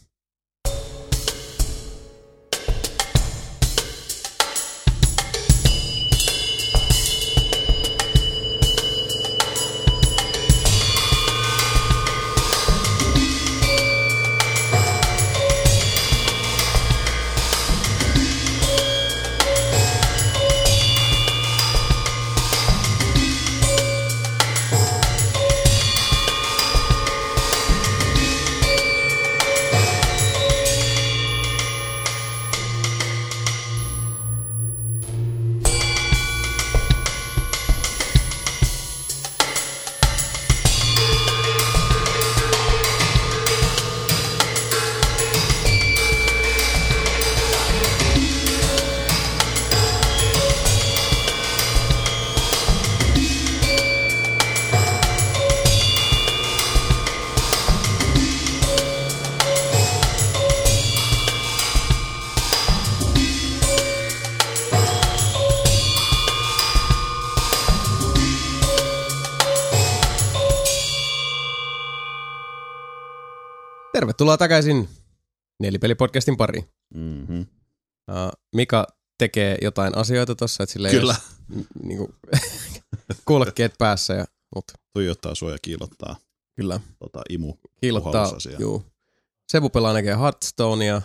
Tervetuloa takaisin Nelipeli-podcastin pariin. Mika tekee jotain asioita tossa, että sillä ei Kyllä. Niinku, kuulokkeet päässä. Tuijottaa sua ja kiilottaa. Kyllä. Imu. Kiilottaa, juu. Sebu pelaa näkee Hearthstonea.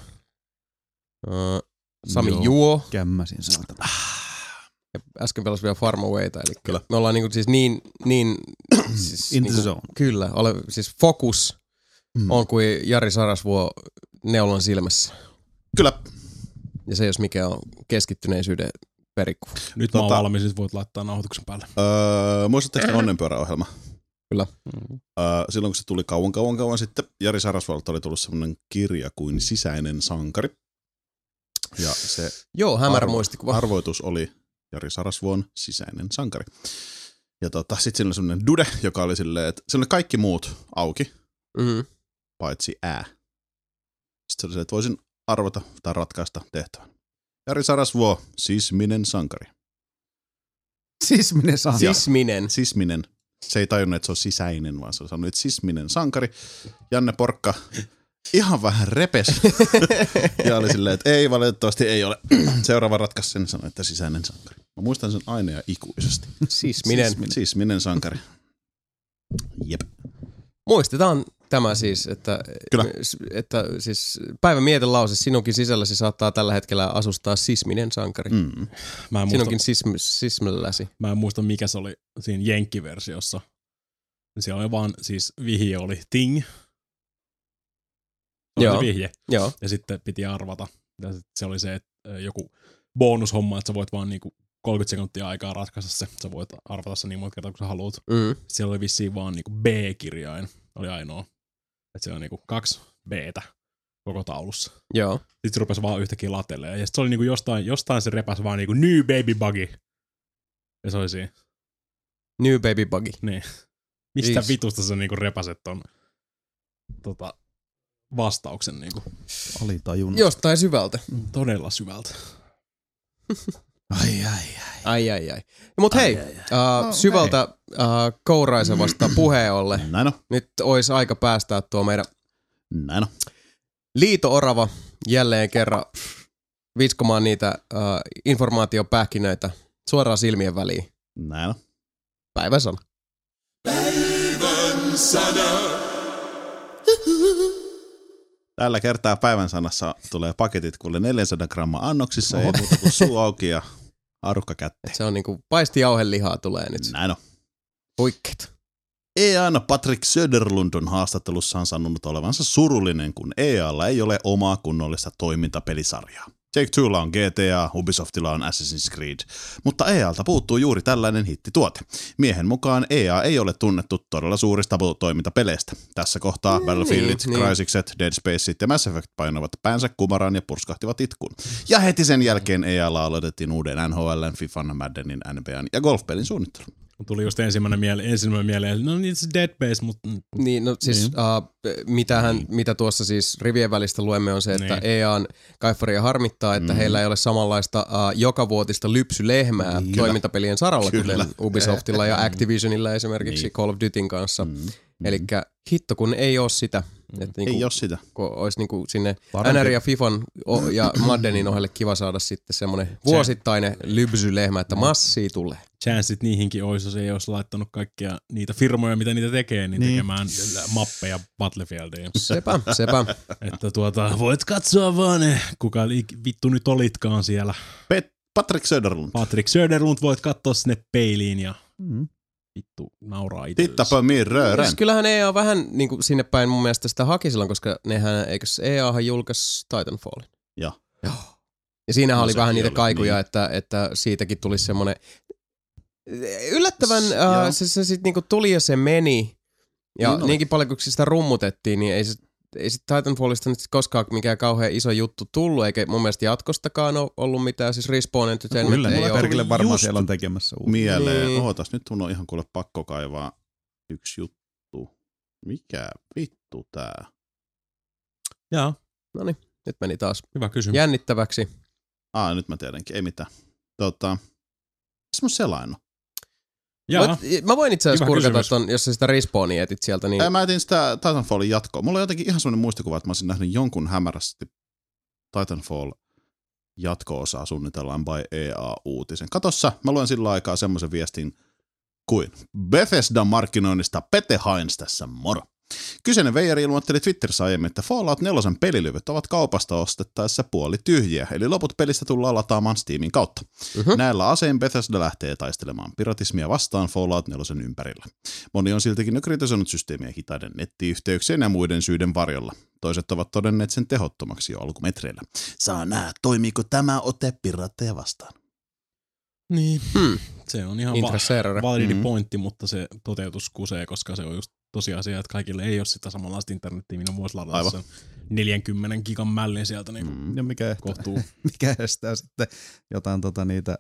Sami juo. Kämmäsin saatana. Ja äsken pelasi vielä Farmawayta, eli kyllä. Me ollaan niinku siis niin siis in the zone. Kyllä, siis fokus on kuin Jari Sarasvuo neulan silmässä. Kyllä. Ja se jos mikä on keskittyneisyyden perikuva. Nyt mä oon valmis, siis voit laittaa nauhoituksen päälle. Muistatteko onnenpyöräohjelma? Kyllä. Silloin kun se tuli kauan sitten, Jari Sarasvuolta oli tullut semmoinen kirja kuin Sisäinen sankari. Ja se hämärä muistikuva. Arvoitus oli Jari Sarasvuon Sisäinen sankari. Ja sitten siinä oli semmoinen dude, joka oli silleen, että siinä oli kaikki muut auki, paitsi ää. Sitten se oli se, että voisin arvata tai ratkaista tehtävän. Jari Sarasvuo, sisminen sankari. Sisminen sankari? Sisminen. Se ei tajunnut, että se on sisäinen, vaan se on sanonut, että sisminen sankari. Janne Porkka ihan vähän repes. Ja oli silleen, että ei, valitettavasti ei ole. Seuraava ratkaisi sen, sanoi, että sisäinen sankari. Mä muistan sen aina ja ikuisesti. Sisminen sankari. Jep. Muistetaan tämä siis, että siis päivän mietelause sinunkin sisälläsi saattaa tällä hetkellä asustaa sisminen sankari. Sinunkin sismälläsi. Mä en muista, mikä se oli siinä jenkkiversiossa. Siellä oli vaan, siis vihje oli ting. Joo. Vihje. Joo. Ja sitten piti arvata. Ja se oli se, että joku bonushomma, että sä voit vaan niinku 30 sekuntia aikaa ratkaista se. Sä voit arvata se niin monta kertaa, kun sä haluat. Siellä oli vissiin vaan niinku B-kirjain. Oli ainoa. Että siellä on niinku 2 B:tä koko taulussa. Joo. Sitten se rupesi vaan yhtäkkiä latelemaan. Ja sitten se oli niinku jostain se repäsi vaan niinku New Baby Buggy. Ja se oli siinä. New Baby Buggy. Niin. Mistä vitusta sä niinku repäset ton vastauksen niinku? Alitajunnasta. Jostain syvältä. Todella syvältä. Ai. Mut hei, syvältä kouraisevasta puheen ollen. Näin on. Nyt olisi aika päästää tuo meidän Näin on. liito-orava jälleen kerran viskomaan niitä informaatiopähkinöitä suoraan silmien väliin. Näin on. Päivän sana. Päivän sana. Tällä kertaa päivän sanassa tulee paketit kuule 400 grammaa annoksissa, ei muuta kuin suu auki ja arukka kätteen. Se on niinku paistijauhelihaa tulee nyt. Näin on. Huikkeet. EA:n Patrick Söderlund on haastattelussaan sanonut olevansa surullinen, kun EA:lla ei ole omaa kunnollista toimintapelisarjaa. Take-Twolla on GTA, Ubisoftilla on Assassin's Creed, mutta EA:lta puuttuu juuri tällainen hittituote. Miehen mukaan EA ei ole tunnettu todella suurista toimintapeleistä. Tässä kohtaa Battlefieldit, Crysixet, Dead Spaceit ja Mass Effect painoivat päänsä kumaraan ja purskahtivat itkuun. Ja heti sen jälkeen EA:lla aloitettiin uuden NHL:n, FIFAn, Maddenin, NBA:n ja golfpelin suunnittelu. Tuli just ensimmäinen mieleen, no it's Dead Base, mutta... Niin, no siis mitä tuossa siis rivien välistä luemme on se, että EA:n kaifaria harmittaa, että heillä ei ole samanlaista jokavuotista lypsylehmää toimintapelien saralla, kuten Ubisoftilla ja Activisionilla esimerkiksi Call of Dutyn kanssa. Elikkä hitto, kun ei ole sitä. Että niinku, ei ole sitä. Kun olisi niinku sinne NR ja FIFAn ja Maddenin ohelle kiva saada sitten semmoinen vuosittainen lypsylehmä, että massia tulee. Chanceit niihinkin olisi, jos ei olisi laittanut kaikkia niitä firmoja, mitä niitä tekee, niin tekemään mappeja Battlefieldiin. Sepä. Että voit katsoa vaan, kuka vittu nyt olitkaan siellä. Patrick Söderlund. Patrick Söderlund, voit katsoa sinne peiliin ja vittu nauraa itsellesi. Tittapa min rören. Siis kyllähän EA vähän niin kuin sinne päin mun mielestä sitä haki silloin, koska eikös EAhan julkaisi Titanfallin? Joo. Ja siinähän oli vähän niitä kaikuja, niin. että siitäkin tuli semmoinen yllättävän, se sitten niinku tuli ja se meni. Ja niinkin paljon, kun sitä rummutettiin, niin ei se Titanfallista nyt koskaan mikään kauhean iso juttu tullut, eikä mun mielestä jatkostakaan ole ollut mitään, siis Respawn Entertainment ei ole. Perkele varmaan siellä on tekemässä uutta. Mieleen, ootas, nyt mun on ihan kuule pakko kaivaa yksi juttu. Mikä vittu tää? Joo. Noniin, nyt meni taas hyvä kysymys. Jännittäväksi. Nyt mä tiedänkin, ei mitään. Se mun selain. Mä voin itse asiassa kurkata, jos sä sitä Respawnia etit sieltä. Niin... Mä etin sitä Titanfallin jatkoa. Mulla on jotenkin ihan sellainen muistikuva, että mä olisin nähnyt jonkun hämärästi Titanfall jatko-osaa suunnitellaan by EA-uutisen. Katossa, mä luen sillä aikaa semmoisen viestin kuin Bethesda-markkinoinnista Pete Hines tässä, moro. Kyseinen veijari ilmoitteli Twitterissä aiemmin, että Fallout 4 pelilevyt ovat kaupasta ostettaessa puoli tyhjiä, eli loput pelistä tullaan lataamaan Steamin kautta. Näillä asein Bethesda lähtee taistelemaan piratismia vastaan Fallout 4 ympärillä. Moni on siltikin jo kritisoinut systeemiä hitaiden nettiyhteyksien ja muiden syiden varjolla. Toiset ovat todenneet sen tehottomaksi jo alkumetreillä. Saa nähdä, toimiiko tämä ote piraatteja vastaan. Niin. Se on ihan validi pointti, mutta se toteutus kusee, koska se on just tosiasia, että kaikille ei ole sitä samanlaista internettiä, minä voisi ladata sen 40 gigan mällin sieltä niin ja kohtuu. Mikä estää sitten jotain niitä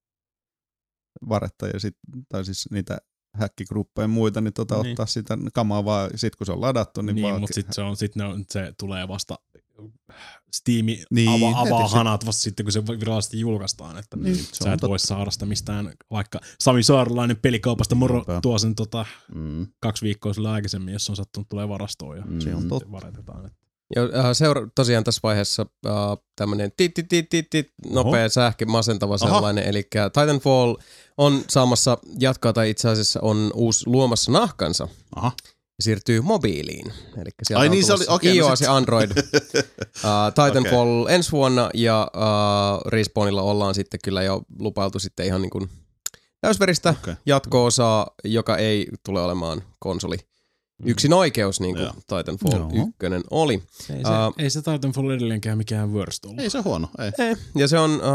varettajia, tai siis niitä häkkigruppeja ja muita, niin ottaa sitä kamaa vaan sit kun se on ladattu. Niin mutta se tulee vasta Steam avaa hanat vasta sitten, kun se virallisesti julkaistaan. Että sä et voi saada sitä mistään, vaikka Sami Saarlainen pelikaupasta tuo sen 2 viikkoa sillä aikaisemmin, jos on sattunut tulee varastoon ja se on totta. Varetetaan. Ja tosiaan tässä vaiheessa tämmöinen nopea sähkö, masentava sellainen, eli Titanfall on saamassa jatkaa, tai itse asiassa on luomassa nahkansa. Aha. Ja siirtyy mobiiliin. Eli sieltä on tulossa iOS ja Android. Titanfall ensi vuonna, ja Respawnilla ollaan sitten kyllä jo lupailtu sitten ihan niin kuin täysveristä jatko-osaa, joka ei tule olemaan konsoli. Yksin oikeus, niin kuin Titanfall 1 oli. Ei se Titanfall edelleenkään mikään worst ollut. Ei se huono, ei. Ja se on,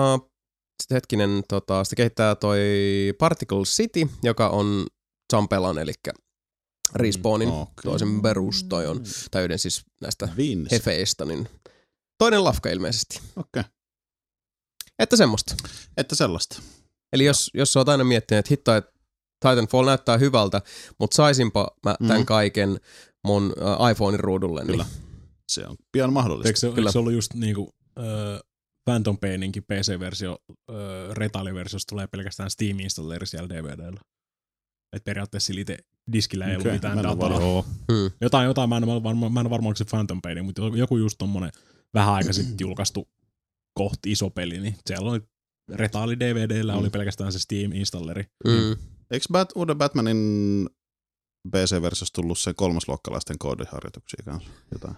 sitä kehittää toi Particle City, joka on Zampelan, eli Respawnin toisen perustajan, tai yhden siis näistä hefeistä, niin toinen lafka ilmeisesti. Okei. Että semmoista. Että sellaista. Eli jos sä oot aina miettinyt, että hitto, että Titanfall näyttää hyvältä, mutta saisinpa mä tämän kaiken mun iPhonein ruudulle. Kyllä. Niin. Se on pian mahdollista. Eikö se ollut just niinku Phantom Paininkin PC-versio, retailiversiosta tulee pelkästään Steam-installeri siellä DVD:llä. Et periaatteessa sillä itse diskillä ei ollut mitään dataa. Jotain, mä en ole varma, onko se Phantom Pain, mutta joku just tommonen vähän aika sitten julkaistu kohti iso peli, niin siellä oli retaali DVD:llä oli pelkästään se Steam-installeri. Eikö uuden Batmanin PC-versiossa tullut se 3-luokkalaisten koodiharjoituksia kanssa? Jotain.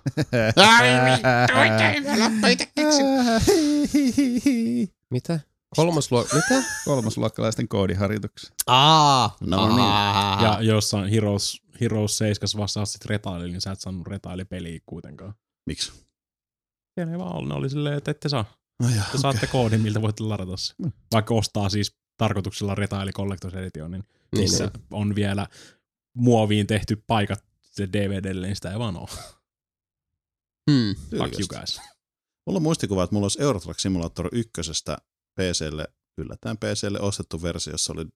Mitä? Kolmosluokkalaisten koodiharjoituksia. No niin. Ja jossain Heroes 7 vasta saat sit retaili, niin sä et saanut retailipeliä kuitenkaan. Miksi? Siellä ei vaan ollut. Ne oli silleen, että ette saa. Te saatte koodin, miltä voitte ladata se. Vaikka ostaa siis tarkoituksella retaili Collector's Edition, niin missä on vielä muoviin tehty paikat se DVDlle, niin sitä ei vaan ole. Fuck you guys. Mulla on muistikuva, että mulla olisi Euro Truck Simulator 1 PC:lle, yllättäen PC:lle ostettu versio, jossa oli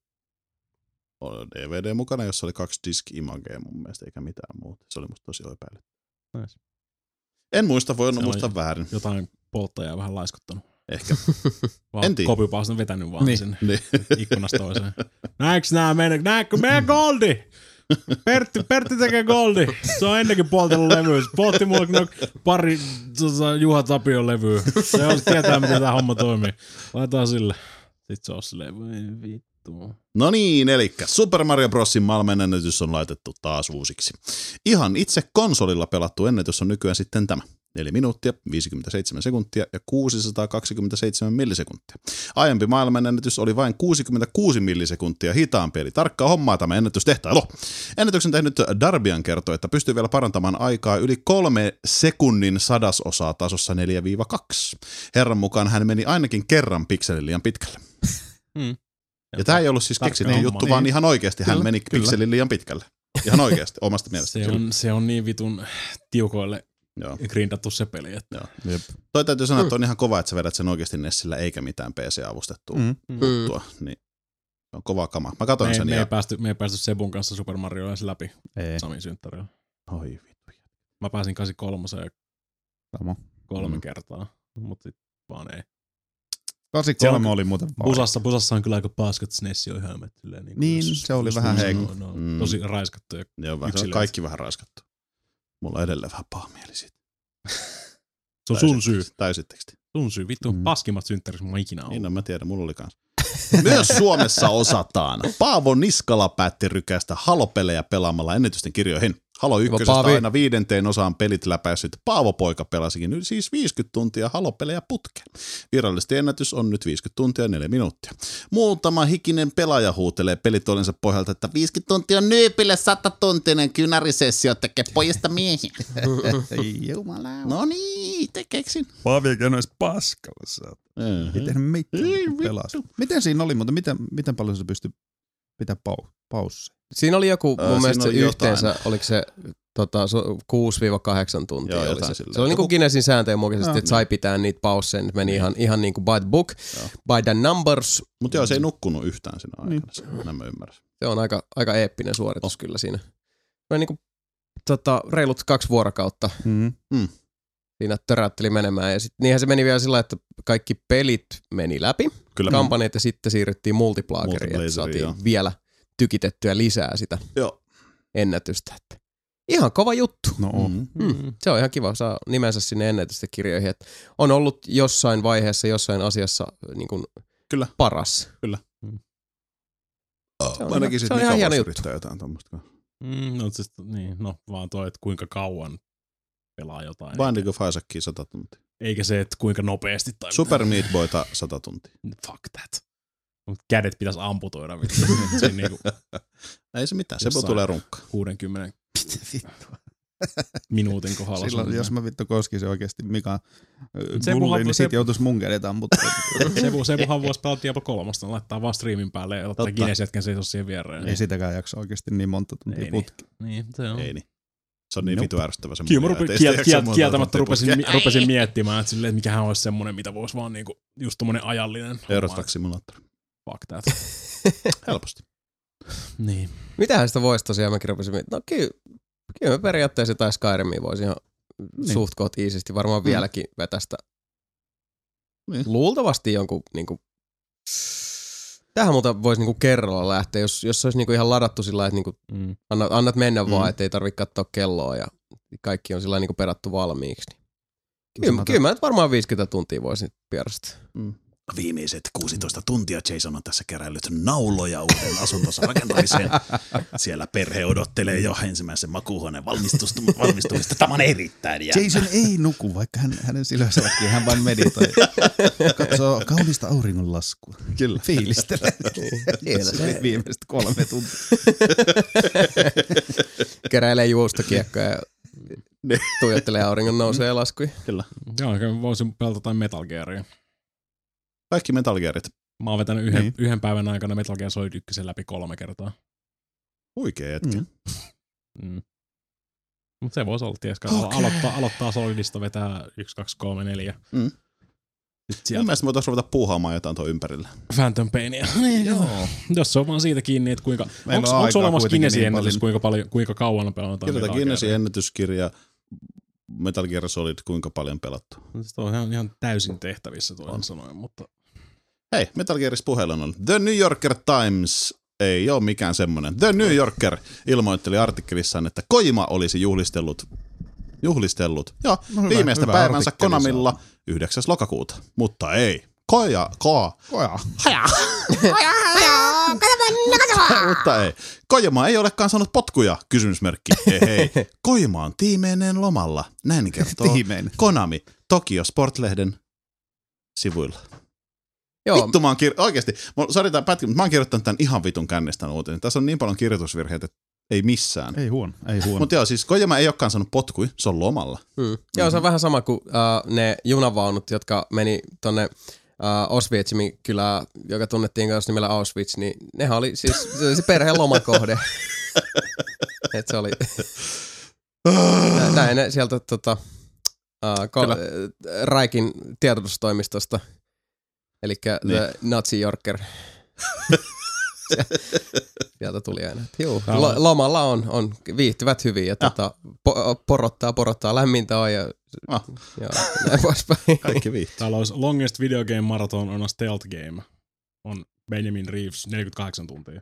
DVD mukana, jossa oli 2 disk-imagea mun mielestä, eikä mitään muuta. Se oli musta tosi epäilyttävää. Nice. En muista, voi muistaa väärin. Jotain polttajaa vähän laiskottanut. Ehkä. En tiedä. Copypaste on vetänyt vaan sen ikkunasta toiseen. Näetkö meidän goldi? Pertti tekee goldi. Se on ennenkin poltellut levyä. Se poltti mulle pari Juha Tapion levyä. Se on tietää, miten tämä homma toimii. Laitetaan sille. Sitten se on silleen, voi vittu. No niin, eli Super Mario Brosin maailmanennätys on laitettu taas uusiksi. Ihan itse konsolilla pelattu ennätys on nykyään sitten tämä. 4 minuuttia, 57 sekuntia ja 627 millisekuntia. Aiempi maailmanennätys oli vain 66 millisekuntia hitaampi, eli tarkkaa hommaa tämä ennätystehtailu. Ennätyksen tehnyt Darbian kertoi, että pystyy vielä parantamaan aikaa yli 3 sekunnin sadasosaa tasossa 4-2. Herran mukaan hän meni ainakin kerran pikselin liian pitkälle. Ja tämä ei ollut siis keksitty juttu, vaan ihan oikeasti hän meni pikselin liian pitkälle. Ihan oikeasti, omasta mielestä. Se on niin vitun tiukoille grindattu se peli. Että. Toi täytyy sanoa, että on ihan kova, että sä vedät sen oikeasti Nessillä eikä mitään PC-avustettua juttua. Niin on kova kama. Mä katsoin sen. Me ei päästy Sebun kanssa Super Mario edes läpi Samin synttärillä. Oi vittu. Mä pääsin 83 3 kertaa, mutta sit vaan ei. 83 oli muuten Busassa on kyllä aika paskat SNES-ohjelmat. Niin, se oli vähän heikko. Tosi raiskattu. Joo, se on kaikki vähän raiskattu. Mulla on edelleen vähän paha mieli siitä. Se on sun syy. Täysitteksti. Sun syy. Vittu paskimmat synttärit, mä ikinä ollut. Niin, no mä tiedän, mulla oli kans. Myös Suomessa osataan. Paavo Niskala päätti rykästä Halo-pelejä pelaamalla ennätysten kirjoihin. Halo 1 aina 5. osaan pelit läpäissyt Paavo-poika pelasikin siis 50 tuntia Halo-pelejä putkeen. Virallisesti ennätys on nyt 50 tuntia ja 4 minuuttia. Muutama hikinen pelaaja huutelee pelitolensa pohjalta, että 50 tuntia on nyypille 100-tuntinen kynärisessio tekee pojista miehiä. Jumala. No niin, te keksin. Paaviakin olisi paskalla. Ei tehnyt mitään, pelasi. Miten siinä oli, mutta miten paljon se pystyi pitää paussia? Siinä oli joku, mun mielestä se yhteensä, oliko se 6-8 tuntia. Joo, oli se oli niin kuin Guinnessin sääntöjen mukaisesti, että sai pitää niitä pausseja, nyt meni ihan niin kuin by the book, by the numbers. Mutta joo, se ei nukkunut yhtään siinä aikana, nämä ymmärrän. Se on aika eeppinen suoritus kyllä siinä. No niin kuin reilut 2 vuorokautta siinä töräytteli menemään. Ja niinhän se meni vielä sillä, että kaikki pelit meni läpi, kampanjat, ja sitten siirryttiin multiplageriin, että saatiin vielä tykitettyä lisää sitä ennätystä. Että ihan kova juttu. No Se on ihan kiva, saa nimensä sinne ennätysten kirjoihin. Että on ollut jossain vaiheessa, jossain asiassa niin kuin paras. Kyllä. Se on ihan hieno juttu. Jotain tommoista. Vaan toi, että kuinka kauan pelaa jotain. Binding of Isaacia 100 tuntia. Eikä se, että kuinka nopeasti. Tai Super Meat Boyta 100 tuntia. Fuck that. Mut kädet pitäisi amputoida. Niinku ei se mitään, se tulee runkkaan. 60 minuutin kohdalla. Silloin, jos mä vittu koskisin oikeesti Mika Gulliin, niin sit joutuis mun kädet amputtaa. Sebuhan voisi pelata Diablo 3, laittaa vaan streamin päälle ja ottaa Guinness jätkän seisoo siihen viereen. Ei sitäkään jaksa oikeesti niin monta tuntia putki. Niin, se on. Ei niin. Se on niin vitu ärsyttävä se kyllä mä kieltämättä rupesin miettimään, että silleen, että mikähän olisi semmonen, mitä voisi vaan niinku, just tommonen ajallinen. Eurotrack-simulaattori. Fuck that. Helposti. Niin. Mitähän sitä voisi tosiaan, mäkin rupesin miettimään. No kyllä mä periaatteessa tai Skyrimia voisi ihan suht koht iisisti varmaan vieläkin vetästä. Luultavasti jonkun niinku. Tähän muuta voisi niinku kerralla lähteä, jos se olisi niinku ihan ladattu sillä lailla, että niinku annat mennä vaan, ettei tarvitse katsoa kelloa ja kaikki on sillä lailla niinku perattu valmiiksi. Kyllä mä nyt varmaan 50 tuntia voisin pierrastaa. Viimeiset 16 tuntia Jason on tässä keräillyt nauloja uuden asuntonsa rakentamiseen. Siellä perhe odottelee jo ensimmäisen makuuhuoneen valmistumista. Tämä on erittäin jäävä. Jason ei nuku, vaikka hänen silmäselläkin hän vain meditoi. Katsoo kaunista auringonlaskua. Kyllä. Fiilistelee. Viimeiset 3 tuntia. Keräilee juustokiekkoja ja tuijottelee auringon nousua ja laskuja. Kyllä. Joo, voisin pelata jotain Metal Gearia. Kaikki Metal Gearit. Mä oon vetänyt yhden päivän aikana Metal Gear Solid 1 läpi 3 kertaa. Huikea jätkä. Mutta se voisi olla, tieskö, aloittaa Solidista, vetää 1, 2, 3, 4. Mun mielestä me voitaisiin ruveta puuhaamaan jotain tuon ympärillä. Phantom Painia. Niin, joo. Jos se on vaan siitä kiinni, että kuinka. Onko se olemassa Guinnessin ennätys, kuinka kauan pelataan? Kirjoita Guinnessin ennätyskirja Metal Gear Solid, kuinka paljon pelattu. Se on ihan täysin tehtävissä toisin sanoen, mutta. Hei, Metal Gearissa puheella on The New Yorker Times. Ei ole mikään semmoinen. The New Yorker ilmoitteli artikkelissaan, että Kojima olisi juhlistellut viimeistä päivänsä Konamilla 9. lokakuuta. Mutta ei. Mutta ei. Kojima ei olekaan saanut potkuja, kysymysmerkki. Hei. Kojima on tiimeineen lomalla. Näin kertoo Konami Tokyo Sport-lehden sivuilla. Joo. Vittu mä oon oikeesti, mä oon kirjoittanut tän ihan vitun kännestä uutinen. Tässä on niin paljon kirjoitusvirheitä, että ei missään. Ei huono. Mutta joo, siis Kojima ei olekaan saanut potkui, se on lomalla. Joo, se on vähän sama kuin ne junavaunut, jotka meni tonne Auschwitzin kylään, joka tunnettiin myös nimellä Auschwitz, niin nehän oli siis se perheen lomakohde. Et se oli näin ne sieltä Raikin tiedotustoimistosta. Elikkä The Nazi Yorker. Sieltä tuli aina. Juu, lomalla on viihtyvät hyvin ja porottaa lämmintä on ja näin poispäin. Kaikki viihtyy. Täällä olisi Longest Video Game Marathon on a Stealth Game. On Benjamin Reeves 48 tuntia.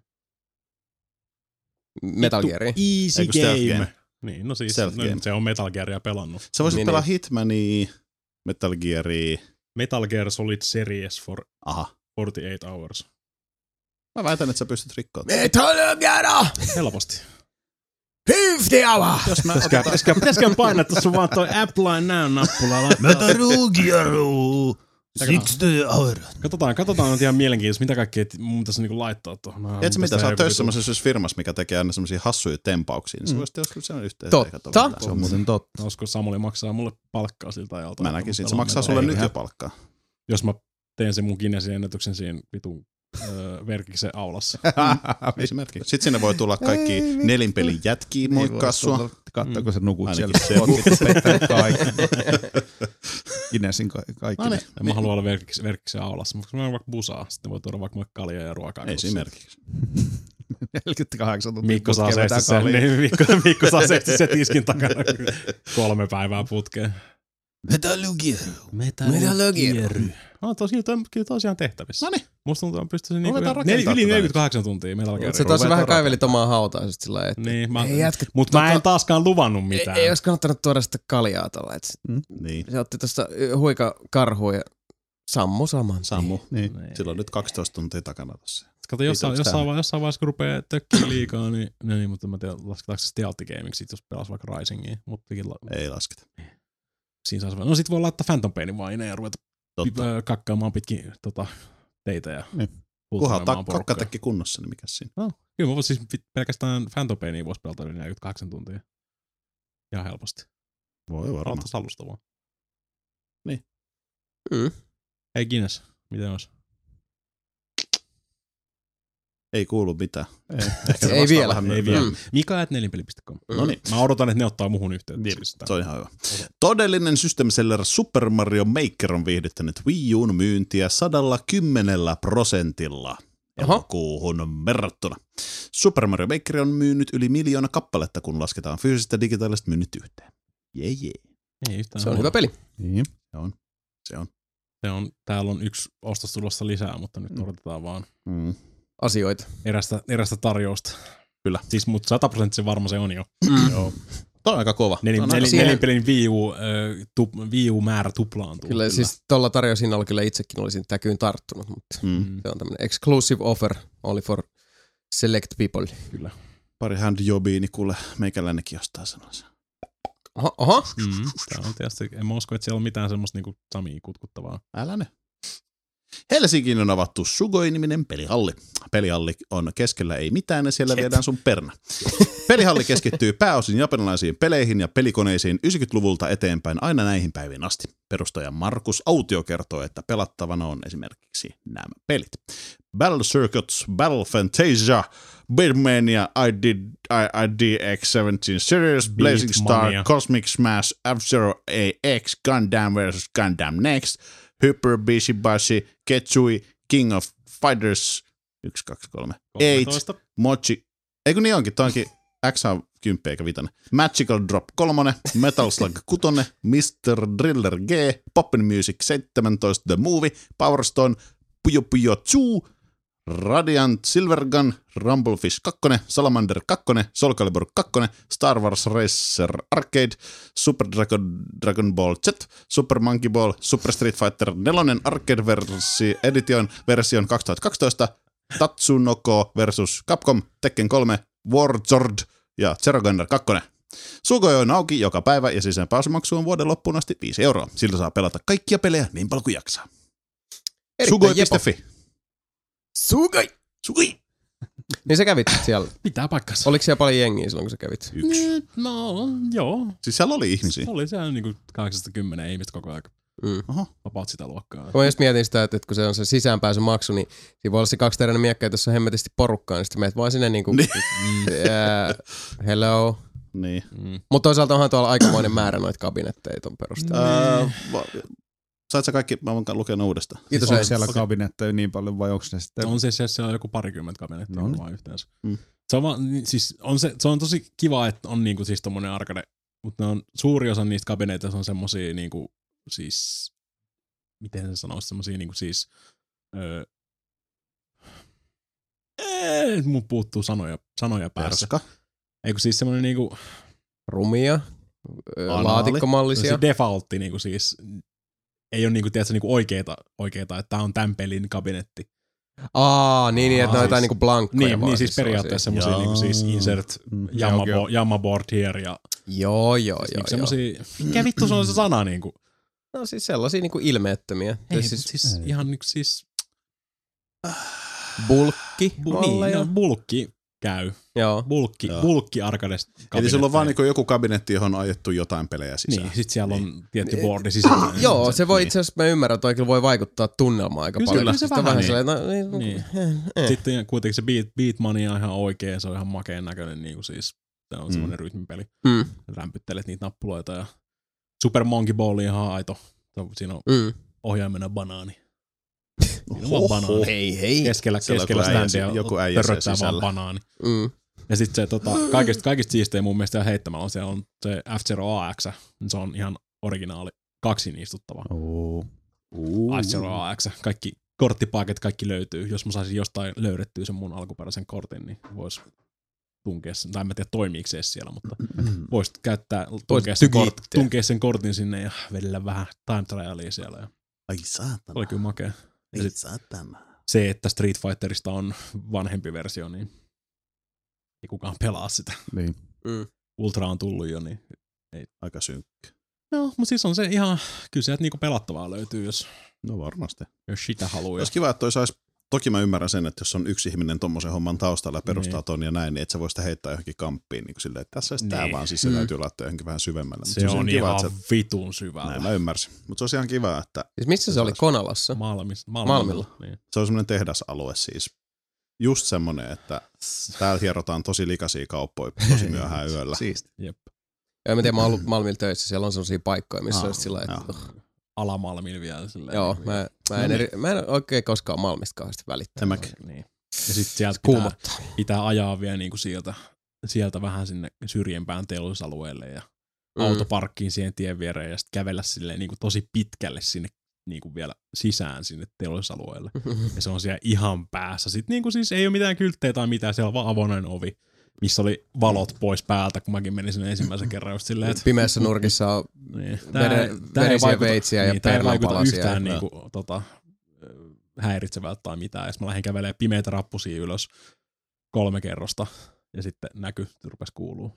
Metal Gearia. Easy game. Niin, no siis se on Metal Gearia pelannut. Sä voisit pelaa Hitmania, Metal Gearia. Metal Gear Solid Series for 48 hours. Mä väitän, että sä pystyt rikkoon. Metal Gear! Helposti. 50 hours! Pitäisikö painaa tuossa vaan toi Apply Now-nappula. Metal Gear 60 hours. Katsotaan nyt ihan mielenkiintoista, mitä kaikkea mun pitäisi niinku laittaa tuohon. Tiedätkö mitä, sä oot töissä semmoisessa firmassa, mikä tekee aina semmosia hassuja tempauksia, niin sä voisit joskus sen yhteen. Totta. Se on muuten totta. Olisiko Samuli maksaa mulle palkkaa siltä ajalta? Mä näkisin, että se maksaa sulle nyt jo palkkaa. Jos mä teen sen mun Guinnessin ennätyksen siinä vitun Verkiksen aulassa. Esimerkiksi. Sitten sinne voi tulla kaikki nelinpelin jätkiä moikkaa sua. Katsoako sä nukut siellä kaikki. Guinnessin kaikki. No niin. Mä haluan olla Verkiksen aulassa, mutta mä oon vaikka busaa. Sitten voi tuoda vaikka kaljaa ja ruokaa. Esimerkiksi. 48 tuntia. Mikko saa seistä sen tiskin takana 3 päivää putkeen. Metallurgieru. No kyllä tosiaan tehtävissä. Noniin. Musta tuntuu, että pystyisin yli 48 tuntia Metal Gear. Se tosi vähän kaivelit omaa hautaa sit sillä että niin, mutta mä en taaskaan luvannut mitään. Ei olisi kannattanut tuoda sitä kaljaa tuolla. Niin. Se otti tuossa huikakarhuun ja sammu saman. Niin. Sillä on nyt 12 tuntia takana tossa. Kato, jossain vaiheessa kun rupeaa tökkiä liikaa, niin mutta mä tiedän, lasketaanko se stealth gamingiksi, jos pelas vaikka Risingia. Ei lasketa. Siinä saa no sit voi laittaa Phantom Painin vaan ineen ja ruveta kakkaamaan pitkin teitä ja Kunhan kakkatekki kunnossa, niin mikäs siinä? No, kyllä mä voisin siis pelkästään Phantom Painia voisi pelata yli 48 tuntia. Ihan helposti. Voi varmaan. Aloittaisi alusta vaan. Niin. Hei Guinness, miten olisi? Ei kuulu mitään. Ei vielä. Mika@nelinpeli.com. Noniin. Mä odotan, että ne ottaa muhun yhteyttä. Se on ihan hyvä. Todellinen System Seller Super Mario Maker on viihdyttänyt Wii U:n myyntiä 110% elokuuhun verrattuna. Super Mario Maker on myynyt yli 1 miljoona kappaletta, kun lasketaan fyysistä digitaalista myynnit yhteen. Se on hyvä peli. Niin. Se on. Täällä on 1 ostos tulossa lisää, mutta nyt odotetaan vaan asioita. Erästä tarjousta. Kyllä. Siis, mutta 100% varma se on jo. Joo. Toi on aika kova. Nelinpelin Wii U-määrä tuplaantuu. Kyllä, siis tuolla tarjoushinnalla kyllä itsekin olisin täkyyn tarttunut, mutta se on tämmöinen exclusive offer only for select people. Kyllä. Pari handjobia, niin kuule, meikäläinenkin ostaa sanansa. Oho. Tää on tietysti, en mä usko, että siellä on mitään semmoista niinku Samia kutkuttavaa. Älä ne. Helsinkiin on avattu Sugoi-niminen pelihalli. Pelihalli on keskellä ei mitään ja siellä viedään sun perna. Pelihalli keskittyy pääosin japanilaisiin peleihin ja pelikoneisiin 90-luvulta eteenpäin aina näihin päiviin asti. Perustaja Markus Autio kertoo, että pelattavana on esimerkiksi nämä pelit. Battle Circuits, Battle Fantasia, Beatmania, IDX17 Series, Blazing Star, Cosmic Smash, F-Zero AX, Gundam vs. Gundam Next, Hyper Bishibashi, Ketsui, King of Fighters, 1, 2, 3, 8, Mochi, eikö niin onkin, toi onkin X10 eikä 5, Magical Drop 3, Metal Slug 6, Mr. Driller G, Poppin Music 17, The Movie, Power Stone, Puyo Puyo 2, Radiant Silvergun, Rumblefish 2, Salamander 2, Soul Calibur 2, Star Wars Racer Arcade, Super Dragon Ball Z, Super Monkey Ball, Super Street Fighter 4 Arcade Edition version 2012, Tatsunoko vs. Capcom, Tekken 3, Warzord ja Zero Gunner 2. Sugoi on auki joka päivä ja sisäänpääsymaksu on vuoden loppuun asti 5 €. Sillä saa pelata kaikkia pelejä niin paljon kuin jaksaa. Sugoi.fi. Sugoi! Niin sä kävit siellä. Pitää paikkansa. Oliko siellä paljon jengiä silloin, kun sä kävit? 1. No, joo. Siis siellä oli ihmisiä. Oli siellä niinku 8-10 ihmistä koko ajan. Vapaat sitä luokkaa. Mä just mietin sitä, että kun se on se sisäänpääsymaksu, niin siinä voi olla se 2-teräinen miekkä, että jos on hemmetisti porukkaa, niin sitten meet vaan sinne niinku, hello. Niin. Mutta toisaalta onhan tuolla aikamoinen määrä noita kabinetteja ton perusteella. Sait sä kaikki, mä voin lukea uudestaan. Kiitos, on siellä kabinetteja niin paljon vai onko ne sitten? On siellä joku 20 kabinettia vaan yhteensä. Se on, se on tosi kiva, että on niinku siis tommonen arcade, mutta suuri osa niistä kabineteista on semmosia niinku siis, miten se sanoisi, semmosia niinku siis, mun puuttuu sanoja päässä. Eikö siis semmonen niinku rumia, laatikkomallisia. Se defaultti niinku siis, ei ole niinku, tiedätkö, niinku oikeeta, että tää on tämän pelin kabinetti. Niin, että ne on jotain niinku blankkoja. Niin siis periaatteessa semmosia niinku siis insert Jamma board here ja Joo. Semmosia, mikä vittu se on se sana niinku? No siis sellaisia niinku ilmeettömiä. Ei, siis ihan niinku siis bulkki. Bulkki käy. Joo. Bulkki arcade-kabinetti. Eli sulla on vaan niin joku kabinetti, johon on ajettu jotain pelejä sisään. Niin, sit siellä on tietty boardi sisällä. Joo, se voi itse asiassa, mä ymmärrän, että kyllä voi vaikuttaa tunnelmaan aika paljon. Kyllä se vähän niin. Sitten kuitenkin se Beatmania on ihan oikein, se on ihan makeen näköinen, niin kuin siis se on semmoinen rytmipeli. Rämpyttelet niitä nappuloita ja Super Monkey Ball ihan aito. Siinä on ohjaimena banaani. Hei. Keskellä standia törröttää vaan banaani. Ja sitten se kaikista siistejä mun mielestä heittämällä on siellä on se F-Zero AX. Se on ihan originaali kaksin istuttava. F-Zero AX. Kaikki korttipaaket kaikki löytyy. Jos mä saisin jostain löydettyä sen mun alkuperäisen kortin, niin vois tunkea sen. Tai en mä tiedä toimiiko se siellä, mutta vois käyttää tunkea sen kortin sinne ja vedellä vähän time trialia siellä. Ja ai saatana. Oli kyllä makea. Se, että Street Fighterista on vanhempi versio, niin ei kukaan pelaa sitä. Niin. Ultra on tullut jo, niin ei. Aika synkkä. No, mutta siis on se ihan, kyllä sieltä niinku pelattavaa löytyy, jos varmasti. Jos sitä haluaa. Olisi kiva, että toi sais, toki mä ymmärrän sen, että jos on yksi ihminen tommosen homman taustalla ja perustaa ton ja näin, niin et sä voi sitä heittää johonkin kamppiin, niin kuin silleen, että tässä olisi tää vaan, siis se täytyy laittaa johonkin vähän syvemmälle. Se on kiva, ihan vitun syvällä. Näin mä ymmärsin, mutta se olisi ihan kiva, että... Siis missä se oli? Konalassa? Malmilla. Niin. Se on semmoinen tehdasalue siis. Just semmoinen, että täällä hierotaan tosi likaisia kauppoja tosi myöhään yöllä. Siisti. Jep. Ja mä tiedän, mä oon ollut Malmilla töissä, siellä on sellaisia paikkoja, missä on sillä että... Alamalmilla vielä. Joo, mä en oikein koskaan Malmista kauheasti välittää. Niin. Ja sit sieltä pitää ajaa vielä niinku sieltä vähän sinne syrjempään teollisuusalueelle ja autoparkkiin siihen tien viereen ja sitten kävellä silleen niinku tosi pitkälle sinne niinku vielä sisään sinne teollisuusalueelle. Ja se on siellä ihan päässä. Sitten niinku siis ei ole mitään kylttejä tai mitään, siellä on vaan avoinen ovi, missä oli valot pois päältä, kun mäkin menin sinne ensimmäisen kerran just silleen, että... Pimeässä nurkissa on verisiä veitsiä ja perlapalasia. Tämä ei vaikuta yhtään häiritsevältä tai mitään. Ja mä lähdin kävelemään pimeitä rappusia ylös 3 kerrosta ja sitten rupesi kuuluu.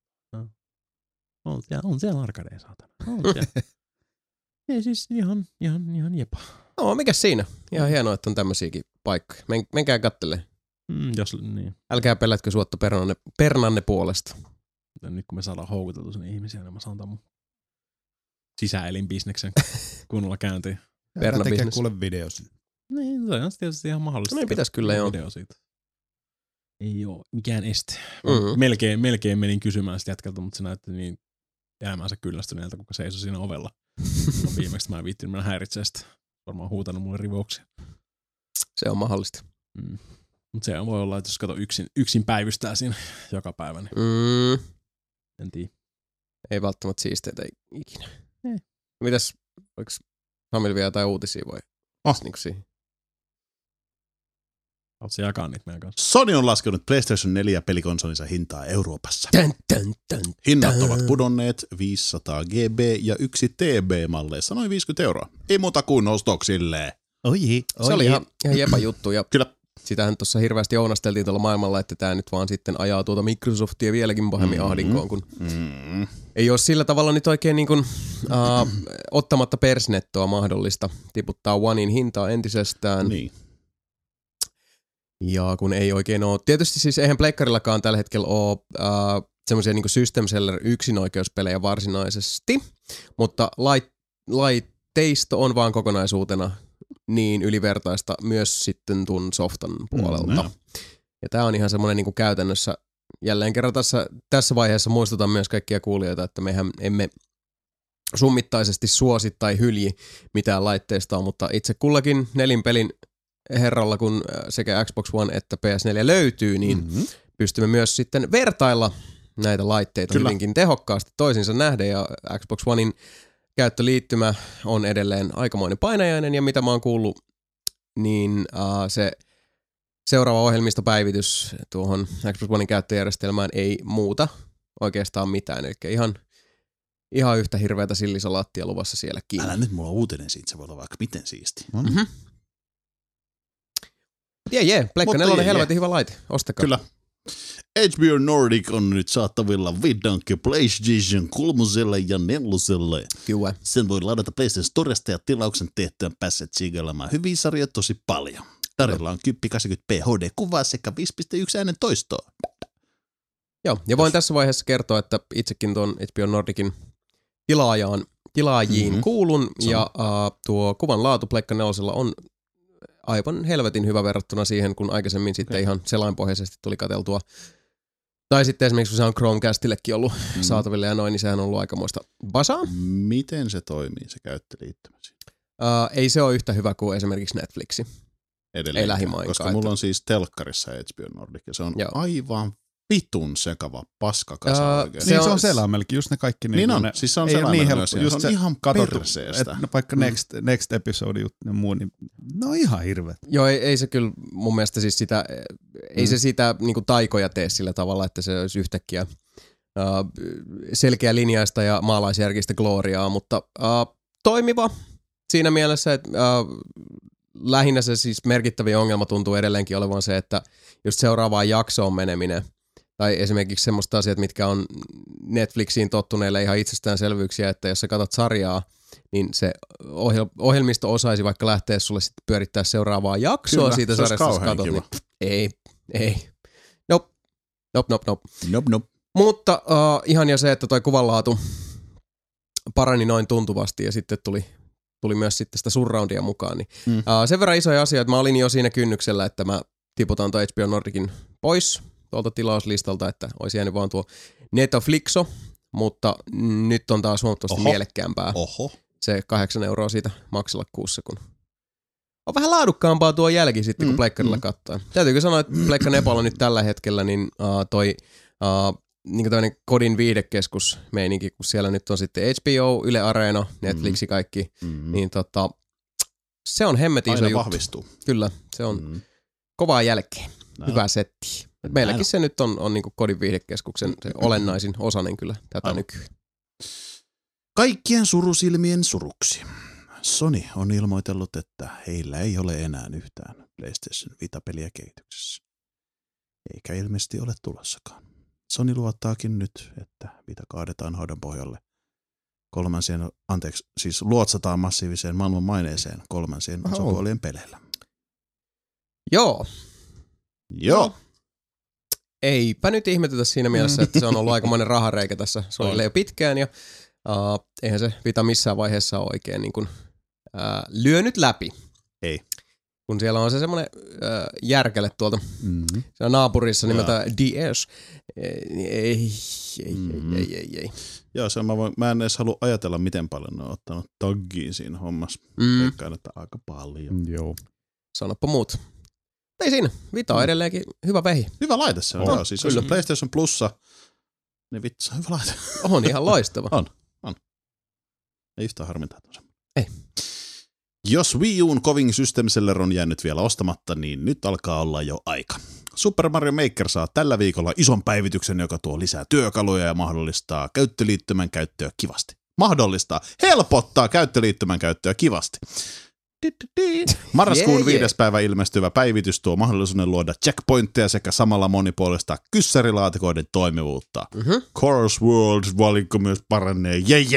On siellä arcadea, saatana. Ei siis ihan jepa. No, mikä siinä? Ihan hienoa, että on tämmöisiäkin paikkoja. Menkää kattelemaan. Niin. Älkää pelätkö suotto pernanne puolesta. Nyt kun me saadaan houkuteltua sinne ihmisiä, niin mä saan tämän mun sisäelinbisneksen kunnolla käyntiin. Perna tekee kuule videosi. Niin, se on tietysti ihan mahdollista. No niin, pitäisi kyllä joo. Video siitä. Ei oo mikään este. Melkein menin kysymään sitä jätkältä, mutta se näytti niin jäämäänsä kyllästyneeltä, kuka seisoi siinä ovella. No, viimeksi mä en viittinyt mennä häiritsee sitä. Varmaan huutanut mulle rivouksia. Se on mahdollista. Mutta se voi olla, että jos kato yksin päivystää siinä joka päivä, niin en tiedä. Ei välttämättä siisteitä ikinä. Mitäs, oliko Samil vielä jotain uutisia vai? Niin siihen? Haluatko sä jakaa niitä meidän kanssa? Sony on laskenut PlayStation 4 pelikonsolinsa hintaa Euroopassa. Hinnat ovat pudonneet 500 GB ja 1 TB-malleissa noin 50 €. Ei muuta kuin ostoksille. Se oli ihan jepa juttu. Ja kyllä. Sitähän tuossa hirveästi ounasteltiin tuolla maailmalla, että tämä nyt vaan sitten ajaa tuota Microsoftia vieläkin pahemmin ahdinkoon, kun ei ole sillä tavalla nyt oikein niin kuin, ottamatta persnettoa mahdollista tiputtaa Onein hintaa entisestään. Niin. Ja kun ei oikein ole, tietysti siis eihän pleikkarillakaan tällä hetkellä ole semmoisia niin kuin System Seller yksinoikeuspelejä varsinaisesti, mutta laitteisto on vaan kokonaisuutena niin ylivertaista myös sitten tuon softan puolelta. Ja tämä on ihan semmoinen niin kuin käytännössä, jälleen kerran tässä vaiheessa muistutan myös kaikkia kuulijoita, että mehän emme summittaisesti suosi tai hylji mitään laitteista, mutta itse kullakin nelinpelin herralla, kun sekä Xbox One että PS4 löytyy, niin pystymme myös sitten vertailla näitä laitteita hyvinkin tehokkaasti toisinsa nähden, ja Xbox Onein käyttöliittymä on edelleen aikamoinen painajainen, ja mitä mä oon kuullut, niin se seuraava ohjelmistopäivitys tuohon Xbox Onein käyttöjärjestelmään ei muuta oikeastaan mitään, eli ihan yhtä hirveätä sillisalaattia luvassa sielläkin. Älä nyt, mulla on uutinen siitä, se voi olla vaikka miten siisti. Pleikka 4 helvetin hyvä laite, ostakaa. Kyllä. HBO Nordic on nyt saatavilla vihdoinkin PlayStation 3 ja 4. Kyllä. Sen voi ladata PlayStation Storesta ja tilauksen tehtyä pääset siigailemaan hyviä sarjoja tosi paljon. Tarjolla on 1080p HD-kuva sekä 5.1 äänen toistoa. Joo, ja voin tässä vaiheessa kertoa, että itsekin tuon HBO Nordicin tilaajiin kuulun, ja tuo kuvan laatu Pleikka 4 on aivan helvetin hyvä verrattuna siihen, kun aikaisemmin sitten ihan selainpohjaisesti tuli katseltua. Tai sitten esimerkiksi, kun se on Chromecastillekin ollut saatavilla ja noin, niin sehän on ollut aikamoista basaa. Miten se toimii, se käyttöliittymä? Ei se ole yhtä hyvä kuin esimerkiksi Netflixi. Edelleen. Ei lähimainkaan. Koska mulla on siis telkkarissa HBO Nordic, ja se on aivan vitun sekava paskakasa oikein. Se on selaimellekin, just ne kaikki. Niin on, siis se on selaimella myös. Just se on ihan perseestä. Vaikka next episode ja muu, niin ne on ihan hirveet. Joo, ei se kyllä mun mielestä siis sitä, ei se sitä niinku taikoja tee sillä tavalla, että se olisi yhtäkkiä selkeä linjaista ja maalaisjärkistä gloriaa, mutta toimiva siinä mielessä, että lähinnä se siis merkittävä ongelma tuntuu edelleenkin olevan se, että just seuraavaan jaksoon meneminen, tai esimerkiksi semmoista asiat, mitkä on Netflixiin tottuneille ihan itsestäänselvyyksiä, että jos sä katsot sarjaa, niin se ohjelmisto osaisi vaikka lähteä sulle sitten pyörittää seuraavaa jaksoa kyllä, siitä sarjasta, jos katsot, niin ei. Nope. Mutta ihan jo se, että toi kuvanlaatu parani noin tuntuvasti ja sitten tuli myös sitten sitä surroundia mukaan. Niin, sen verran isoja asioita, mä olin jo siinä kynnyksellä, että mä tiputan tuo HBO Nordicin pois tuolta tilauslistalta, että olisi jäänyt vaan tuo Netflixo, mutta nyt on taas huomattavasti mielekkäämpää. Se 8 € siitä maksella kuussa, kun on vähän laadukkaampaa tuo jälki sitten, kun pleikkarilla katsoo. Täytyykö sanoa, että Pleikka Nepalla nyt tällä hetkellä, niin toi niin tämmöinen kodin viihdekeskus meininki, kun siellä nyt on sitten HBO, Yle Areena, Netflixi kaikki, niin se on hemmetin iso juttu. Vahvistuu. Kyllä, se on kovaa jälkeen. Hyvä setti. Meilläkin se nyt on niin kuin kodin viihdekeskuksen se olennaisin osainen kyllä tätä nykyään. Kaikkien surusilmien suruksi. Sony on ilmoitellut, että heillä ei ole enää yhtään PlayStation Vita-peliä kehityksessä. Eikä ilmeisesti ole tulossakaan. Sony luottaakin nyt, että Vita kaadetaan haudan pohjalle luotsataan massiiviseen maailman maineeseen kolmansien osapuolien peleillä. Joo. Eipä nyt ihmetytä siinä mielessä, että se on ollut aikamoinen rahareikä tässä Sonylle jo pitkään ja eihän se Vita missään vaiheessa ole oikein niin kuin, lyönyt läpi. Ei. Kun siellä on se semmoinen järkele tuolta siellä naapurissa nimeltä DS. Ei. Joo, mä en edes halua ajatella, miten paljon ne on ottanut taggiin siinä hommassa. Veikkaan, että aika paljon. Joo. Sanoppa muut. Ei siinä. Vita on edelleenkin hyvä vehi. Hyvä laite se on. Joo, siis jos on PlayStation Plussa, niin vittu se on hyvä laite. On ihan loistava. On. Ei yhtään harmintaa tuossa. Ei. Jos Wii U:n kovin System Seller on jäänyt vielä ostamatta, niin nyt alkaa olla jo aika. Super Mario Maker saa tällä viikolla ison päivityksen, joka tuo lisää työkaluja ja mahdollistaa käyttöliittymän käyttöä kivasti. Helpottaa käyttöliittymän käyttöä kivasti. Marraskuun 5. päivä ilmestyvä päivitys tuo mahdollisuuden luoda checkpointteja sekä samalla monipuolista kyssärilaatikoiden toimivuutta. Course World-valikko myös paranee.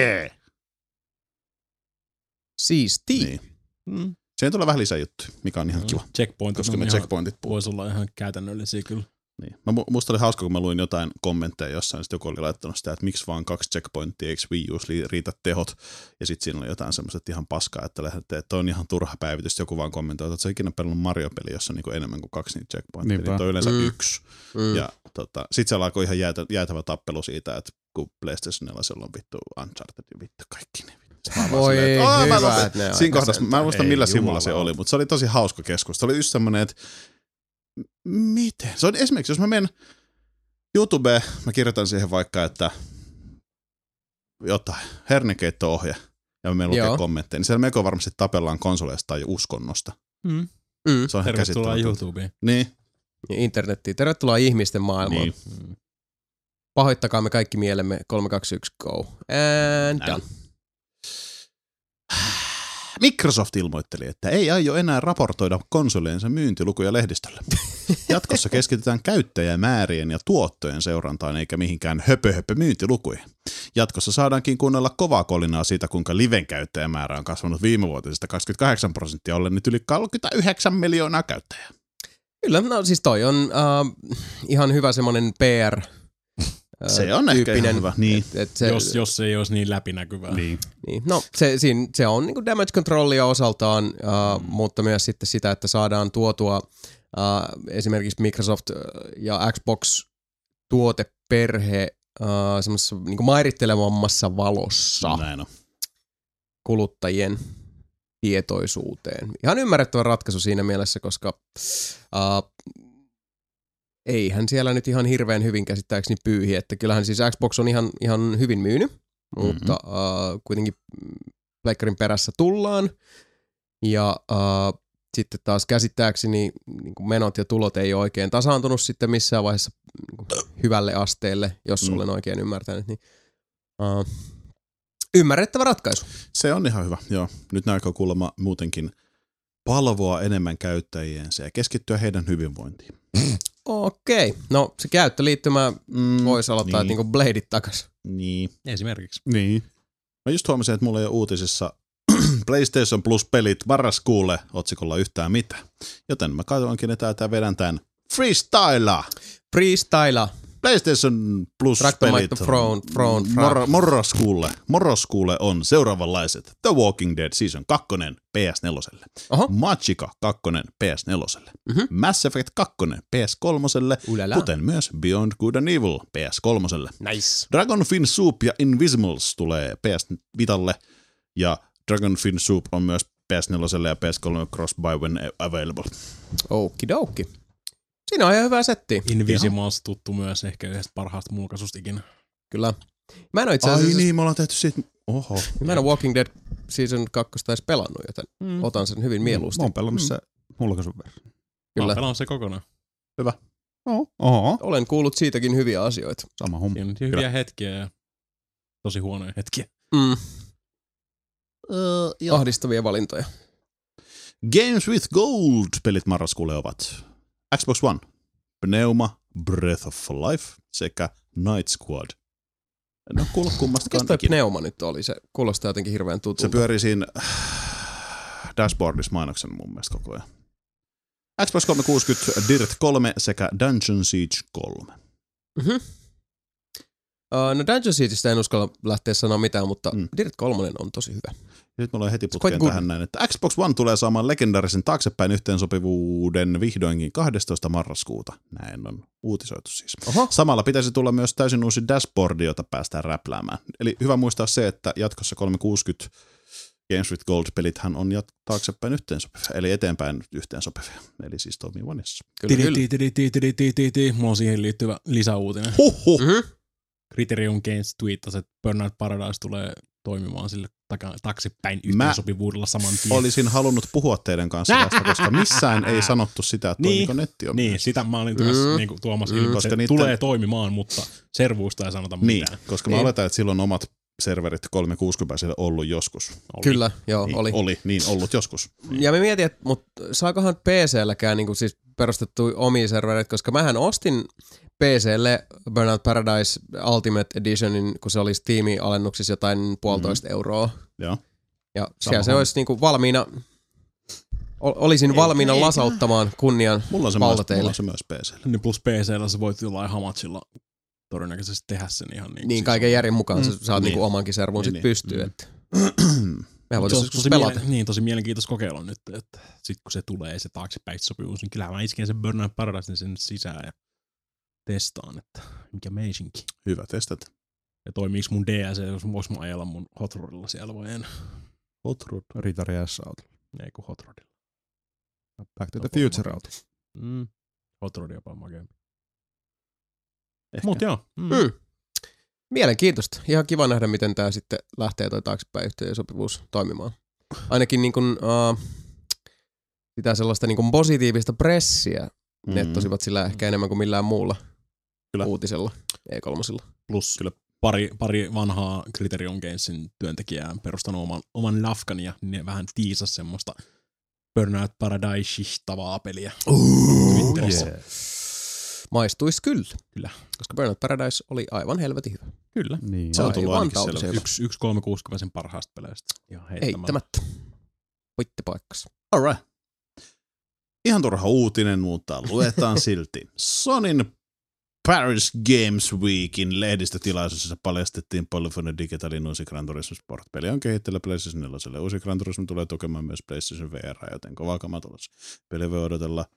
Siistiä. Niin. Siihen tulee vähän lisää juttuja, mikä on ihan kiva. Koska me checkpointit voisi olla ihan käytännöllisiä kyllä. Niin. Musta oli hauska, kun mä luin jotain kommentteja jossain, sitten joku oli laittanut sitä, että miksi vaan 2 checkpointtia, eikö Wii U:ssa riitä tehot, ja sitten siinä oli jotain semmoista ihan paskaa, että on ihan turha päivitys, joku vaan kommentoi, että se on ikinä pelannut Mario-peli, jossa on niin enemmän kuin 2 niitä checkpointteja, niin on yleensä 1. Ja sitten siellä alkoi ihan jäätävä tappelu siitä, että kun PlayStationilla on vittu Uncharted ja vittu kaikki, niin voi hyvä, että siinä kohdassa, mä en muista millä sivulla se oli, mutta se oli tosi hauska keskustelu. Se oli just semmoinen, että miten? Se on esimerkiksi, jos mä menen YouTubeen, mä kirjoitan siihen vaikka, että jotain, hernekeitto-ohje, ja mä menen lukemaan kommentteja, niin siellä melko varmasti tapellaan konsoleista tai uskonnosta. Se on ihan tervetuloa YouTubeen. Niin. Ja internettiin. Tervetuloa ihmisten maailmaan. Niin. Pahoittakaamme kaikki mielemme 3, 2, 1, go. And done. Microsoft ilmoitteli, että ei aio enää raportoida konsoliensa myyntilukuja lehdistölle. Jatkossa keskitytään käyttäjämäärien ja tuottojen seurantaan eikä mihinkään höpö myyntilukuihin. Jatkossa saadaankin kuunnella kovaa kolinaa siitä, kuinka liven käyttäjämäärä on kasvanut viimevuotisesta 28% ollen nyt yli 39 miljoonaa käyttäjää. Kyllä, no siis toi on ihan hyvä semmoinen PR. Se on ehkä ihan hyvä, niin. Jos se ei olisi niin läpinäkyvää. Niin. No se on niinku damage controlia osaltaan, mutta myös sitten sitä, että saadaan tuotua esimerkiksi Microsoft ja Xbox tuoteperhe semmoisessa niinku mairittelemammassa valossa kuluttajien tietoisuuteen. Ihan ymmärrettävä ratkaisu siinä mielessä, koska eihän siellä nyt ihan hirveän hyvin käsittääkseni pyyhi, että kyllähän siis Xbox on ihan hyvin myynyt, mutta kuitenkin pleikkarin perässä tullaan ja sitten taas käsittääkseni niin kuin menot ja tulot ei ole oikein tasaantunut sitten missään vaiheessa niin kuin hyvälle asteelle, jos olen oikein ymmärtänyt, niin ymmärrettävä ratkaisu. Se on ihan hyvä, joo. Nyt näykö kuulemma muutenkin palvoa enemmän käyttäjiensä ja keskittyä heidän hyvinvointiin. Okei. No se käyttöliittymä voisi aloittaa niin. Niinku Bladeit takas. Niin. Esimerkiksi. Niin. Mä just huomasin, että mulla ei ole uutisissa PlayStation Plus-pelit marraskuulle otsikolla yhtään mitään. Joten mä katsoinkin, että täältä vedän tämän Freestyla. PlayStation Plus-pelit morraskuulle on seuraavanlaiset. The Walking Dead Season 2 PS4. Magicka 2 PS4. Mass Effect 2 PS3, kuten myös Beyond Good and Evil PS3. Nice. Dragonfin Soup ja Invisibles tulee PS Vitalle ja Dragonfin Soup on myös PS4 ja PS3 cross-buy when available. Okidoki. Siinä on ihan hyvä setti. Invisibles tuttu myös ehkä yhdestä parhaasta mulkaisusta ikinä. Kyllä. Mä en ole itse asiassa... Ai niin, me ollaan tehty siitä... Oho. Mä en ole Walking Dead Season 2 edes pelannut, joten otan sen hyvin mieluusti. Mä oon pelannut se mulkaisun verran. Kyllä. Mä oon pelannut se kokonaan. Hyvä. Oho. Olen kuullut siitäkin hyviä asioita. Sama homma. Siinä on hyviä hetkiä ja tosi huonoja hetkiä. Ahdistavia valintoja. Games with Gold-pelit marraskuulle ovat Xbox One, Pneuma, Breath of Life sekä Night Squad. En ole kuullut kummastakaan ikinä. Mikäs toi Pneuma nyt oli? Se kuulostaa jotenkin hirveän tutulta. Se pyörii siinä dashboardissa mainoksen mun mielestä koko ajan. Xbox 360, Dirt 3 sekä Dungeon Siege 3. No Dungeon Siegeistä en uskalla lähteä sanoa mitään, mutta Dirt 3 on tosi hyvä. Nyt mulla on heti putkeen tähän näin, että Xbox One tulee saamaan legendaarisen taaksepäin yhteensopivuuden vihdoinkin 12. marraskuuta. Näin on uutisoitu siis. Oho. Samalla pitäisi tulla myös täysin uusi dashboardi, jota päästään räpläämään. Eli hyvä muistaa se, että jatkossa 360 Games with Gold-pelithän on taaksepäin yhteensopivia, eli eteenpäin yhteensopivia. Eli siis toimii Oneissa. Mulla on siihen liittyvä lisäuutinen. Criterion Games twiittasi, että Burnout Paradise tulee toimimaan sille taaksepäin yhteensopivuudella saman tien. Olisin halunnut puhua teidän kanssa tästä, koska missään ei sanottu sitä, että toimiko netti on. Niin, sitä mä olin niin tuomassa ilmi, koska se tulee toimimaan, mutta servuista ei sanota mitään. Niin, koska mä oletan, että silloin omat serverit 360 ollut joskus. Kyllä, joo, niin, oli. Ollut joskus. Ja me mietin, että saakohan PC:lläkään niin siis perustettu omia servereitä, koska mähän ostin PC:lle Burnout Paradise Ultimate Editionin, kun se oli Steam-alennuksissa jotain 1,5 euroa. Joo. Ja siellä se olisi niinku valmiina, olisin valmiina lasauttamaan kunnian valtateille. Mulla on se myös PC:llä. Niin plus PC:llä sä voit jollain hamatsilla todennäköisesti tehdä sen ihan niin. Niin kaiken järjen mukaan sä saat niinku omankin servun sit pystyyn. Että mehän voitaisiin joskus pelata. Tosi mielenkiintoista kokeilla nyt, että sit kun se tulee se taaksepäin sopivuus, niin kyllähän mä isken sen Burnout Paradise sen sisään ja testaan, että mikä meisinkin. Hyvä, testat. Ja toimiiks mun DLC, jos vois mä ajella mun Hot Rodilla siellä vai en? Hot Rod? Ritari S-auto. Ei kun Hot Rodilla. Back to the Future-auto. Hot Rod jopa makeampi. Mut joo. Mielenkiintoista. Ihan kiva nähdä, miten tää sitten lähtee toi taaksepäin yhteensopivuus toimimaan. Ainakin niin kun, sitä sellaista niin kun positiivista pressiä nettosivat sillä ehkä enemmän kuin millään muulla uutisella E3:lla. Plus kyllä pari vanhaa Criterion Gamesin työntekijää perustanut oman lafkan ja ne vähän tiisas semmoista Burnout Paradise-tavaa peliä. Yeah. Maistuisi kyllä. Koska Burnout Paradise oli aivan helvetin hyvä. Kyllä. Niin. Se on tullut ainakin selvä. Yksi 360 parhaasta peleistä. Eittämättä. Voitte paikkas. Alright. Ihan turha uutinen, mutta luetaan silti. Sonyn Paris Games Weekin lehdistötilaisuudessa paljastettiin Polyphony Digitalin uusi Gran Turismo Sport-peli on kehitteillä PlayStation 4. Uusi Gran Turismo tulee tukemaan myös PlayStation VR, joten kovaa kamaa tulossa. Peli voi odotella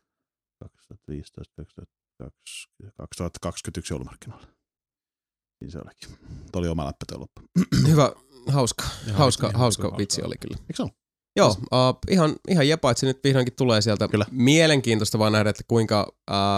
2021 joulumarkkinoilla. Niin se olikin. Tuo oli oma läppätyön loppu. Hyvä, hauska vitsi oli kyllä. Eikö se ole? Joo, ihan jepa, että se nyt vihdoinkin tulee sieltä. Kyllä. Mielenkiintoista vaan nähdä, että kuinka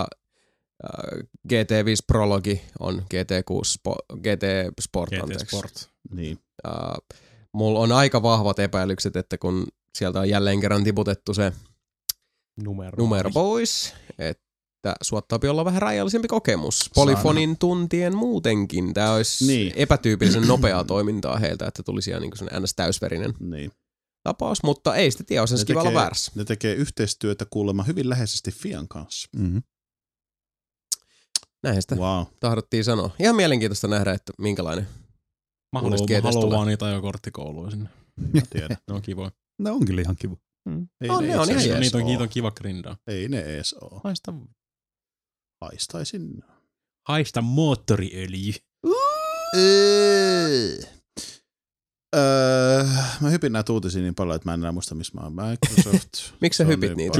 GT5 Prologi on GT Sport. Niin. Mulla on aika vahvat epäilykset, että kun sieltä on jälleen kerran tiputettu se numero pois, että suottaapi olla vähän rajallisempi kokemus. Polyfonin tuntien muutenkin. Tämä olisi epätyypillisen nopeaa toimintaa heiltä, että tulisi ihan niin kuin NS-täysverinen tapaus, mutta ei sitä tiedä, olisi kiva olla väärässä. Ne tekee yhteistyötä kuulemma hyvin läheisesti Fian kanssa. Mm-hmm. Näin sitä tahdottiin sanoa. Ihan mielenkiintoista nähdä, että minkälainen mä haluan vaan niitä ajokorttikouluja sinne. Mä tiedän. Ne on kivoja. Ne on kyllä ihan kiva. Ne on ihan jees. Niitä on kiva grindaa. Ei ne ees oo. Haistaisin. Haista moottoriöljy. Mä hypin näitä uutisia niin paljon, että mä en enää muista, missä mä oon. Microsoft. Miksi sä hypit niitä?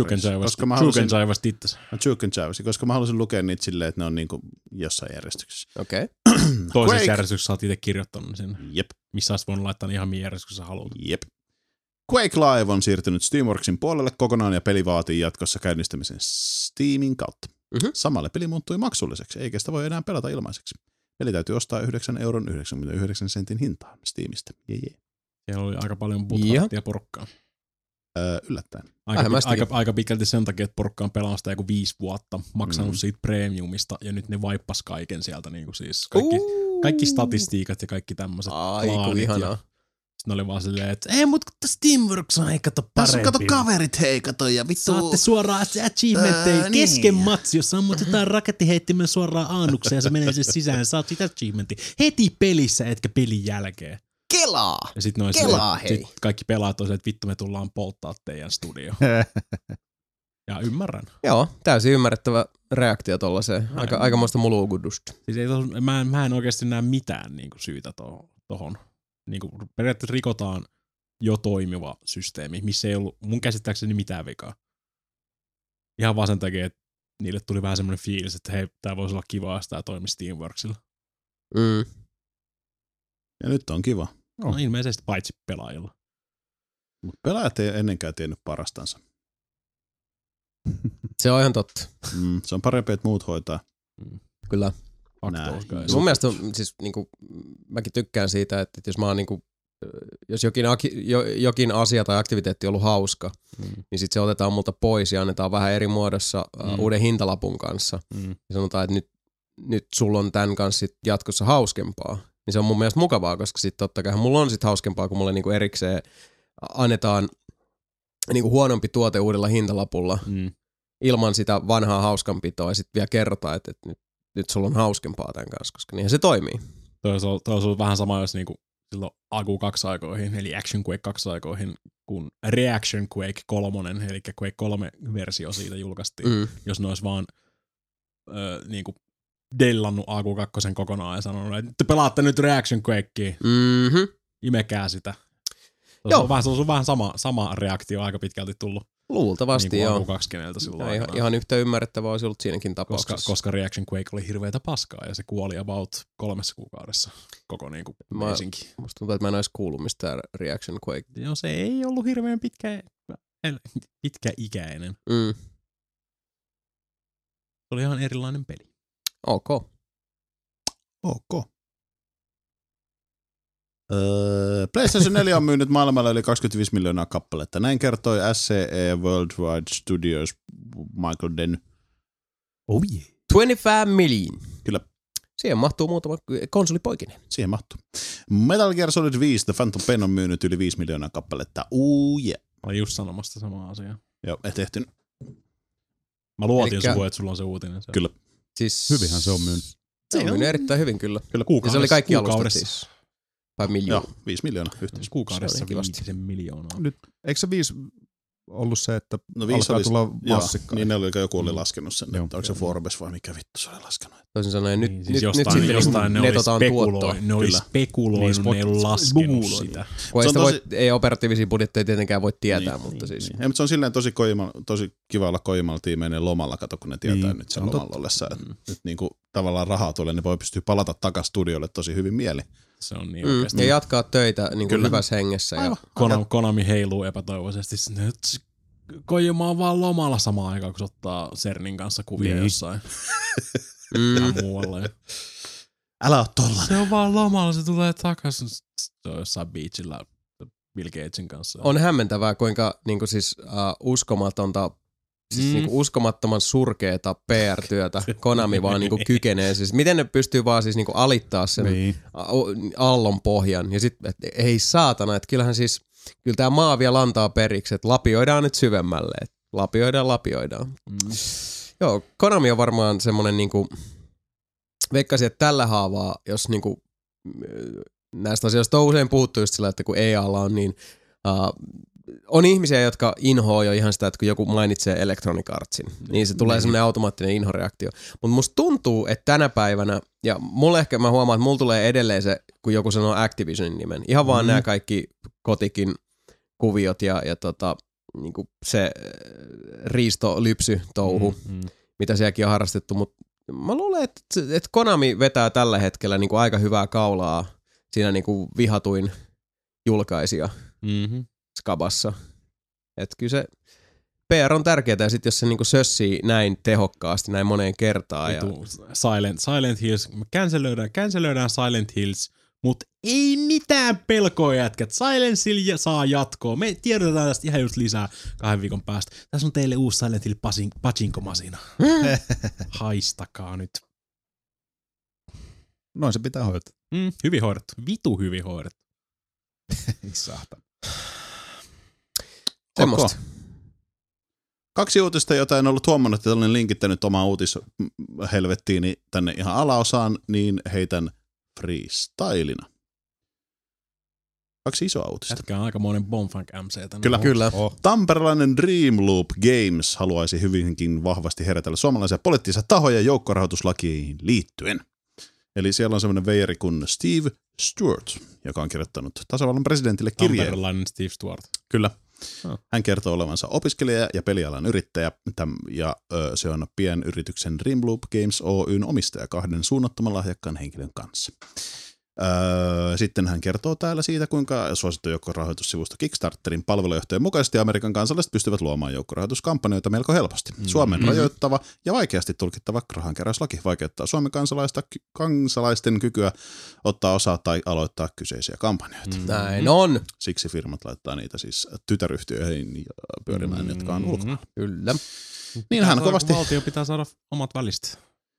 Koska mä halusin lukea niitä silleen, että ne on niinku jossain järjestyksessä. Okei. Toisessa järjestyksessä sä oot itse kirjoittanut sen. Jep. Missä oot voinut laittaa ihan mihin järjestyksessä haluat. Jep. Quake Live on siirtynyt Steamworksin puolelle kokonaan ja peli vaatii jatkossa käynnistämisen Steamin kautta. Mm-hmm. Samalla peli muuttui maksulliseksi, eikä sitä voi enää pelata ilmaiseksi. Peli täytyy ostaa 9,99 € hintaan Steamista. Siellä oli aika paljon buthattia porukkaa. Yllättäen. Aika pitkälti sen takia, että porukka on pelannut sitä joku 5 vuotta, maksanut siitä premiumista, ja nyt ne vaippas kaiken sieltä. Niin kuin siis kaikki statistiikat ja kaikki tämmöiset. Aiku ihanaa. Sitten oli vaan silleen, että ei mut Steamworks on kato parempi. Tässä on kato kaverit kato ja vittu. Saatte suoraan achievementteja kesken matsi, jos ammut jotain rakettiheittimen suoraan aanukseen ja se menee sen sisään, saat sitä achievementia heti pelissä etkä pelin jälkeen. Kelaa! Ja sit sit kaikki pelaat on se, että vittu me tullaan polttaa teidän studio. Ja ymmärrän. Joo, täysin ymmärrettävä reaktio tollaiseen. Aikamoista muluukudusta. Siis mä en oikeasti näe mitään niinku syytä tohon. Niin kuin periaatteessa rikotaan jo toimiva systeemi, missä ei ollut mun käsittääkseni mitään vikaa. Ihan vaan sen takia, että niille tuli vähän semmoinen fiilis, että hei, tää voisi olla kivaa, jos tää toimisi Steamworksilla. Ja nyt on kiva. No ilmeisesti paitsi pelaajilla. Mutta pelaajat ei ennenkään tiennyt parastansa. Se on ihan totta. Se on parempi, että muut hoitaa. Kyllä. Mun mielestä siis niinku, mäkin tykkään siitä, että jos mä oon niinku, jos jokin asia tai aktiviteetti on ollut hauska, niin sit se otetaan multa pois ja annetaan vähän eri muodossa uuden hintalapun kanssa. Ja sanotaan, että nyt sulla on tän kanssa sit jatkossa hauskempaa. Niin se on mun mielestä mukavaa, koska sit totta kai mulla on sit hauskempaa, kun mulle niinku erikseen annetaan niinku huonompi tuote uudella hintalapulla ilman sitä vanhaa hauskanpitoa ja sit vielä kerrotaan, että nyt sulla on hauskempaa tämän kanssa, koska niinhän se toimii. Toi on ollut vähän sama, jos niinku silloin Agu 2 aikoihin, eli Action Quake 2 aikoihin, kun Reaction Quake 3, eli Quake 3 versio siitä julkaistiin. Jos ne olisi vaan niinku dellannut Agu 2 kokonaan ja sanonut, että te pelaatte nyt Reaction Quakea. Imekää sitä. Se on vähän sama reaktio aika pitkälti tullut. Luultavasti niin joo. Ihan yhtä ymmärrettävää olisi ollut siinäkin tapauksessa. Koska Reaction Quake oli hirveätä paskaa ja se kuoli about 3 kuukaudessa koko niinku meisinkin. Musta tuntuu, että mä en olisi kuullut mistään Reaction Quake. Joo, se ei ollut hirveän pitkäikäinen. Se oli ihan erilainen peli. Ok. PlayStation 4 on myynyt maailmalla yli 25 miljoonaa kappaletta. Näin kertoi SCE Worldwide Studios Michael Den. Oh yeah. 25 million. Kyllä. Siihen mahtuu muutama konsolipoikinen. Siihen mahtuu. Metal Gear Solid 5 The Phantom Pain on myynyt yli 5 miljoonaa kappaletta. Yeah. Mä olin just sanomassa samaa asiaa. Joo, et ehtinyt. Mä luotin sua, että sulla on se uutinen. Kyllä. Siis hyvinhän se on myynyt. Se on myynyt erittäin hyvin kyllä. Kuukaudessa. Ja se oli kaikki alustat siis. Vai miljoona? Joo, 5 miljoonaa yhteensä. Kuukaudessa 5 miljoonaa. Nyt, eikö se 5 ollut se, että 5 alkaa oli, tulla massikkaa? Niin joku oli laskenut sen, että onko se Forbes vai mikä vittu se oli laskenut. Toisin sanoen, nyt, niin, siis nyt sitten netotaan tuottoa. Ne oli spekuloinut, ne ei ollut laskenut sitä. Kun ei operatiivisia budjetteja tietenkään voi tietää, niin, mutta siis. Ei, mutta se on silleen tosi kiva olla Kojimalla tiimeen lomalla, kato kun ne tietää nyt sen lomalla ollessa. Nyt niinku tavallaan rahaa tulee, niin voi pystyä palata takaisin studiolle tosi hyvin mieli. Se on niin oikeasti. Ja jatkaa töitä niin kuin hyvässä hengessä. Ja Konami heiluu epätoivoisesti. Kojima on vaan lomalla samaan aikaan, kun se ottaa Cernin kanssa kuvia jossain. Ihan muualle. Älä oo tollanen. Se on vaan lomalla, se tulee takaisin. Se on jossain beachillä Bill Gatesin kanssa. On hämmentävää, kuinka niin kuin siis, uskomatonta, siis niin kuin uskomattoman surkeeta PR-työtä Konami vaan niin kuin kykenee. Siis miten ne pystyy vaan siis niin kuin alittaa sen aallon pohjan. Ja sitten, ei saatana, että kyllähän siis, kyllä tämä maa vielä antaa periksi, että lapioidaan nyt syvemmälle. Että lapioidaan. Joo, Konami on varmaan semmoinen niinku, veikkaisin, että tällä haavaa, jos niinku, näistä asioista on usein puhuttu just sillä, että kun EA:lla on niin, on ihmisiä, jotka inhoaa jo ihan sitä, että kun joku mainitsee Electronic Artsin, niin se tulee semmoinen automaattinen inhoreaktio. Mutta musta tuntuu, että tänä päivänä, ja mulle ehkä mä huomaan, että mulla tulee edelleen se, kun joku sanoo Activisionin nimen, ihan vaan nämä kaikki kotikin kuviot ja niinku se riistolypsy-touhu, mitä sielläkin on harrastettu, mutta mä luulen, että Konami vetää tällä hetkellä niinku aika hyvää kaulaa siinä niinku vihatuin julkaisija skabassa. Että kyllä se PR on tärkeää, ja sitten jos se niinku sössii näin tehokkaasti, näin moneen kertaan. Silent Hills, cancelöidään Silent Hills, mutta ei mitään pelkoa jätkät. Silent Hill saa jatkoa. Me tiedetään tästä ihan just lisää 2 viikon päästä. Tässä on teille uusi Silent Hill pachinko-masina. Haistakaa nyt. Noin se pitää hoitaa. Hyvin hoidettu. Vitu hyvin hoidettu. Ei saata. Semmosta. 2 uutista, jota en ollut huomannut, että olen linkittänyt omaa uutishelvettiini tänne ihan alaosaan, niin heitän freestylina. 2 isoa uutista. Jätkä on aikamoinen Bonfunk MC tänne. Kyllä. Tamperelainen Dreamloop Games haluaisi hyvinkin vahvasti herätellä suomalaisia poliittisia tahoja joukkorahoituslakiin liittyen. Eli siellä on semmoinen veijari kuin Steve Stewart, joka on kirjoittanut tasavallan presidentille kirjeen. Tamperelainen Steve Stewart. Kyllä. Hän kertoo olevansa opiskelija ja pelialan yrittäjä, ja se on pienyrityksen Dreamloop Games Oyn omistaja 2 suunnattoman lahjakkaan henkilön kanssa. Sitten hän kertoo täällä siitä, kuinka suosittu joukkorahoitussivusto Kickstarterin palvelujohtojen mukaisesti Amerikan kansalaiset pystyvät luomaan joukkorahoituskampanjoita melko helposti. Suomen rajoittava ja vaikeasti tulkittava rahankeräyslaki vaikeuttaa Suomen kansalaisten kykyä ottaa osaa tai aloittaa kyseisiä kampanjoita. Näin on. Siksi firmat laittaa niitä siis tytäryhtiöihin pyörimään, jotka on ulkomailla. Kyllä. Niin hän kovasti. Valtio pitää saada omat välistä.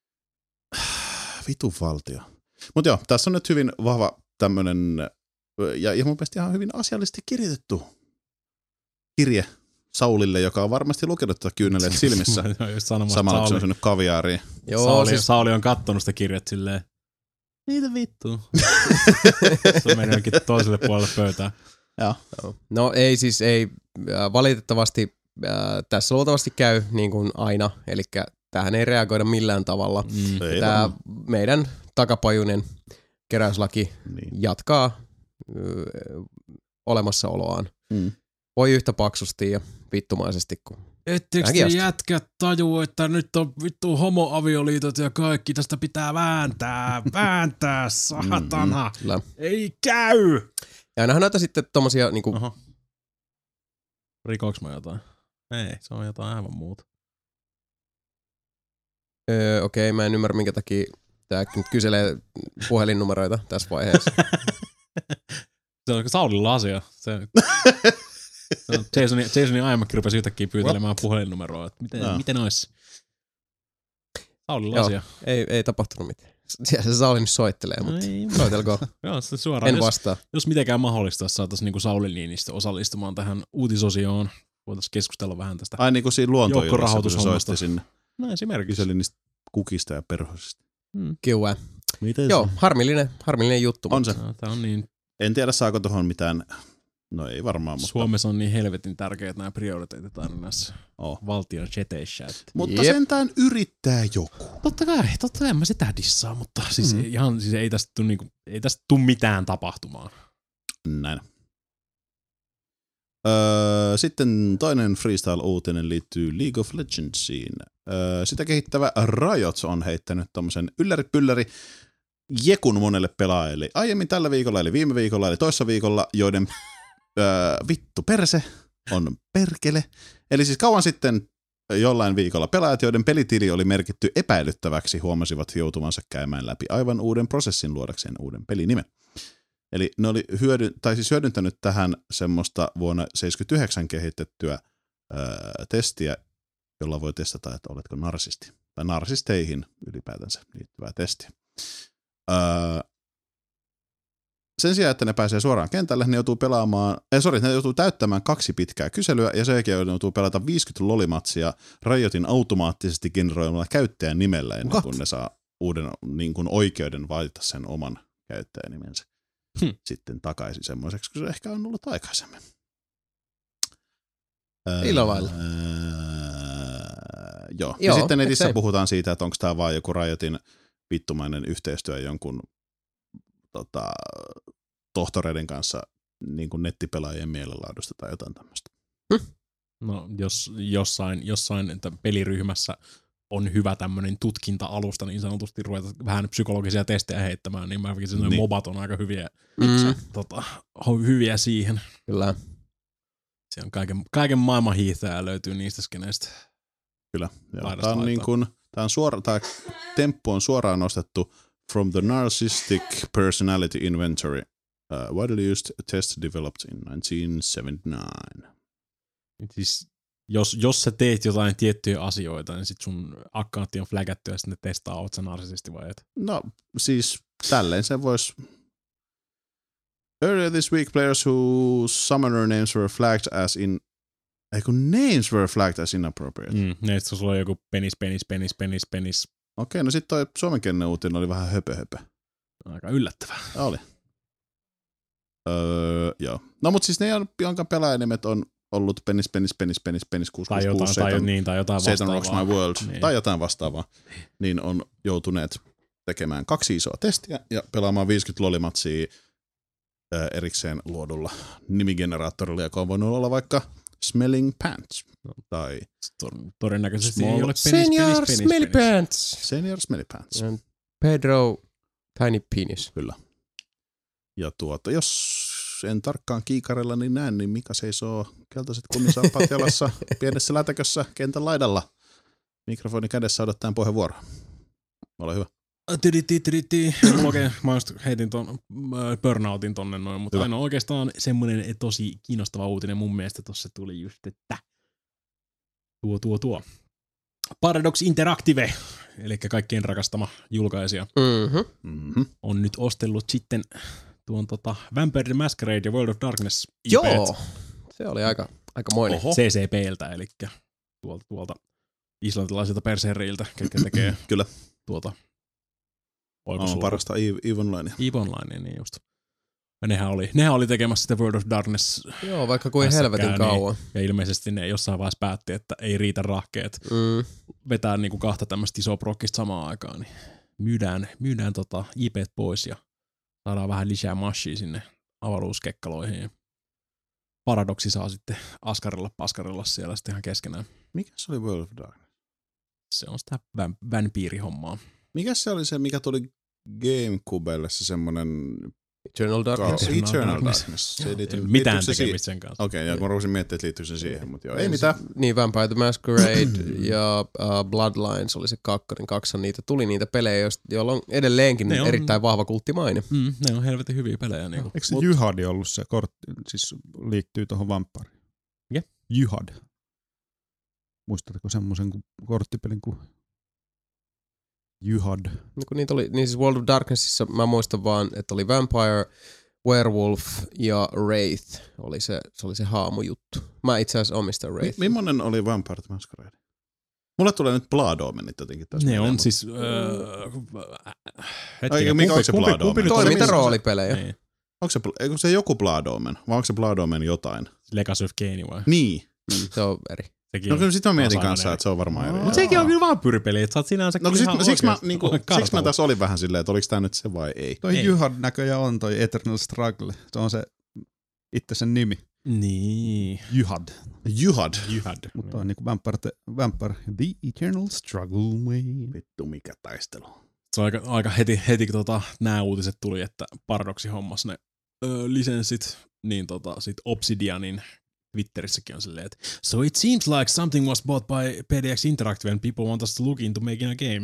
Vitu valtio. Mutta joo, tässä on nyt hyvin vahva tämmönen, ja mun mielestä ihan hyvin asiallisesti kirjoitettu kirje Saulille, joka on varmasti lukenut tätä kyyneleet silmissä. Samalla kun se on syönyt kaviaaria. Joo, Sauli on kattonut sitä kirjat silleen, mitä vittua. Se meni jonkin toiselle puolelle pöytään. Joo. No ei siis, ei valitettavasti tässä luultavasti käy niin kuin aina, eli tähän ei reagoida millään tavalla. Tämä meidän takapajuinen keräyslaki jatkaa olemassaoloaan. Voi yhtä paksusti ja vittumaisesti kuin ettekö te jätkät tajuu, että nyt on vittu homoavioliitot ja kaikki, tästä pitää vääntää, saatana. Ei käy! Ja ainahan näitä sitten tommosia niinku... Rikoks mä jotain? Ei, se on jotain aivan muuta. Okei, mä en ymmärrä minkä takia tää nyt kyselee puhelinnumeroita tässä vaiheessa. Se on Saulilla asia. Jasonin aiemmakin rupesi yhtäkkiä pyytelemään puhelinnumeroa. Miten ois? Saulilla asia. Ei tapahtunut mitään. Se Sauli nyt soittelee, mutta soitelkoon. Joo, se suoraan. En vastaa. Jos mitenkään mahdollista, saataisiin niinku Sauli Niinistö osallistumaan tähän uutisosioon. Voitaisiin keskustella vähän tästä ai niin kuin siinä luontoillassa, kun se soitti sinne. No esimerkiksi. Kyseli niistä kukista ja perhosista. Kyllä. Joo, harmillinen juttu. On se. No, tää on niin... En tiedä, saako tuohon mitään... No ei varmaan, mutta... Suomessa on niin helvetin tärkeät nämä prioriteetit aina näissä valtion cheteissä. Mutta sentään yrittää joku. Totta kai mä sitä dissaa, mutta siis ihan siis ei tästä tule mitään tapahtumaan. Näin. Sitten toinen freestyle-uutinen liittyy League of Legendsiin. Sitä kehittävä Riot on heittänyt tommosen ylläri-pylläri jekun monelle pelaajalle. Aiemmin tällä viikolla, eli viime viikolla, eli toissa viikolla, joiden vittu perse on perkele. Eli siis kauan sitten jollain viikolla pelaajat, joiden pelitili oli merkitty epäilyttäväksi, huomasivat joutuvansa käymään läpi aivan uuden prosessin luodakseen uuden pelinimen. Eli ne oli hyödyntänyt tähän semmoista vuonna 1979 kehitettyä testiä, jolla voi testata, että oletko narsisti. Tai narsisteihin ylipäätänsä liittyvää testiä. Sen sijaan, että ne pääsee suoraan kentälle, ne joutuu täyttämään 2 pitkää kyselyä, ja sen jälkeen joutuu pelata 50 lolimatsia Riotin automaattisesti generoimalla käyttäjän nimellä, ennen kuin ne saa uuden niin kuin oikeuden valita sen oman käyttäjänimensä sitten takaisin semmoiseksi, kun se ehkä on ollut aikaisemmin. Ilovailla. Joo. Ja sitten netissä puhutaan siitä, että onko tämä vaan joku Riotin vittumainen yhteistyö jonkun tohtoreiden kanssa niin kuin nettipelaajien mielenlaadusta tai jotain tämmöistä. No jos jossain peliryhmässä on hyvä tämmöinen tutkinta-alusta, niin sanotusti ruveta vähän psykologisia testejä heittämään, niin mä fiksin, että niin. Mobat on aika hyviä siihen. Kyllä. Se on kaiken maailman hiihtää löytyy niistä skeneistä. Kyllä. Tämä on niin kuin, tämä temppu on suoraan nostettu from the Narcissistic Personality Inventory, widely used test developed in 1979. Siis jos sä teet jotain tiettyjä asioita, niin sit sun accountti on flagattu ja sitten ne testaa, oot sä narsissisti vai et? No siis tälleen se vois... Earlier this week, players whose summoner names were flagged as names were flagged as inappropriate. Neistä sulla on joku penis. Okei, no sit toi suomenkielinen uutinen oli vähän höpö. Aika yllättävää. Oli. Joo. No mut siis ne, jonka pelaajanimet on ollut penis 6667 tai jotain vastaavaa. Satan Rocks My World niin. Tai jotain vastaavaa, niin on joutuneet tekemään 2 isoa testiä ja pelaamaan 50 lolimatsia erikseen luodulla nimigeneraattorilla, joka on voinut olla vaikka Smelling Pants. Tai todennäköisesti ei ole Senior Smelly Pants. Senior Smelly Pants. Pedro Tiny Penis. Kyllä. Ja jos en tarkkaan kiikarella niin näen, niin Mika seisoo keltaiset kumisaappaat jalassa pienessä lätäkössä kentän laidalla. Mikrofoni kädessä odottaen puheenvuoroa. Ole hyvä. Mä just heitin ton burnoutin tonne noin, mutta ainoa oikeastaan semmoinen tosi kiinnostava uutinen mun mielestä tossa tuli just, että tuo. Paradox Interactive, eli kaikkien rakastama julkaisija, on nyt ostellut sitten tuon Vampire the Masquerade ja World of Darkness IP:t. Joo, se oli aikamoinen. CCP:ltä, eli tuolta islantilaisilta perseherreiltä, ketkä tekee kyllä tuota parasta EVE Onlinea. EVE Onlinea, niin just. Ja nehän oli tekemässä sitä World of Darkness. Joo, vaikka kuin helvetin kauan. Ja ilmeisesti ne jossain vaiheessa päätti, että ei riitä rahkeet vetää niinku 2 tämmöistä isoa prokkista samaan aikaan. Niin myydään IP:t pois ja saadaan vähän lisää mashia sinne avaruuskekkaloihin. Paradoksi saa sitten paskarilla siellä sitten ihan keskenään. Mikä se oli World of Darkness? Se on sitä vampyyrihommaa. Mikä se oli se, mikä tuli GameCubelle, se semmonen... Eternal Darkness. Eternal Darkness. Se mitään tekemistä sen kanssa. Okei, ja mä ruusin miettiä, että liittyykö se siihen, mutta joo, ei mitään. Niin, Vampire the Masquerade ja Bloodlines oli se 2 niitä tuli niitä pelejä, joilla on edelleenkin erittäin vahva kulttimaine. Ne on helvetin hyviä pelejä. Niin eikö se Jyhadi ollut se kortti, siis liittyy tuohon Vampariin? Mikä? Jyhad. Muistatko semmoisen korttipelin kuin Jyhad. Niitä oli, niin siis World of Darknessissa mä muistan vaan, että oli Vampire, Werewolf ja Wraith. Se oli se haamujuttu. Mä itse asiassa omistan Wraith. Millainen oli Vampire the Masquerade? Mulle tulee nyt Blood Omenit jotenkin tässä. Ne on siis... Onko se Blood Omen? Toimintaroolipelejä. Niin. Onko se joku Blood Omen? Vai onko se Blood Omen jotain? Legacy of Kain vai? Niin. Se on eri. No kyllä sit mä mietin kanssa, että se on varmaan eri. Mutta sekin on kyllä vampyyripeli, että sä oot sinänsä siksi mä taas olin vähän silleen, että oliko tää nyt se vai ei. Toi Jyhad näköjään on toi Eternal Struggle. Se on se itse sen nimi. Niin. Jyhad. Mutta on niinku Vampire The Eternal Struggle way. Vittu mikä taistelu. Se on aika heti nämä uutiset tuli, että Paradoxi hommas ne lisenssit, niin sit Obsidianin Twitterissäkin on silleen, että so it seems like something was bought by PDX Interactive and people want us to look into making a game.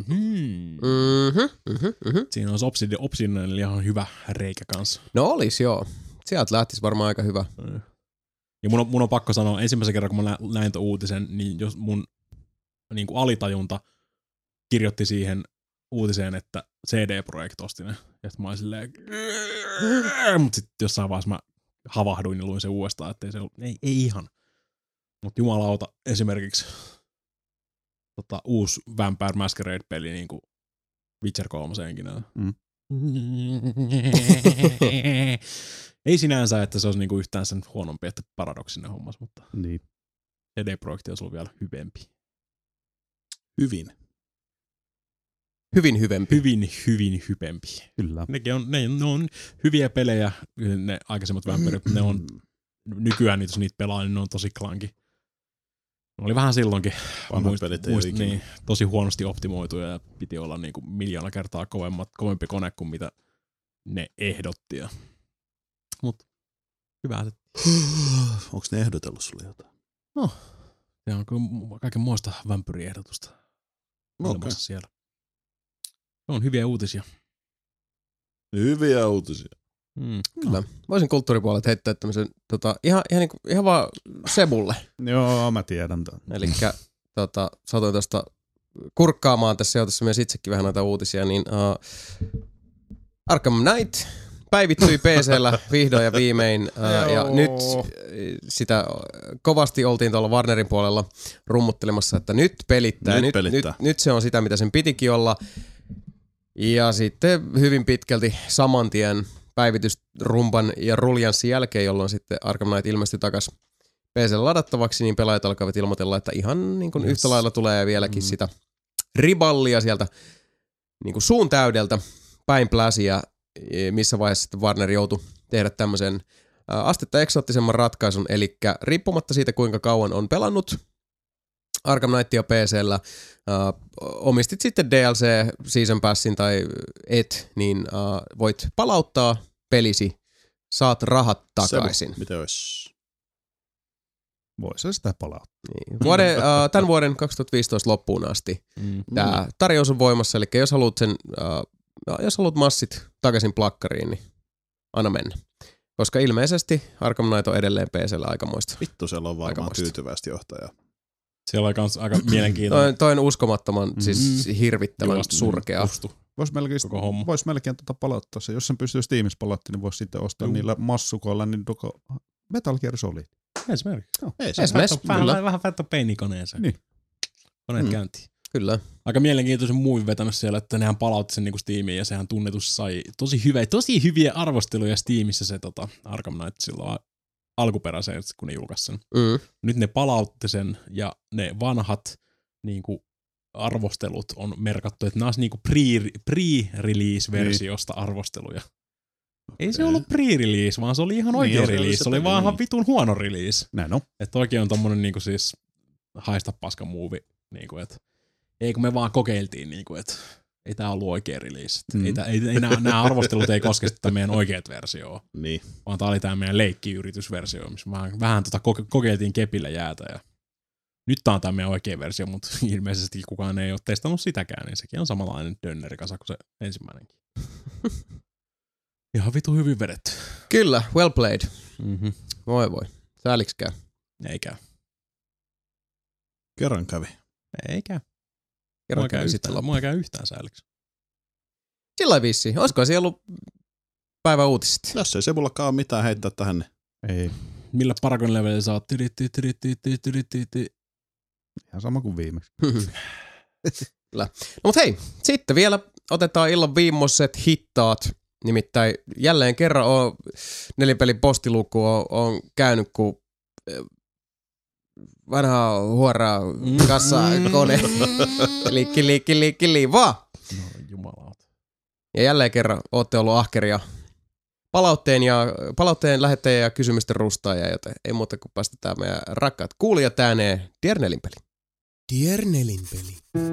Siinä on Obsidianilla ihan hyvä reikä kanssa. No olis joo. Sieltä lähtisi varmaan aika hyvä. Ja mun on pakko sanoa, ensimmäisen kerran kun mä näin ton uutisen, niin jos mun niin kuin alitajunta kirjoitti siihen uutiseen, että CD Projekt osti ne. Ja mä olin silleen, mutta sitten jossain vaiheessa mä havahduin ja luin sen uudestaan, että ei ihan. Mutta jumalauta esimerkiksi uusi Vampire Masquerade-peli niin kuin Witcher 3:eenkin. Ei sinänsä, että se olisi niinku yhtään sen huonompi, että Paradoxinen hommas, mutta niin. CD-projekti olisi ollut vielä hyvempi. Hyvin hyvempi. Kyllä. Ne on hyviä pelejä, ne aikaisemmat Vampiret, ne on nykyään jos niitä pelaa, niin ne on tosi klanki. Ne oli vähän silloinkin niin, tosi huonosti optimoituja ja piti olla niinku 1,000,000 kertaa kovempi kone kuin mitä ne ehdotti. Mut hyvä. Onko ne ehdotellut sulle jotain? No, se on kyllä kaikenmoista vampyriehdotusta. Okay. Siellä. Se on hyviä uutisia. Kyllä. Voisin kulttuuripuolelta heittää tämmöisen ihan vaan Sebulle. Joo, mä tiedän tämän. Elikkä satuin tuosta kurkkaamaan tässä myös itsekin vähän noita uutisia, niin Arkham Knight päivittyi PC:llä vihdoin ja viimein, ja nyt sitä kovasti oltiin tuolla Warnerin puolella rummuttelemassa, että nyt pelittää. Nyt se on sitä, mitä sen pitikin olla. Ja sitten hyvin pitkälti saman tien päivitysrumpan ja ruljanssin jälkeen, jolloin sitten Arkham Knight ilmestyi takaisin PC:llä ladattavaksi, niin pelaajat alkavat ilmoitella, että ihan niin kuin yhtä lailla tulee vieläkin sitä riballia sieltä niin kuin suun täydeltä päin pläsiä, missä vaiheessa sitten Warner joutui tehdä tämmöisen astetta eksoottisemman ratkaisun, eli riippumatta siitä, kuinka kauan on pelannut Arkham Knightia PC:llä, omistit sitten DLC, Season Passin tai niin voit palauttaa pelisi, saat rahat takaisin. Mitä olisi? Voisi sitä palauttaa. Niin. Tämän vuoden 2015 loppuun asti tämä tarjous on voimassa, eli jos haluat massit takaisin plakkariin, niin anna mennä. Koska ilmeisesti Arkham Knight on edelleen PC:llä aikamoista. Vittu, siellä on varmaan tyytyvästi johtaja. Siellä on kans aika mielenkiintoinen. Toi on uskomattoman, siis hirvittävän surkea. Vois melkein palauttaa se. Jos sen pystyy Steamissa palauttaa, niin voisi sitten ostaa niillä massukoilla niin Metal Gear Solid. Esimerkiksi. Vähän Phantom Painin koneeseen. Niin. Koneet käyntiin. Kyllä. Aika mielenkiintoisen muuvin vetänyt siellä, että nehän palautti sen niinku Steamiin ja sehän tunnetus sai tosi hyviä arvosteluja Steamissa se Arkham Knight silloin alkuperäiseen, kun ne julkaisi sen. Nyt ne palautti sen ja ne vanhat niinku arvostelut on merkattu, että nämä olisi niinku pre-release-versiosta arvosteluja. Ei se ollut pre-release, vaan se oli ihan oikea release. Se oli vaan ihan vitun huono release. Näin on. Että oikein on tommonen niinku siis haista paska muuvi, niinku että ei kun me vaan kokeiltiin niinku, että ei tää ollut oikea release. Nämä arvostelut ei koske sitä meidän oikeat versioa. Niin. Vaan tää oli tää meidän leikkiyritysversio, missä vähän kokeiltiin kepillä jäätä ja nyt tää on tää meidän oikea versio, mutta ilmeisesti kukaan ei ole testannut sitäkään, niin sekin on samanlainen dönnerikasa kuin se ensimmäinenkin. Ihan vitu hyvin vedetty. Kyllä, well played. Voi. Sääliks käy? Ei käy. Kerran kävi. Ei käy. Kerran kävi sitten loppuun. Mua ei käy yhtään sääliksi. Sillä vissiin. Olisiko siellä ollut päivän uutiset? Jos ei Sebullakaan ole mitään heittää tähän, niin... Ei. Millä Paragon levelillä sä oot? Ihan sama kuin viimeksi. No mut hei, sitten vielä otetaan illan viimeiset hittaat. Nimittäin jälleen kerran Nelipelin postiluku on käynyt, kun vanha huora kassakone. Liikki, vaan. No jumalauta. Ja jälleen kerran ootte ollut ahkeria palautteen lähettäjä ja kysymysten rustaajia, joten ei muuta kuin päästetään meidän rakkaat kuulijat ääneen. Dear Nelinpeli. Dear Nelinpeli.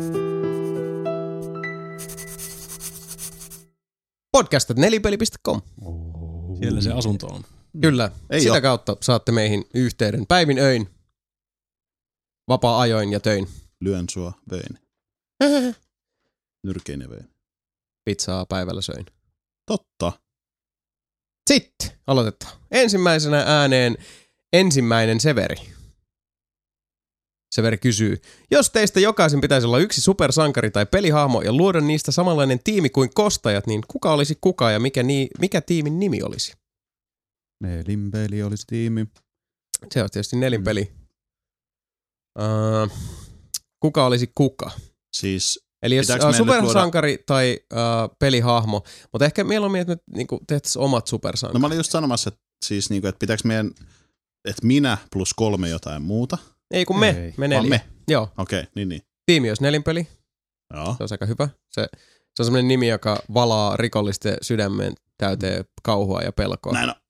podcast@nelipeli.com. Siellä se asunto on. Kyllä, Ei sitä ole. kautta saatte meihin yhteyden päivin öin, vapaa-ajoin ja töin. Lyön sua, vein. Nyrkein ja vein. Pizzaa päivällä söin. Totta. Sitten aloitetaan. Ensimmäisenä ääneen ensimmäinen Severi. Severi kysyy, jos teistä jokaisen pitäisi olla yksi supersankari tai pelihahmo ja luoda niistä samanlainen tiimi kuin kostajat, niin kuka olisi kuka ja mikä tiimin nimi olisi? Nelinpeli olisi tiimi. Se on tietysti Nelinpeli. Kuka olisi kuka? Siis Eli jos pitääkö meidän supersankari tai pelihahmo, mutta ehkä mieluummin, että me niinku tehtäisiin omat supersankarit. No mä olin just sanomassa, että siis niinku, että pitääkö meidän, että minä plus 3 jotain muuta? Ei kun me 4. Vaan me? Joo. Okei, niin. Tiimi olisi Nelinpeli. Joo. Se on aika hyvä. Se on semmoinen nimi, joka valaa rikollisten sydämen täyteen kauhua ja pelkoa. Näin on.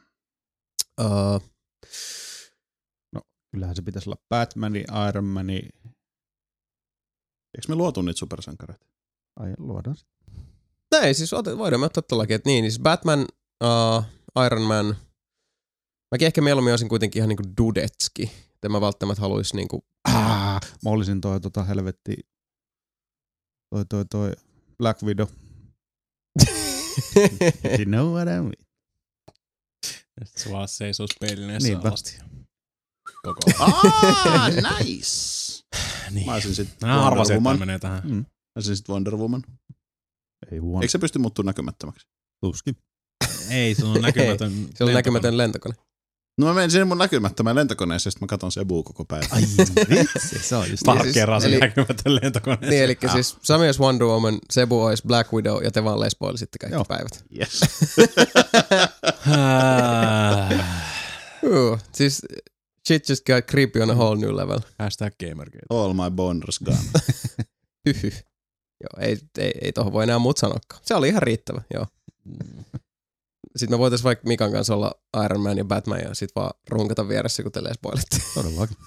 No, kyllähän se pitäisi olla Batmani, Iron Mani. Eikö me luotu niitä supersankareita? Ai, luodaan se. Näin, siis voidaan me ottaa tuollakin, että niin, siis Batman, Iron Man. Mäkin ehkä mieluummin olisin kuitenkin ihan niinku Dudetski. että mä välttämättä haluaisin niinku... Mä olisin helvetti toi Black Widow. You know what I mean. Sitten se vaan seisoo peilin Niinpä. alasti. Koko Nice. niin. Mä olisin sit Mä arvasin, Wonder että Woman. menee tähän. Mä olisin sit Wonder Woman. Ei Eikö se pysty muuttumaan näkymättömäksi? Tuskin. Ei, se on näkymätön. Se on näkymätön lentokone. No mä menen sinne mun näkymättömään lentokoneeseen, sit mä katon Sebua koko päivän. Ai vitsi, se on just Parkkeeraa sen eli- näkymätön lentokoneeseen. Niin, eli siis Sami olisi Wonder Woman, Sebu olisi Black Widow ja te vaan lesboilisitte kaikki Joo. päivät. Yes. Siis shit just got creepy on a whole new level. Hashtag Gamergate. All my boners gone. Hyhy. Joo, ei tohon voi enää muut sanoakaan. Se oli ihan riittävä, joo. Sitten me voitais vaikka Mikan kanssa olla Iron Man ja Batman ja sit vaan runkata vieressä, kun te lesboilette. todellakin.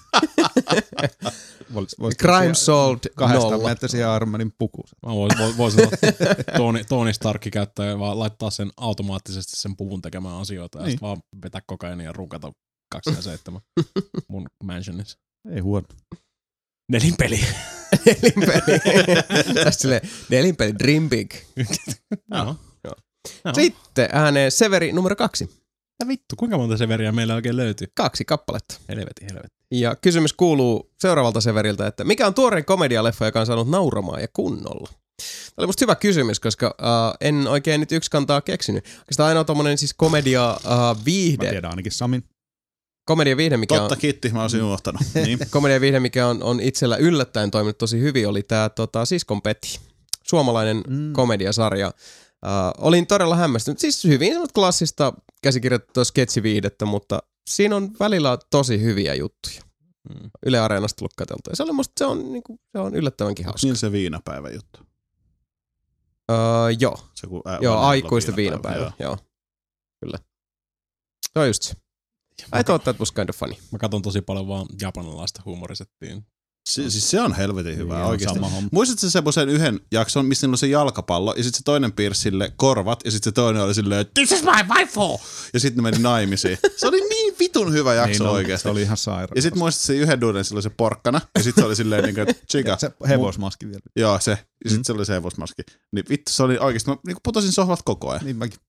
Crime solved 200 nolla. metrisiä Armanin puku. Mä voisin Tony Starkki käyttää ja vaan laittaa sen automaattisesti sen puvun tekemään asioita ja Niin. sitten vaan vetää kokainia ja runkata 207 mun mansionissa. Ei huono. Nelinpeli. Nelinpeli. Tästä silleen, Nelinpeli, dream big. Joo. Sitten ääneen Severi numero 2. Ja vittu, kuinka monta Severiä meillä oikein löytyy? 2 kappaletta. Helvetti. Ja kysymys kuuluu seuraavalta Severiltä, että mikä on tuorein komedialeffa, joka on saanut nauramaan ja kunnolla? Tämä oli musta hyvä kysymys, koska en oikein nyt yksi kantaa keksinyt. Oikeastaan ainoa tommonen siis Mä viihde, tiedän ainakin Samin. mikä Totta, kiitti, mä olisin unohtanut. Niin. viihde, mikä on itsellä yllättäen toiminut tosi hyvin, oli tää Siskon Peti. Suomalainen komediasarja. Olin todella hämmästynyt. Siis hyvin semmoista klassista käsikirjoitettua sketsiviihdettä, mutta siinä on välillä tosi hyviä juttuja. Yle Areenasta tullut katseltua. Se on yllättävänkin hauska. Niin se viinapäivä juttu. Joo. Se, kun Joo, vanhemmilla aikuisten viinapäivä. Joo. Kyllä. Se on just se. I thought that was kind of funny. Mä katon tosi paljon vaan japanilaista huumorisettiin. Siis se on helvetin hyvä oikeesti. Sama homma. Muistatko se semmoisen yhden jakson, missä niillä on se jalkapallo, ja sitten se toinen piirsi sille korvat, ja sitten se toinen oli silleen, this is my waifu! Ja sitten ne meni naimisiin. Se oli niin vitun hyvä jakso Niin, oikeesti. se oli ihan sairaan. Ja sitten muistatko se yhden duuden, sillä oli se porkkana, ja sitten se oli silleen niin kuin, chica. Se hevosmaski vielä. Joo, se. Ja sitten se oli se hevosmaski. Niin vittu, se oli oikeesti, mä niin putosin sohvalta koko ajan. Niin mäkin.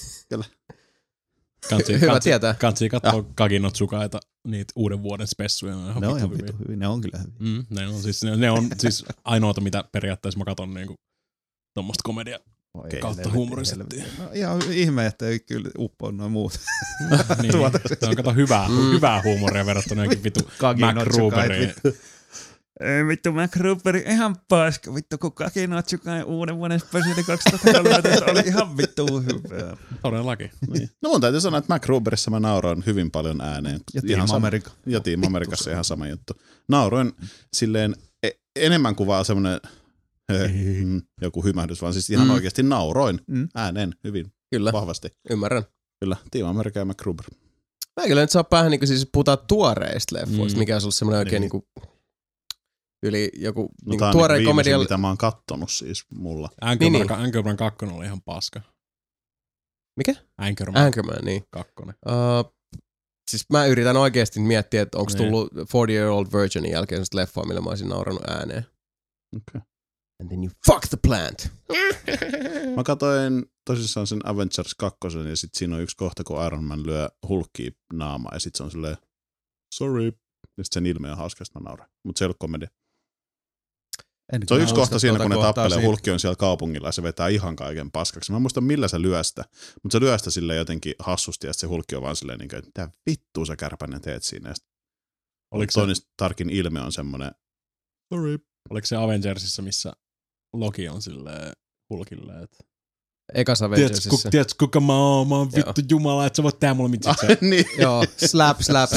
Hyvä tietää. Kansi katsoo Kaginotsukaita, niitä uuden vuoden spessuja. Ne on ihan vitu hyviä. Ne on kyllä hyviä. Ne on siis ainoata, mitä periaatteessa mä katon niinku tommoista komedia Kautta huumorisettiin. No, ihan ihme, että ei kyllä uppoa noin muut. Niin, se on kato hyvää huumoria verrattuna johonkin vittu MacGruberiin. Ei vittu, MacGruberi ihan paska. Vittu, kun Kakinotsukai uuden vuoden spesiaali 2013 oli ihan vittu hyvää. Todellakin. Niin. No mun täytyy sanoa, että MacGruberissa mä nauroin hyvin paljon ääneen. Ja Team America. Ja Team Americassa ihan sama juttu. Nauroin silleen enemmän kuin vaan semmoinen joku hymähdys, vaan siis ihan oikeasti nauroin ääneen hyvin vahvasti. Ymmärrän. Kyllä, Team America ja MacGruber. Mä kyllä nyt saa päähän niin siis puhutaan tuoreista leffoista, mikä on ollut semmoinen oikein niin kuin yli joku niin tuoreen komedialla. Mitä mä oon kattonut siis mulla. Anchorman 2 oli ihan paska. Mikä? Anchorman, niin. 2. Siis mä yritän oikeasti miettiä, että onko tullut 40-Year-Old Virginin jälkeen sellaista leffaa, millä mä olisin naurannut ääneen. Okay. And then you fuck the plant. Mä katsoin tosissaan sen Avengers 2 ja sit siinä on yksi kohta, kun Iron Man lyö Hulkkiin naamaa ja sit se on silleen sorry. Ja sit sen ilme on hauska, mä nauran. Mut se ei ollut komedia. Se on yksi kohta siinä, kun ne tappelee. Hulkki on siellä kaupungilla ja se vetää ihan kaiken paskaksi. Mä en muista millä se lyö sitä, mutta se lyö sitä silleen jotenkin hassusti ja se Hulkki on vaan silleen, että mitä vittua sä kärpänen teet siinä. Oliko Tony Starkin ilme on semmonen sorry. Oliko se Avengersissa, missä Loki on silleen Hulkille, että ekas Avengersissa. Tiedätkö kuka mä oon vittu jumala, että sä voit tehdä mulle mitään. Niin. Joo, slap.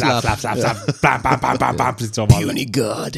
Bam. Sit se on vaan Unigod.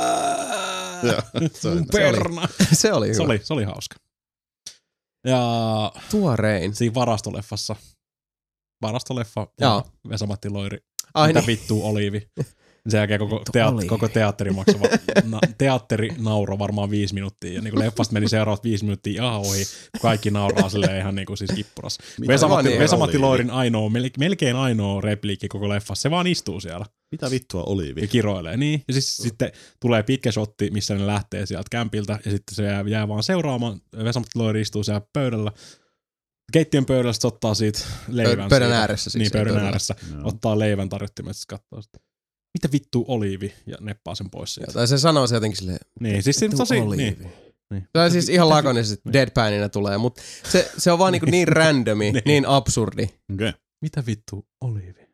Perna. Se oli hyvä. Se oli hauska. Ja tuorein. Siinä varastoleffa. Vesa-Matti Loiri. Mitä vittua Oliivi. Sen jälkeen koko teatteri maksava teatteri nauro varmaan 5 minuuttia. Ja niin leffasta meni seuraavat 5 minuuttia ihan ohi. Kaikki nauraa silleen ihan niin kuin siis kippuras. Vesa-Matti Loirin melkein ainoa repliikki koko leffassa. Se vaan istuu siellä. Mitä vittua Oliivi? Ja kiroilee. Niin. Ja siis sitten tulee pitkä shotti, missä ne lähtee sieltä kämpiltä. Ja sitten se jää vaan seuraamaan. Vesa-Matti Loiri istuu siellä pöydällä. Keittiön pöydällä sitten ottaa siitä leivän. Pöydän ääressä. Niin, pöydän ääressä. Ottaa leivän tarjottimen, sitten katsoo sitä. Mitä vittua Oliivi? Ja neppaa sen pois siitä. Tai se sanoo se jotenkin silleen, niin, siis tosi Oliivi. Niin. Se on siis ihan lakonisesti deadpanina tulee, mutta se on vaan niin randomi, niin absurdi. Okay. Mitä vittua Oliivi?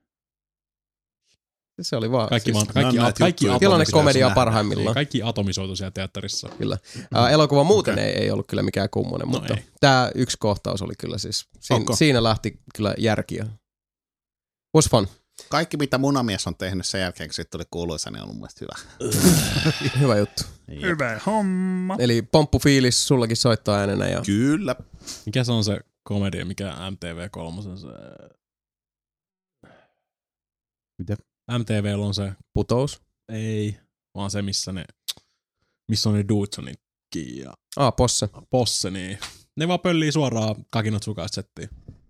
Se oli vaan. Kaikki tilanne komedia parhaimmillaan. Niin, kaikki atomisoitu siellä teatterissa. Kyllä. Elokuva muuten ei ollut kyllä mikään kummonen, mutta tämä yksi kohtaus oli kyllä siis. Siinä lähti kyllä järkiä. Was fun. Kaikki, mitä Munamies on tehnyt sen jälkeen, kun siitä tuli kuuluisa, niin on mun mielestä hyvä. Hyvä juttu. Hyvä homma. Eli pomppufiilis sullakin soittaa äänenä. Ja... Kyllä. Mikä se on se komedia, mikä MTV3 se... Mitä? MTVllä on se... Putous? Ei, vaan se, missä on ne Dudesonitkin ja... Posse. Posse, niin. Ne vaan pöllii suoraan Kakinotsukaista settiin.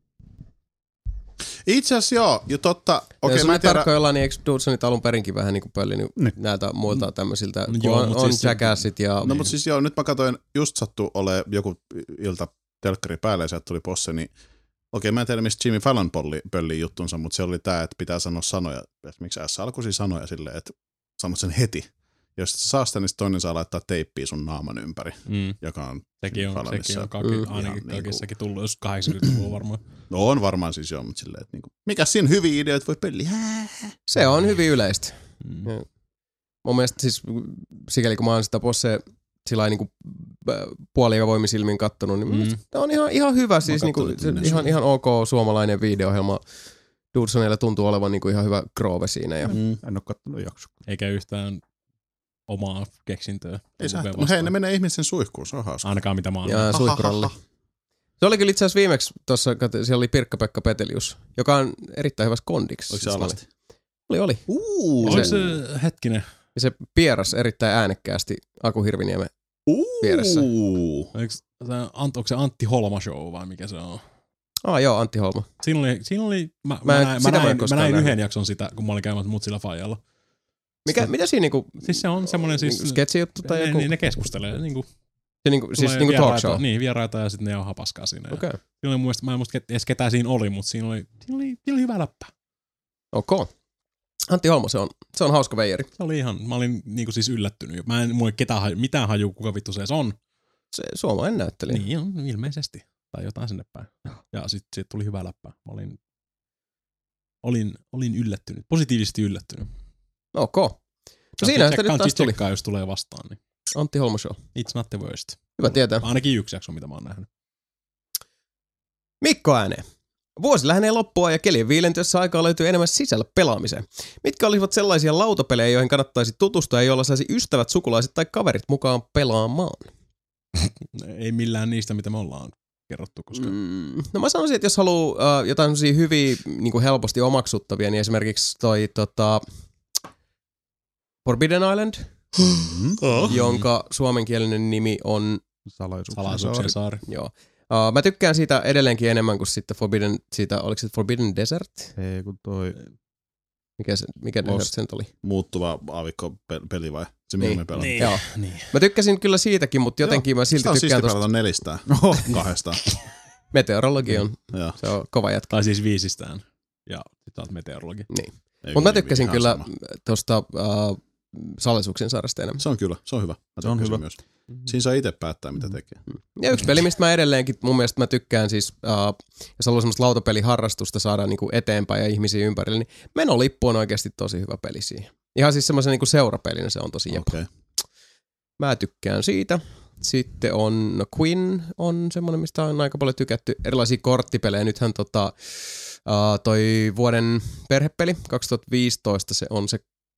Itse asiassa joo, ja totta. Okei, jos mä tarkoillaan, niin eikö Dudesonit alun perinkin vähän niin kuin pöllinyt näiltä muilta tämmöisiltä, on siis Jackassit ja... No mutta siis joo, nyt mä katsoin, just sattuu ole joku ilta telkkari päälle ja sieltä tuli Posse, niin okei, mä en tiedä, mistä Jimmy Fallon pöllii juttunsa, mutta se oli tää, että pitää sanoa sanoja. Miksi S alkuisi sanoja silleen, että sanot sen heti. Jos et saa sitä, niin toinen saa laittaa teippiä sun naaman ympäri, joka on Sekin on ainakin kaikissakin tullut, jos 80-luvulla varmaan. No on varmaan siis joo, mutta silleen, että niinku, mikä siinä hyviä ideoita voi pölliä? Se on hyvin yleistä. Mun mielestä siis, sikäli kun mä oon sitä Posse sillä niin puoliavoimin silmin kattonut, niin on ihan hyvä, siis niinku, ihan ok suomalainen video-ohjelma. Dudesonilla tuntuu olevan niinku ihan hyvä groove siinä. Ja... En ole kattonut jakso. Eikä yhtään omaa keksintöä. Ei saa, mutta hei, ne menee ihmisen suihkuun, se on hauska. Ainakaan mitä mä oon. Ja suihkuralli. Se oli kyllä itse asiassa viimeksi tuossa, siellä oli Pirkka-Pekka Petelius, joka on erittäin hyvässä kondiksi. Oliko se alasti? Oli. Oliko se hetkinen? Ja se pieras erittäin äänekkäästi Aku Hirviniemen vieressä. Onko se Antti Holma show vai mikä se on? Joo, Antti Holma. Siinä oli mä näin yhden jakson sitä, kun mä olin käymässä Mutsilla Fajalla. Mitä siinä niinku... Siis se on semmonen siis... Sketsijuttu tai joku? Ne keskustelee niinku... Siis niinku talk show? Niin, vieraita ja sitten ne jauhaa paskaa siinä. Okei. Siinä oli mun mielestä, mä en muista edes ketään siinä oli, mutta siinä oli hyvä läppä. Okay. Antti Holmo, se on hauska veijeri. Se oli ihan, mä olin niinku siis yllättynyt. Mulla ei mitään hajua, kuka vittu se on. Se suomalainen näyttelijä. Niin on, ilmeisesti. Tai jotain sinne päin. Ja sitten siitä tuli hyvä läppä. Olin yllättynyt. Positiivisesti yllättynyt. Ok. No siinä sitä nyt taas tuli. Tsekkaa, jos tulee vastaan. Niin. Antti Holmo Show. It's not the worst. Hyvä tietää. Ainakin yksi jakso, mitä mä oon nähnyt. Mikko ääneen. Vuosi lähenee loppua ja kelien viilentyessä aikaa löytyy enemmän sisällä pelaamiseen. Mitkä olisivat sellaisia lautapelejä, joihin kannattaisi tutustua ja joilla saisi ystävät, sukulaiset tai kaverit mukaan pelaamaan? Ei millään niistä, mitä me ollaan kerrottu. Koska... No mä sanoisin, että jos haluaa jotain sellaisia hyviä, niin kuin helposti omaksuttavia, niin esimerkiksi toi Forbidden Island, jonka suomenkielinen nimi on Salaisuuksien saari. Joo. Mä tykkään siitä edelleenkin enemmän kuin sitten oliko se Forbidden Desert? Ei, kun toi... Mikä Desert sen oli? Muuttuva aavikko-peli vai? Se mihin me pelaan. Joo. Niin. Mä tykkäsin kyllä siitäkin, mutta jotenkin mä silti tykkään tosta. Sitä on siisti pelata 4 kahdestaan. Meteorologi on, se on kova jätkä. Tai siis 5 ja sitten olet meteorologi. Niin. Mutta mä tykkäsin kyllä tuosta Salaisuuksien saaresta enemmän. Se on kyllä, se on hyvä. Se on hyvä. Myös. Siinä saa itse päättää, mitä tekee. Ja yksi peli, mistä mä edelleenkin mun mielestä mä tykkään siis, jos haluaa semmoista lautapeliharrastusta saada niinku eteenpäin ja ihmisiä ympärille, niin Menolippu on oikeasti tosi hyvä peli siihen. Ihan siis semmoisen niinku seurapelinä se on tosi jepa. Okay. Mä tykkään siitä. Sitten on Queen on semmoinen, mistä on aika paljon tykätty. Erilaisia korttipelejä. Nythän toi vuoden perhepeli 2015 se on se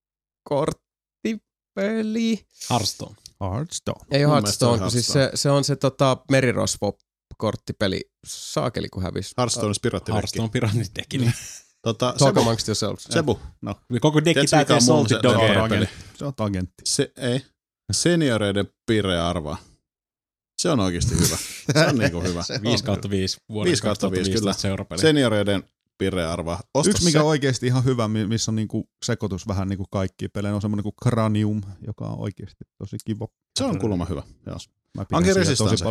korttipeli. Hearthstone. Ei ole Hearthstone, kun siis se on se merirosvo-korttipeli. Saakeli kun hävisi. Hearthstone piraattidekki. Talk amongst yourselves. Sebu. No. Koko dekki täytyy Salty Doggeja. Se on tagentti. Senioreiden piirreä arvaa. Se on oikeasti hyvä. Se on niinku hyvä. 5/5 vuoden 5/5 kyllä. Seurapeli. Senioreiden piirreä arvaa. Yksi mikä on oikeasti ihan hyvä, missä on niinku sekoitus vähän niinku kaikkia pelejä, on semmoinen kuin Cranium, joka on oikeasti tosi kiva. Se on kuulemma hyvä. Onko Resistance?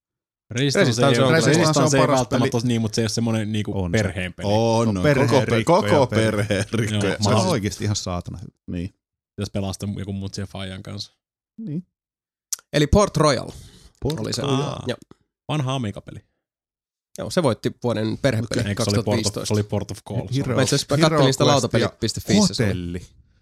Resistance ei välttämättä ole niin, mutta se ei ole semmoinen niinku perheen peli. On, koko perheen rikkoja. Se on oikeasti ihan saatana hyvä. Niin. Jos pelaa sitä joku mutsien faijan kanssa. Niin. Eli Port Royal oli se. Vanha Amiga-peli. Joo, se voitti vuoden perhepeli 2015. Se oli Port of Call. Mä itse asiassa kattelin sitä lautapeli.fi. Hotelli.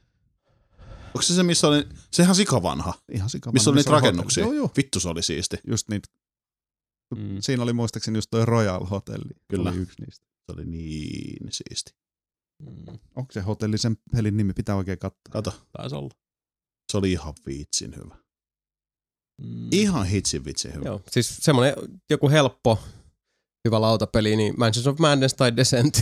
Onko se missä oli, se ihan sikavanha? Ihan sikavanha. Missä oli niitä rakennuksia? Joo. Vittu se oli siisti. Just niitä. Siinä oli muistaakseni just toi Royal Hotelli. Kyllä. Oli yksi niistä. Se oli niin siisti. Onko se hotelli sen pelin nimi? Pitää oikein katsoa. Kato. Taisi olla. Se oli ihan vitsin hyvä. Ihan vitsin hyvä. Joo, siis semmoinen joku helppo, hyvä lautapeli, niin Mansions of Madness tai Descent.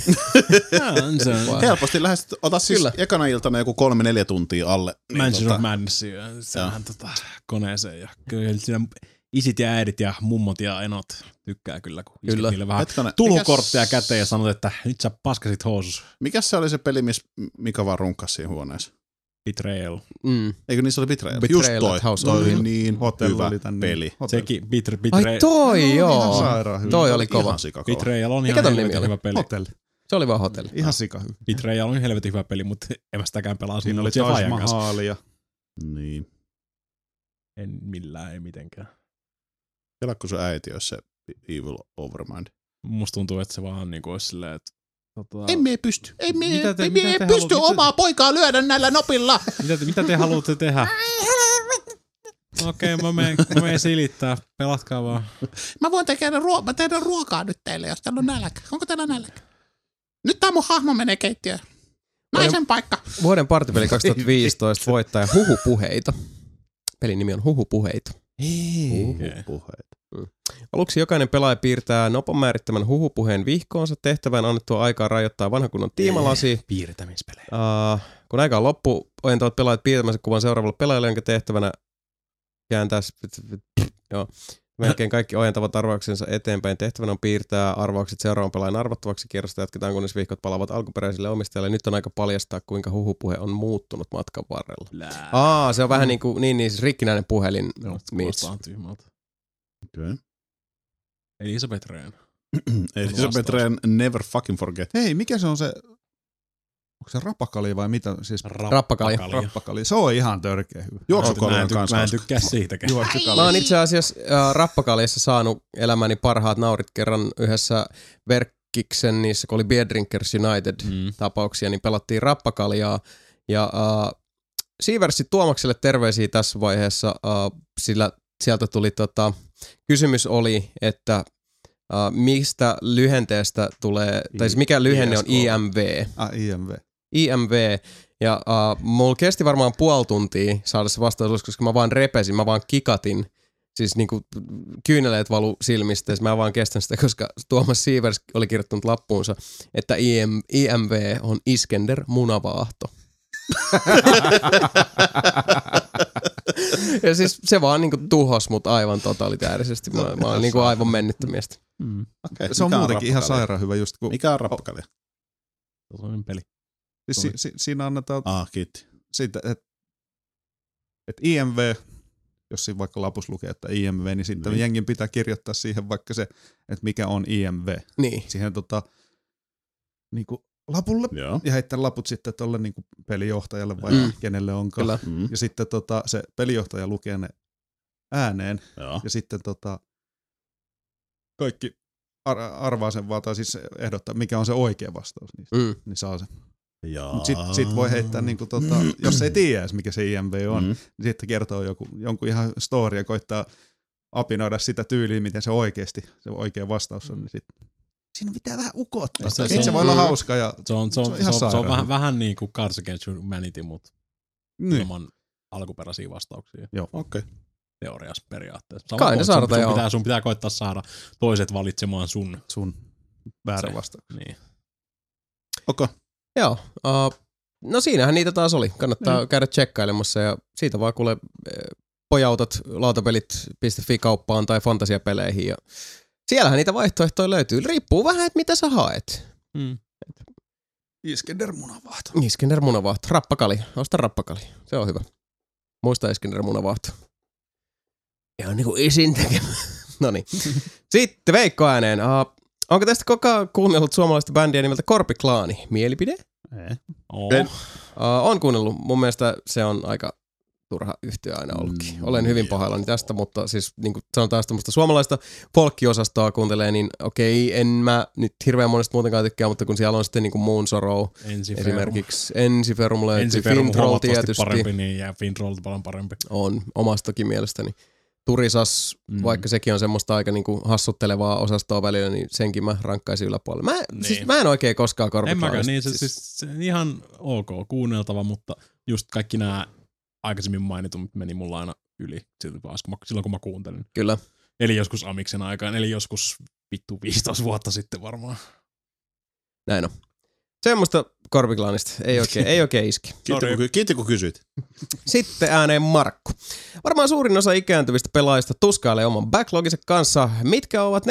Helposti lähestyt, ota siis ekana iltana joku 3-4 tuntia alle. Niin Mansions of Madness, sehän koneeseen ja kyllä siinä isit ja äidit ja mummot ja enot tykkää kyllä, kun iskit niille vähän tulukortteja käteen ja sanot, että nyt sä paskasit housus. Mikäs se oli se peli, missä Mika vaan runkkasi siinä huoneessa? Betrayal. Eikö niissä oli Betrayal? Just toi oli niin hyvä peli. Sekin Ai toi joo. Toi oli kova. Betrayal on ihan helvetin hyvä peli. Hotelli. Se oli vaan hotelli. Ihan sika hyvä. Betrayal on helvetin hyvä peli, mutta en mä sitäkään pelaa. Siinä oli Taj Mahalia. Niin. En millään, ei mitenkään. Pelakko sun äiti, jos se Evil Overmind? Musta tuntuu, että se vaan niin kuin olisi silleen, että Emme pysty. Emme pysty omaa poikaa lyödä näillä nopilla. Mitä te haluatte tehdä? Okei, mä menen silittää. Pelatkaa vaan. Mä voin tehdä ruokaa nyt teille, jos teillä on nälkä. Onko teillä nälkä? Nyt tää mun hahmo menee keittiöön. Naisen paikka. Vuoden partipeli 2015 voittaja Huhupuheita. Pelin nimi on Huhupuheita. Huhupuheita. Aluksi jokainen pelaaja piirtää nopon määrittämän huhupuheen vihkoonsa. Tehtävään annettua aikaa rajoittaa vanha kunnon tiimalasi. Piirtämispelejä. Kun aika on loppu, ojentavat pelaajat piirtämänsä kuvan seuraavalle pelaajalle, jonka tehtävänä kääntää... Joo. Melkein kaikki ojentavat arvauksensa eteenpäin. Tehtävänä on piirtää arvaukset seuraavan pelaajan arvattavaksi. Kierrosta jatketaan, kunnes vihkot palaavat alkuperäisille omistajalle. Nyt on aika paljastaa, kuinka huhupuhe on muuttunut matkan varrella. Se on vähän niin kuin siis rikkinäinen puhelin. Kuulostaa tyhmältä. Okay. Elisabeth Rehn. Elisabeth Rehn, never fucking forget. Hei, mikä se on se Onko se rapakali vai mitä? Siis Rappakali. Se on ihan törkeä hyvä. Juoksukali on kanssa. Mä en tykkää siitäkään. Mä oon itse asiassa Rappakaliissa saanut elämäni parhaat naurit kerran yhdessä Verkkiksen, niissä kun oli Beer Drinkers United tapauksia, niin pelattiin Rappakaliaa. Ja Sieversi Tuomakselle terveisiä tässä vaiheessa, sillä sieltä tuli kysymys oli, että mistä lyhenteestä tulee, tai siis mikä lyhenne on IMV. IMV. Ja mulla kesti varmaan puoli tuntia saada se vastaus, koska mä vaan repesin, mä vaan kikatin. Siis niinku kyyneleet valu silmistä, ja mä vaan kestän sitä, koska Tuomas Sievers oli kirjoittanut lappuunsa, että IMV on Iskender munavaahto. Ja siis se vaan niinku tuhos mut aivan totalitäärisesti. Mä olin niinku aivan mennyttä miestä. Okay, se on muutenkin ihan sairaan hyvä just kun... Mikä on Rappakali? Se on peli. Siis siinä annetaan... kiitti. Siitä, että IMV, jos siinä vaikka lapussa lukee, että IMV, niin sitten jengin pitää kirjoittaa siihen vaikka se, että mikä on IMV. Niin. Siihen niinku lapulle. Joo. Ja heittää laput sitten tolle niinku pelijohtajalle vai kenelle onkaan. Ja sitten se pelijohtaja lukee ne ääneen. Joo. Ja sitten kaikki arvaa sen vaan, tai siis ehdottaa, mikä on se oikea vastaus niistä. Niin saa sen. Mutta sit voi heittää, niinku jos ei tiedä edes, mikä se IMV on, niin sitten kertoo jonkun ihan story ja koittaa apinoida sitä tyyliä, miten se oikeasti se oikea vastaus on. Niin siinä pitää vähän ukottaa. Se voi olla hauska ja se on vähän niin kuin Cards Against Humanity, mutta ilman alkuperäisiä vastauksia. Joo. Okei. Teoriassa periaatteessa. Sun pitää koittaa saada toiset valitsemaan sun väärän vastauksen. Niin. Okei. Joo. No siinähän niitä taas oli. Kannattaa käydä tsekkailemassa ja siitä vaan kuule pojautat lautapelit.fi kauppaan tai fantasiapeleihin ja siellähän niitä vaihtoehtoja löytyy. Riippuu vähän, että mitä sä haet. Iskender munavaahto. Iskender munavaahto. Rappakali. Osta Rappakali. Se on hyvä. Muista Iskender munavaahto. Ihan niinku isin tekemä. Noniin. Sitten Veikko ääneen. Onko tästä koko kuunnellut suomalaista bändiä nimeltä Korpiklaani? Mielipide? On kuunnellut. Mun mielestä se on aika turha yhtiö aina ollutkin. Olen hyvin pahoillani tästä, mutta siis niin kuin sanotaan tämmöistä suomalaista folkkiosastoa kuuntelee, niin okei, en mä nyt hirveän monesta muutenkaan tykkää, mutta kun siellä on sitten niin kuin Moon Sorrow, esimerkiksi Ensiferum löytyy, Fintroll tietysti. Parempi, niin ja Fintroll paljon parempi. On, omastakin mielestäni. Turisas, vaikka sekin on semmoista aika niinku hassuttelevaa osastoa välillä, niin senkin mä rankkaisin yläpuolelle. Mä en oikein koskaan Korpiklaanista. En mäkään, niin se ihan ok kuunneltava, mutta just kaikki nämä aikaisemmin mainitut meni mulla aina yli silloin, kun mä kuuntelin. Kyllä. Eli joskus Amiksen aikaan, eli joskus 15 vuotta sitten varmaan. Näin on. Semmoista Korpiklaanista. Ei oikein iski. Kiitti kun kysyit. Sitten ääneen Markku. Varmaan suurin osa ikääntyvistä pelaajista tuskailee oman backloginsa kanssa. Mitkä ovat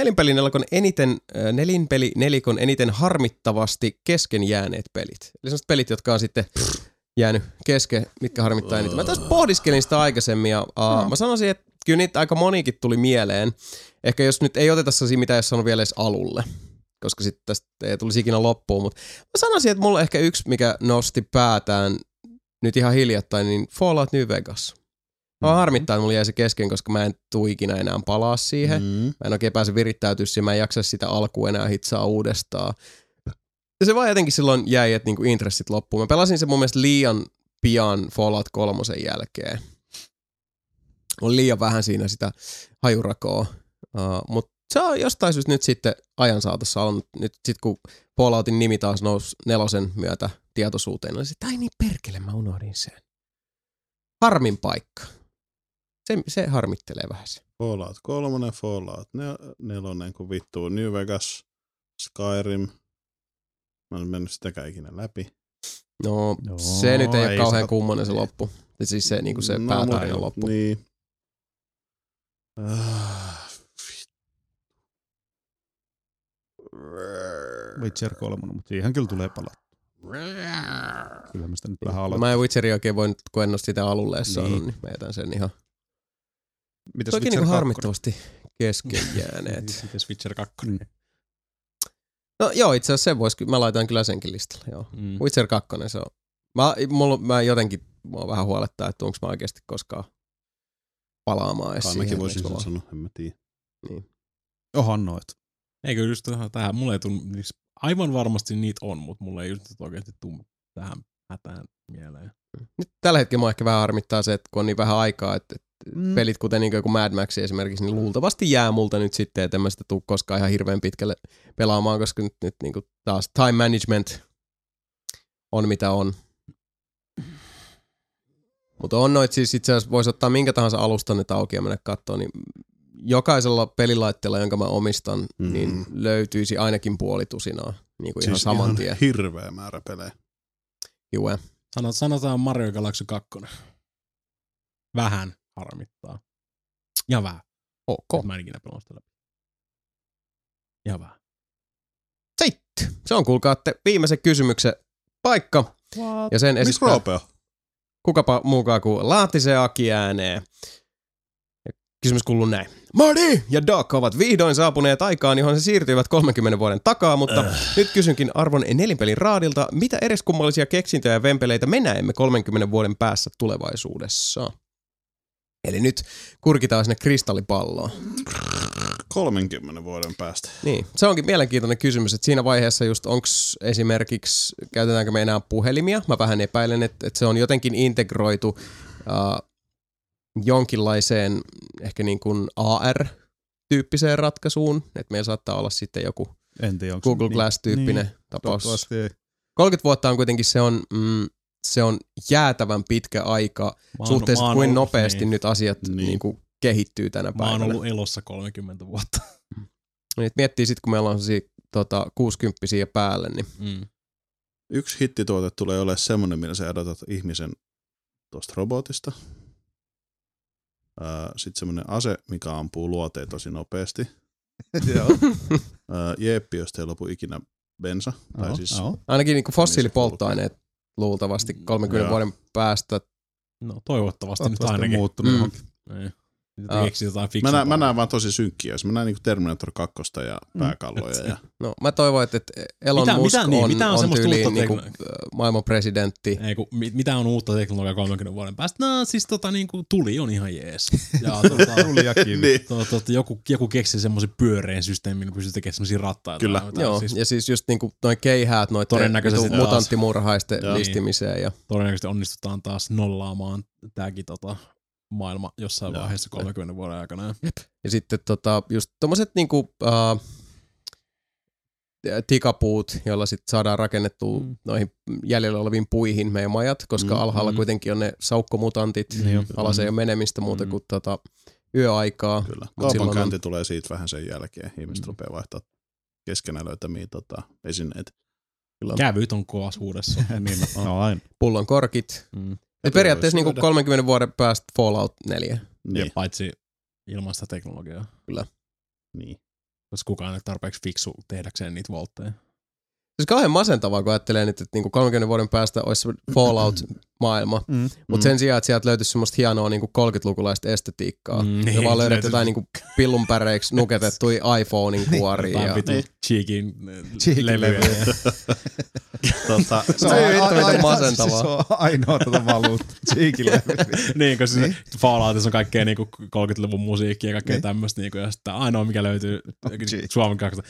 nelinpelinelikon eniten harmittavasti kesken jääneet pelit? Eli sellaiset pelit, jotka on sitten jäänyt kesken, mitkä harmittaa eniten. Mä tästä pohdiskelin sitä aikaisemmin ja mä sanoisin, että kyllä niitä aika monikin tuli mieleen. Ehkä jos nyt ei oteta sellaisia, mitä ei sanonut vielä edes alulle, koska sitten tästä ei tulisi ikinä loppuun. Mutta mä sanoisin, että mulla ehkä yksi, mikä nosti päätään nyt ihan hiljattain, niin Fallout New Vegas. Mä harmittaa, että mulla jäi se kesken, koska mä en tuu ikinä enää palaa siihen. Mä en oikein pääse virittäytyä siihen, mä en jaksa sitä alkuun enää hitsaa uudestaan. Ja se vaan jotenkin silloin jäi, että niinku intressit loppuun. Mä pelasin se mun mielestä liian pian Fallout 3 jälkeen. On liian vähän siinä sitä hajurakoa. Mutta se on jostain syystä nyt sitten ajan saatossa on. Nyt sitten kun Falloutin nimi taas nousi 4 myötä tietoisuuteen, niin ai niin perkele, mä unohdin sen. Harmin paikka. Se harmittelee vähän se. Fallout 3, Fallout 4, kun vittuu, New Vegas, Skyrim. Mä en mennyt sitäkään ikinä läpi. No, se nyt ei ole kauhean kummonen se loppu. Siis se, niin kuin se päätarina loppu. Niin. Witcher 3, mutta siihen kyllä tulee palata. Kyllä mä sitä nyt vähän aloittaa. Mä en Witcheria oikein voinut, kun en ole sitä alulle edes saanut, niin mä jätän sen ihan. Mitäs toki niin harmittavasti kesken jääneet. Mitäs Witcher 2? No joo, itse asiassa mä laitan kyllä senkin listalle, joo. Witcher 2, se on. Mä jotenkin, mua vähän huolettaa, että onko mä oikeasti koskaan palaamaan edes siihen. Mäkin voisin sen sanoa, en mä tiedä. Niin. Johan noit. Eikö just tähän, mulle ei tunnu, aivan varmasti niitä on, mutta mulle ei just oikeasti tunnu tähän hätään mieleen. Nyt tällä hetkellä mua ehkä vähän harmittaa se, että kun on niin vähän aikaa, että pelit kuten niin kuin Mad Max esimerkiksi, niin luultavasti jää multa nyt sitten, että en mä sitä tule koskaan ihan hirveän pitkälle pelaamaan, koska nyt niin kuin taas time management on mitä on. Mutta on noit siis itse asiassa voisi ottaa minkä tahansa alustan nyt auki ja mennä katsomaan, niin jokaisella pelilaitteella, jonka mä omistan, niin löytyisi ainakin puolitusinaa niin kuin siis ihan saman tien. Hirveä määrä pelejä. Juu. Sanotaan Mario Galaxy 2. Vähän harmittaa. Ja vähän. Ok. Mä en ikinä pelannut sitä läpi. Ja vähän. Sitten. Se on kuulkaatte viimeisen kysymyksen paikka. What? Ja sen Missä esittää Roope on? kukapa muukaan kuin Lahtisen Aki ääneen. Ja kysymys kuuluu näin. Marty ja Doc ovat vihdoin saapuneet aikaan, johon se siirtyivät 30 vuoden takaa, mutta nyt kysynkin arvon nelinpelin raadilta, mitä eriskummallisia keksintöjä ja vempeleitä me näemme 30 vuoden päässä tulevaisuudessa? Eli nyt kurkitaan sinne kristallipalloon. 30 vuoden päästä. Niin, se onkin mielenkiintoinen kysymys, että siinä vaiheessa just onks esimerkiksi, käytetäänkö me enää puhelimia? Mä vähän epäilen, että se on jotenkin integroitu jonkinlaiseen ehkä niin kuin AR-tyyppiseen ratkaisuun, että meillä saattaa olla sitten joku Google Glass-tyyppinen tapaus. 30 vuotta on kuitenkin se on jäätävän pitkä aika suhteessa kuin nopeasti nyt asiat niin kuin kehittyy tänä päivänä. Mä oon ollut elossa 30 vuotta. Niin, miettii sitten, kun meillä on 60-vuotiaita päälle. Niin. Yksi hittituote tulee olemaan semmoinen, millä sä edotat ihmisen tuosta robotista. Sitten semmoinen ase, mikä ampuu luoteja tosi nopeasti. Jeppi, josta ei lopu ikinä bensa. Tai siis ainakin niin kuin fossiilipolttoaineet luultavasti 30 vuoden päästä. No toivottavasti nyt ainakin. Muuttunut johonkin. Mä näen vaan tosi synkkiä. Mä näen niinku Terminator 2 ja pääkalloja. Ja... No mä toivon, että Elon Musk on tyyliin niinku maailman presidentti. Ei, mitä on uutta teknologiaa 30 vuoden päästä? No siis niinku tuli on ihan jees. Ja tuli ja kivi. Niin. Joku keksi semmoisen pyöreän systeemin, millä pystyy tekemään semmosia rattaita. Kyllä. Joo, ja siis just niinku noin keihäät noitten mutanttimurhaisten listimiseen. Ja... Todennäköisesti onnistutaan taas nollaamaan tääkin maailma jossain vaiheessa 30 vuoden aikana. Ja sitten just tommoset niinku tikapuut, joilla sit saadaan rakennettua noihin jäljellä oleviin puihin meidän majat, koska alhaalla kuitenkin on ne saukkomutantit, alas ei ole menemistä muuta kuin yöaikaa. Kyllä. Kaupankäynti tulee siitä vähän sen jälkeen. Ihmiset rupeaa vaihtaa keskenään löytämiä esineitä. Kävyt on koasuudessa. Niin on aina. Pullon korkit. Et periaatteessa niinku 30 vuoden päästä Fallout 4. Niin. Ja paitsi ilmaista teknologiaa. Kyllä. Niin. Koska kukaan ei tarpeeksi fiksu tehdäkseen niitä voltteja. Se on kauhean masentavaa, kun ajattelee nyt, että niinku 30 vuoden päästä olisi Fallout-maailma. Mutta sen sijaan, että sieltä löytyisi semmoista hienoa niinku 30-lukulaista estetiikkaa. Ja vaan löydät jotain niinku pillunpäreiksi nuketettuja iPhonein kuoria. Tai vitu cheekin levyjä. Se on masentavaa. Se on ainoa valuutta. Cheekin levyjä. Niin, koska Falloutissa on kaikkea niinku 30-luvun musiikkia ja kaikkea tämmöistä. Niinku, ja sitten ainoa, mikä löytyy Suomen kanssa.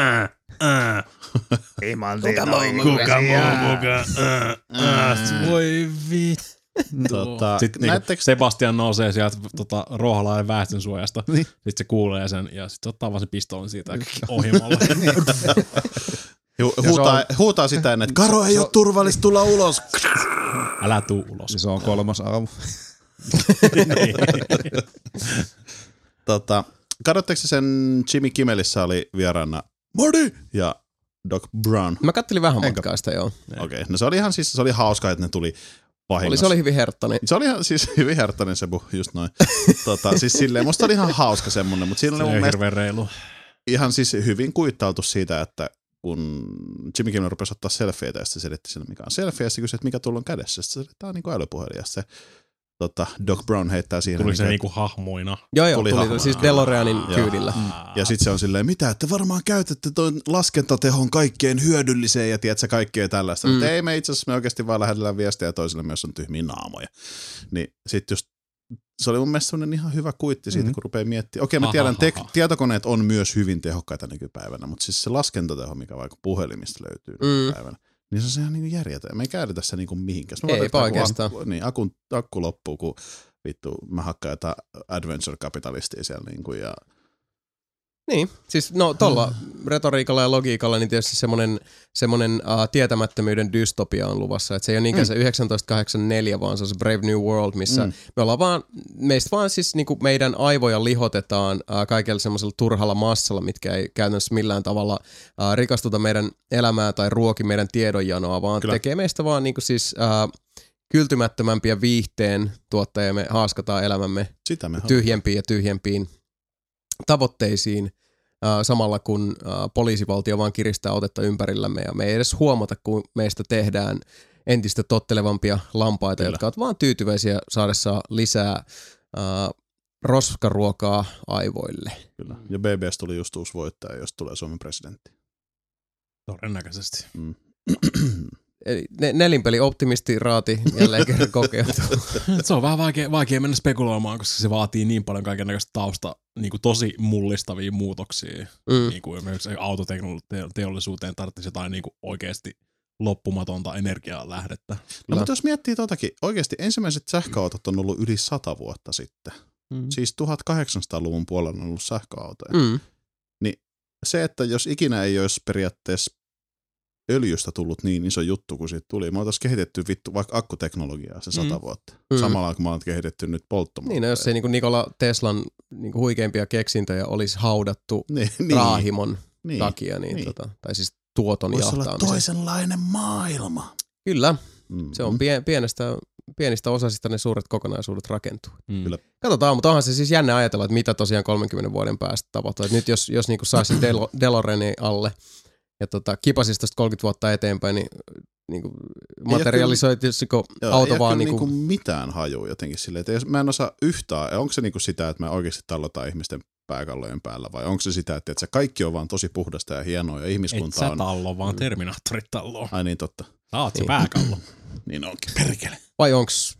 Kuka muu muka. Voi vittu. Sitten niinku Sebastian nousee sieltä Ruoholainen väestönsuojasta. Niin. Sitten se kuulee sen ja sitten ottaa vaan sen pistoolin siitä ohimolla. Huutaa sitä ennen, että Karo ei ole turvallista tulla ulos. Älä tuu ulos. Se on 3. aamu. Katsotteko sen Jimmy Kimmelissä oli vieraana Marty ja Doc Brown? Mä kattelin vähän matkaa sitä, joo. Okei, no se oli ihan siis, se oli hauska, että ne tuli vahingossa. Se oli hyvin herttainen. Se oli ihan siis hyvin herttainen se just noin. Siis silleen, musta oli ihan hauska semmonen, mutta siinä oli mun mielestä reilu. Ihan siis hyvin kuittautu siitä, että kun Jimmy Kimmel rupesi ottaa selfieitä ja sitten se selitti sille, mikä on selfie, ja sitten kysyi, että mikä tuolla on kädessä. Sitten se tää on niin kuin älypuhelin, ja se Doc Brown heittää siihen. Tuli se niinku hahmoina? Joo, tuli siis DeLoreanin kyydillä. Ja sitten se on silleen, mitä, että varmaan käytätte tuon laskentatehon kaikkein hyödylliseen ja tiedätkö kaikkea tällaista. Mutta ei, me itse asiassa me oikeasti vaan lähetellään viestejä toisille, myös on tyhmiä naamoja. Niin sitten just se oli mun mielestä sellainen ihan hyvä kuitti siitä, kun rupeaa miettimään. Okei, mä tiedän, tietokoneet on myös hyvin tehokkaita nykypäivänä, mutta siis se laskentateho, mikä vaikka puhelimista löytyy nykypäivänä, niin se on ihan niin järjetön. Me ei käytetä sitä niin mihinkään. Eipä oikeastaan. Akku loppuu, kun vittu mä hakkaan jotain adventure-kapitalistia siellä ja... Niin, siis no tuolla retoriikalla ja logiikalla niin tietysti semmoinen tietämättömyyden dystopia on luvassa, että se ei ole niinkään se 1984, vaan se on se Brave New World, missä me ollaan meistä vaan siis niinku meidän aivoja lihotetaan kaikella semmoisella turhalla massalla, mitkä ei käytännössä millään tavalla rikastuta meidän elämää tai ruoki meidän tiedonjanoa, vaan tekee meistä vaan niinku siis kyltymättömämpiä viihteen tuottajia, me haaskataan elämämme tyhjempiin ja tyhjempiin tavoitteisiin samalla kun poliisivaltio vaan kiristää otetta ympärillämme ja me ei edes huomata, kun meistä tehdään entistä tottelevampia lampaita, jotka ovat vaan tyytyväisiä saadessaan lisää roskaruokaa aivoille. Kyllä. Ja BBS tuli just uusi voittaja, jos tulee Suomen presidentti. Todennäköisesti. Eli nelinpeli optimistiraati jälleen kerran kokeutuu. Se on vähän vaikea mennä spekuloimaan, koska se vaatii niin paljon kaikennäköistä tausta, niin kuin tosi mullistavia muutoksia. Niin kuin esimerkiksi autoteollisuuteen tarvitsisi jotain niin kuin oikeasti loppumatonta energiaa lähdettä. No, mutta jos miettii totakin, oikeasti ensimmäiset sähköautot on ollut yli 100 vuotta sitten. Siis 1800-luvun puolella on ollut sähköautoja. Niin se, että jos ikinä ei olisi periaatteessa öljystä tullut niin iso juttu, kun siitä tuli. Me oltaisiin kehitetty vaikka akkuteknologiaa se 100 vuotta. Samalla kun me ollaan kehitetty nyt polttomoottoreita. Niin, jos ei niin Nikola Teslan niin huikeimpia keksintöjä olisi haudattu raahimon takia, niin tai siis tuoton jahtaamisen. Voisi olla toisenlainen maailma. Kyllä. Se on pienistä osasista ne suuret kokonaisuudet rakentuu. Kyllä. Katsotaan, mutta onhan se siis jännä ajatella, että mitä tosiaan 30 vuoden päästä tapahtuu. Nyt jos niin saisi DeLoreanin alle ja kipasisi tästä 30 vuotta eteenpäin, niin materialisoitisiko auto vaan niinku mitään hajua jotenkin silleen, että mä en osaa yhtään, onko se niinku sitä, että me oikeasti tallotaan ihmisten pääkallojen päällä, vai onko se sitä, että se kaikki on vaan tosi puhdasta ja hienoa ja ihmiskunta on... Et sä tallo, vaan Terminaattorit talloo. Ai niin, totta. Sä oot se pääkallo. Niin onkin, perkele. Vai onks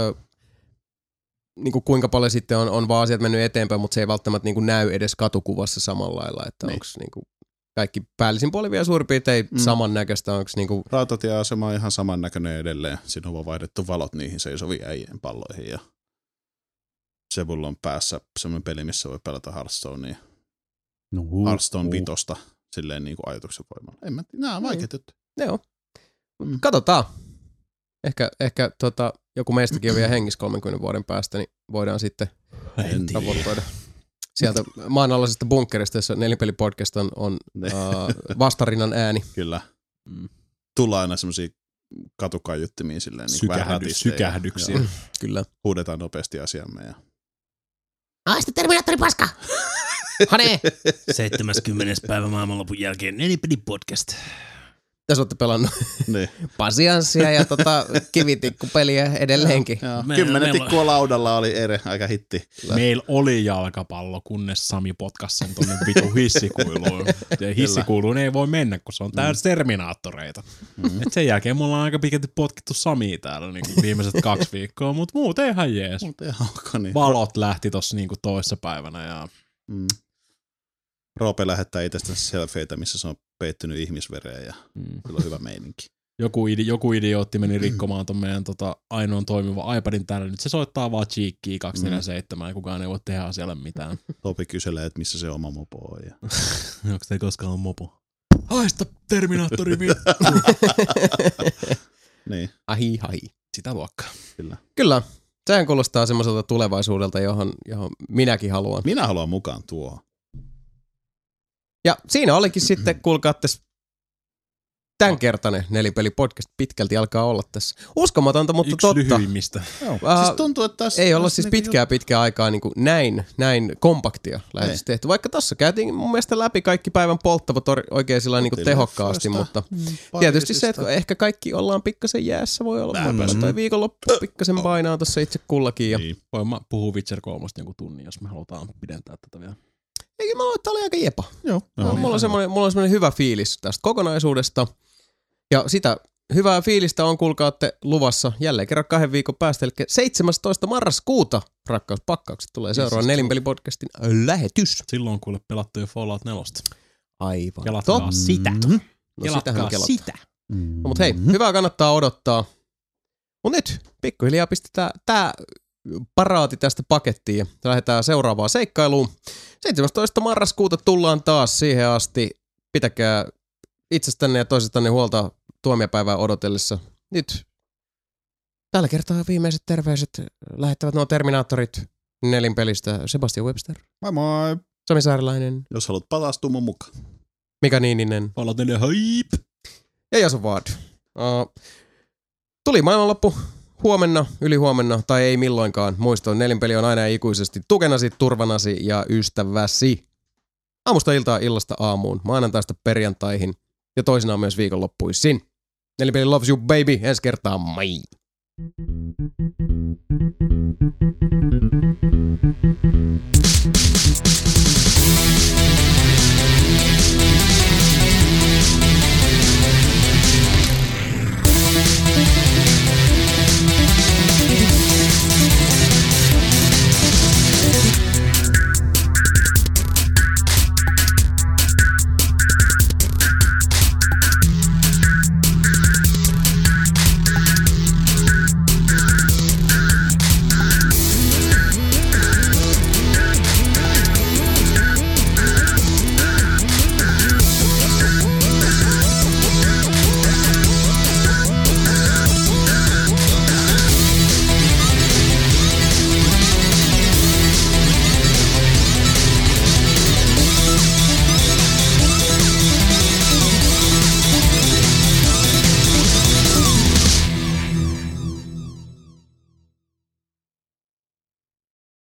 niinku kuinka paljon sitten on vaan asiat mennyt eteenpäin, mutta se ei välttämättä niinku näy edes katukuvassa samalla lailla, että onks niinku kaikki päällisin puolin vielä suurin piirtein samannäköistä. Onko niinku... Rautatieasema on ihan samannäköinen edelleen. Siinä on vaan vaihdettu valot niihin seisoviin äijien palloihin. Ja Sebulla on päässä semmoinen peli, missä voi pelata Hearthstonea. Hearthstone 5 silleen niin kuin ajatuksen voimalla. Nämä on vaikeat juttu. Joo. Katsotaan. Ehkä joku meistäkin on vielä hengissä 30 vuoden päästä, niin voidaan sitten tavoitteida. Sieltä maanalaisesta bunkkerista, jossa Nelipeli-podcast on vastarinnan ääni. Kyllä. Tullaan aina semmosia katukaiuttimia silleen niin sykähdyksiä. Kyllä. Huudetaan nopeasti asiamme. Ja... Aista Terminaattori paska! Hane! 70. päivä maailmanlopun jälkeen Nelipeli-podcast. Tässä olette pelannut pasianssia ja kivitikkupeliä edelleenkin. 10 tikkua laudalla oli aika hitti. Meillä oli jalkapallo, kunnes Sami potkasi sen tonne vitu hissikuiluun. Ja hissikuiluun ei voi mennä, kun se on täysin Terminaattoreita. Et sen jälkeen me ollaan aika pitkälti potkittu Samia täällä niin viimeiset 2 viikkoa, mutta muuten ihan jees. Niin. Valot lähti tossa niin toissa päivänä. Ja... Roope lähettää itsestänsä selfieitä, missä se on peittynyt ihmisvereen ja kyllä on hyvä meininki. Joku idiootti meni rikkomaan ton meidän ainoan toimiva iPadin täällä. Nyt se soittaa vaan Cheekkiä 247 ja kukaan ei voi tehdä asialle mitään. Topi kyselee, että missä se oma mopo on. Ja... Onko se koskaan on mopo? Haista Terminaattori Niin. Ahi. Sitä luokkaa. Kyllä. Sehän kuulostaa semmoiselta tulevaisuudelta, johon minäkin haluan. Minä haluan mukaan tuohon. Ja siinä olikin sitten, kuulkaatte, tämänkertainen Nelipeli-podcast pitkälti alkaa olla tässä. Uskomatonta, mutta yksi totta. Yksi lyhyimmistä. Siis tuntuu, että tässä ei olla siis pitkää aikaa niin kuin näin kompaktia lähes tehty. Vaikka tässä käytiin mun mielestä läpi kaikki päivän polttavat oikein sillä niin kuin tehokkaasti, mutta tietysti se, että ehkä kaikki ollaan pikkasen jäässä, voi olla. Tai viikonloppu pikkasen painaa tuossa itse kullakin. Ja... Niin. Voin mä puhua Witcher 3 jonkun tunnin, jos me halutaan pidentää tätä vielä. Eikä mä luulen, että oli aika jepa. Joo. Mulla on semmoinen hyvä fiilis tästä kokonaisuudesta. Ja sitä hyvää fiilistä on, kuulkaatte, luvassa jälleen kerran 2 viikon päästä, eli 17. marraskuuta, rakkauspakkaukset, tulee seuraava Nelinpeli-podcastin lähetys. Silloin on kuule pelattu jo Fallout 4. Aivan. Kelatkaa sitä. Kelatkaa sitä. No, mutta hei, hyvää kannattaa odottaa. Mutta nyt pikkuhiljaa pistetään tää paraati tästä pakettiin ja lähdetään seuraavaan seikkailuun. 17. marraskuuta tullaan taas siihen asti. Pitäkää itsestänne ja toisestanne huolta tuomiopäivää odotellessa. Nyt tällä kertaa viimeiset terveiset lähettävät nuo Terminaattorit Nelinpelistä. Sebastian Webster. Moi moi. Sami Saarilainen. Jos haluat palastua mun mukaan. Mika Niininen. Fallout 4 hype. Ja Jason Ward. Tuli maailmanloppu. Huomenna, ylihuomenna tai ei milloinkaan. Muistoon, Nelinpeli on aina ikuisesti tukenasi, turvanasi ja ystäväsi. Aamusta iltaa, illasta aamuun, maanantaista perjantaihin ja toisinaan myös viikonloppuisin. Nelinpeli loves you baby, ensi kertaa, moi!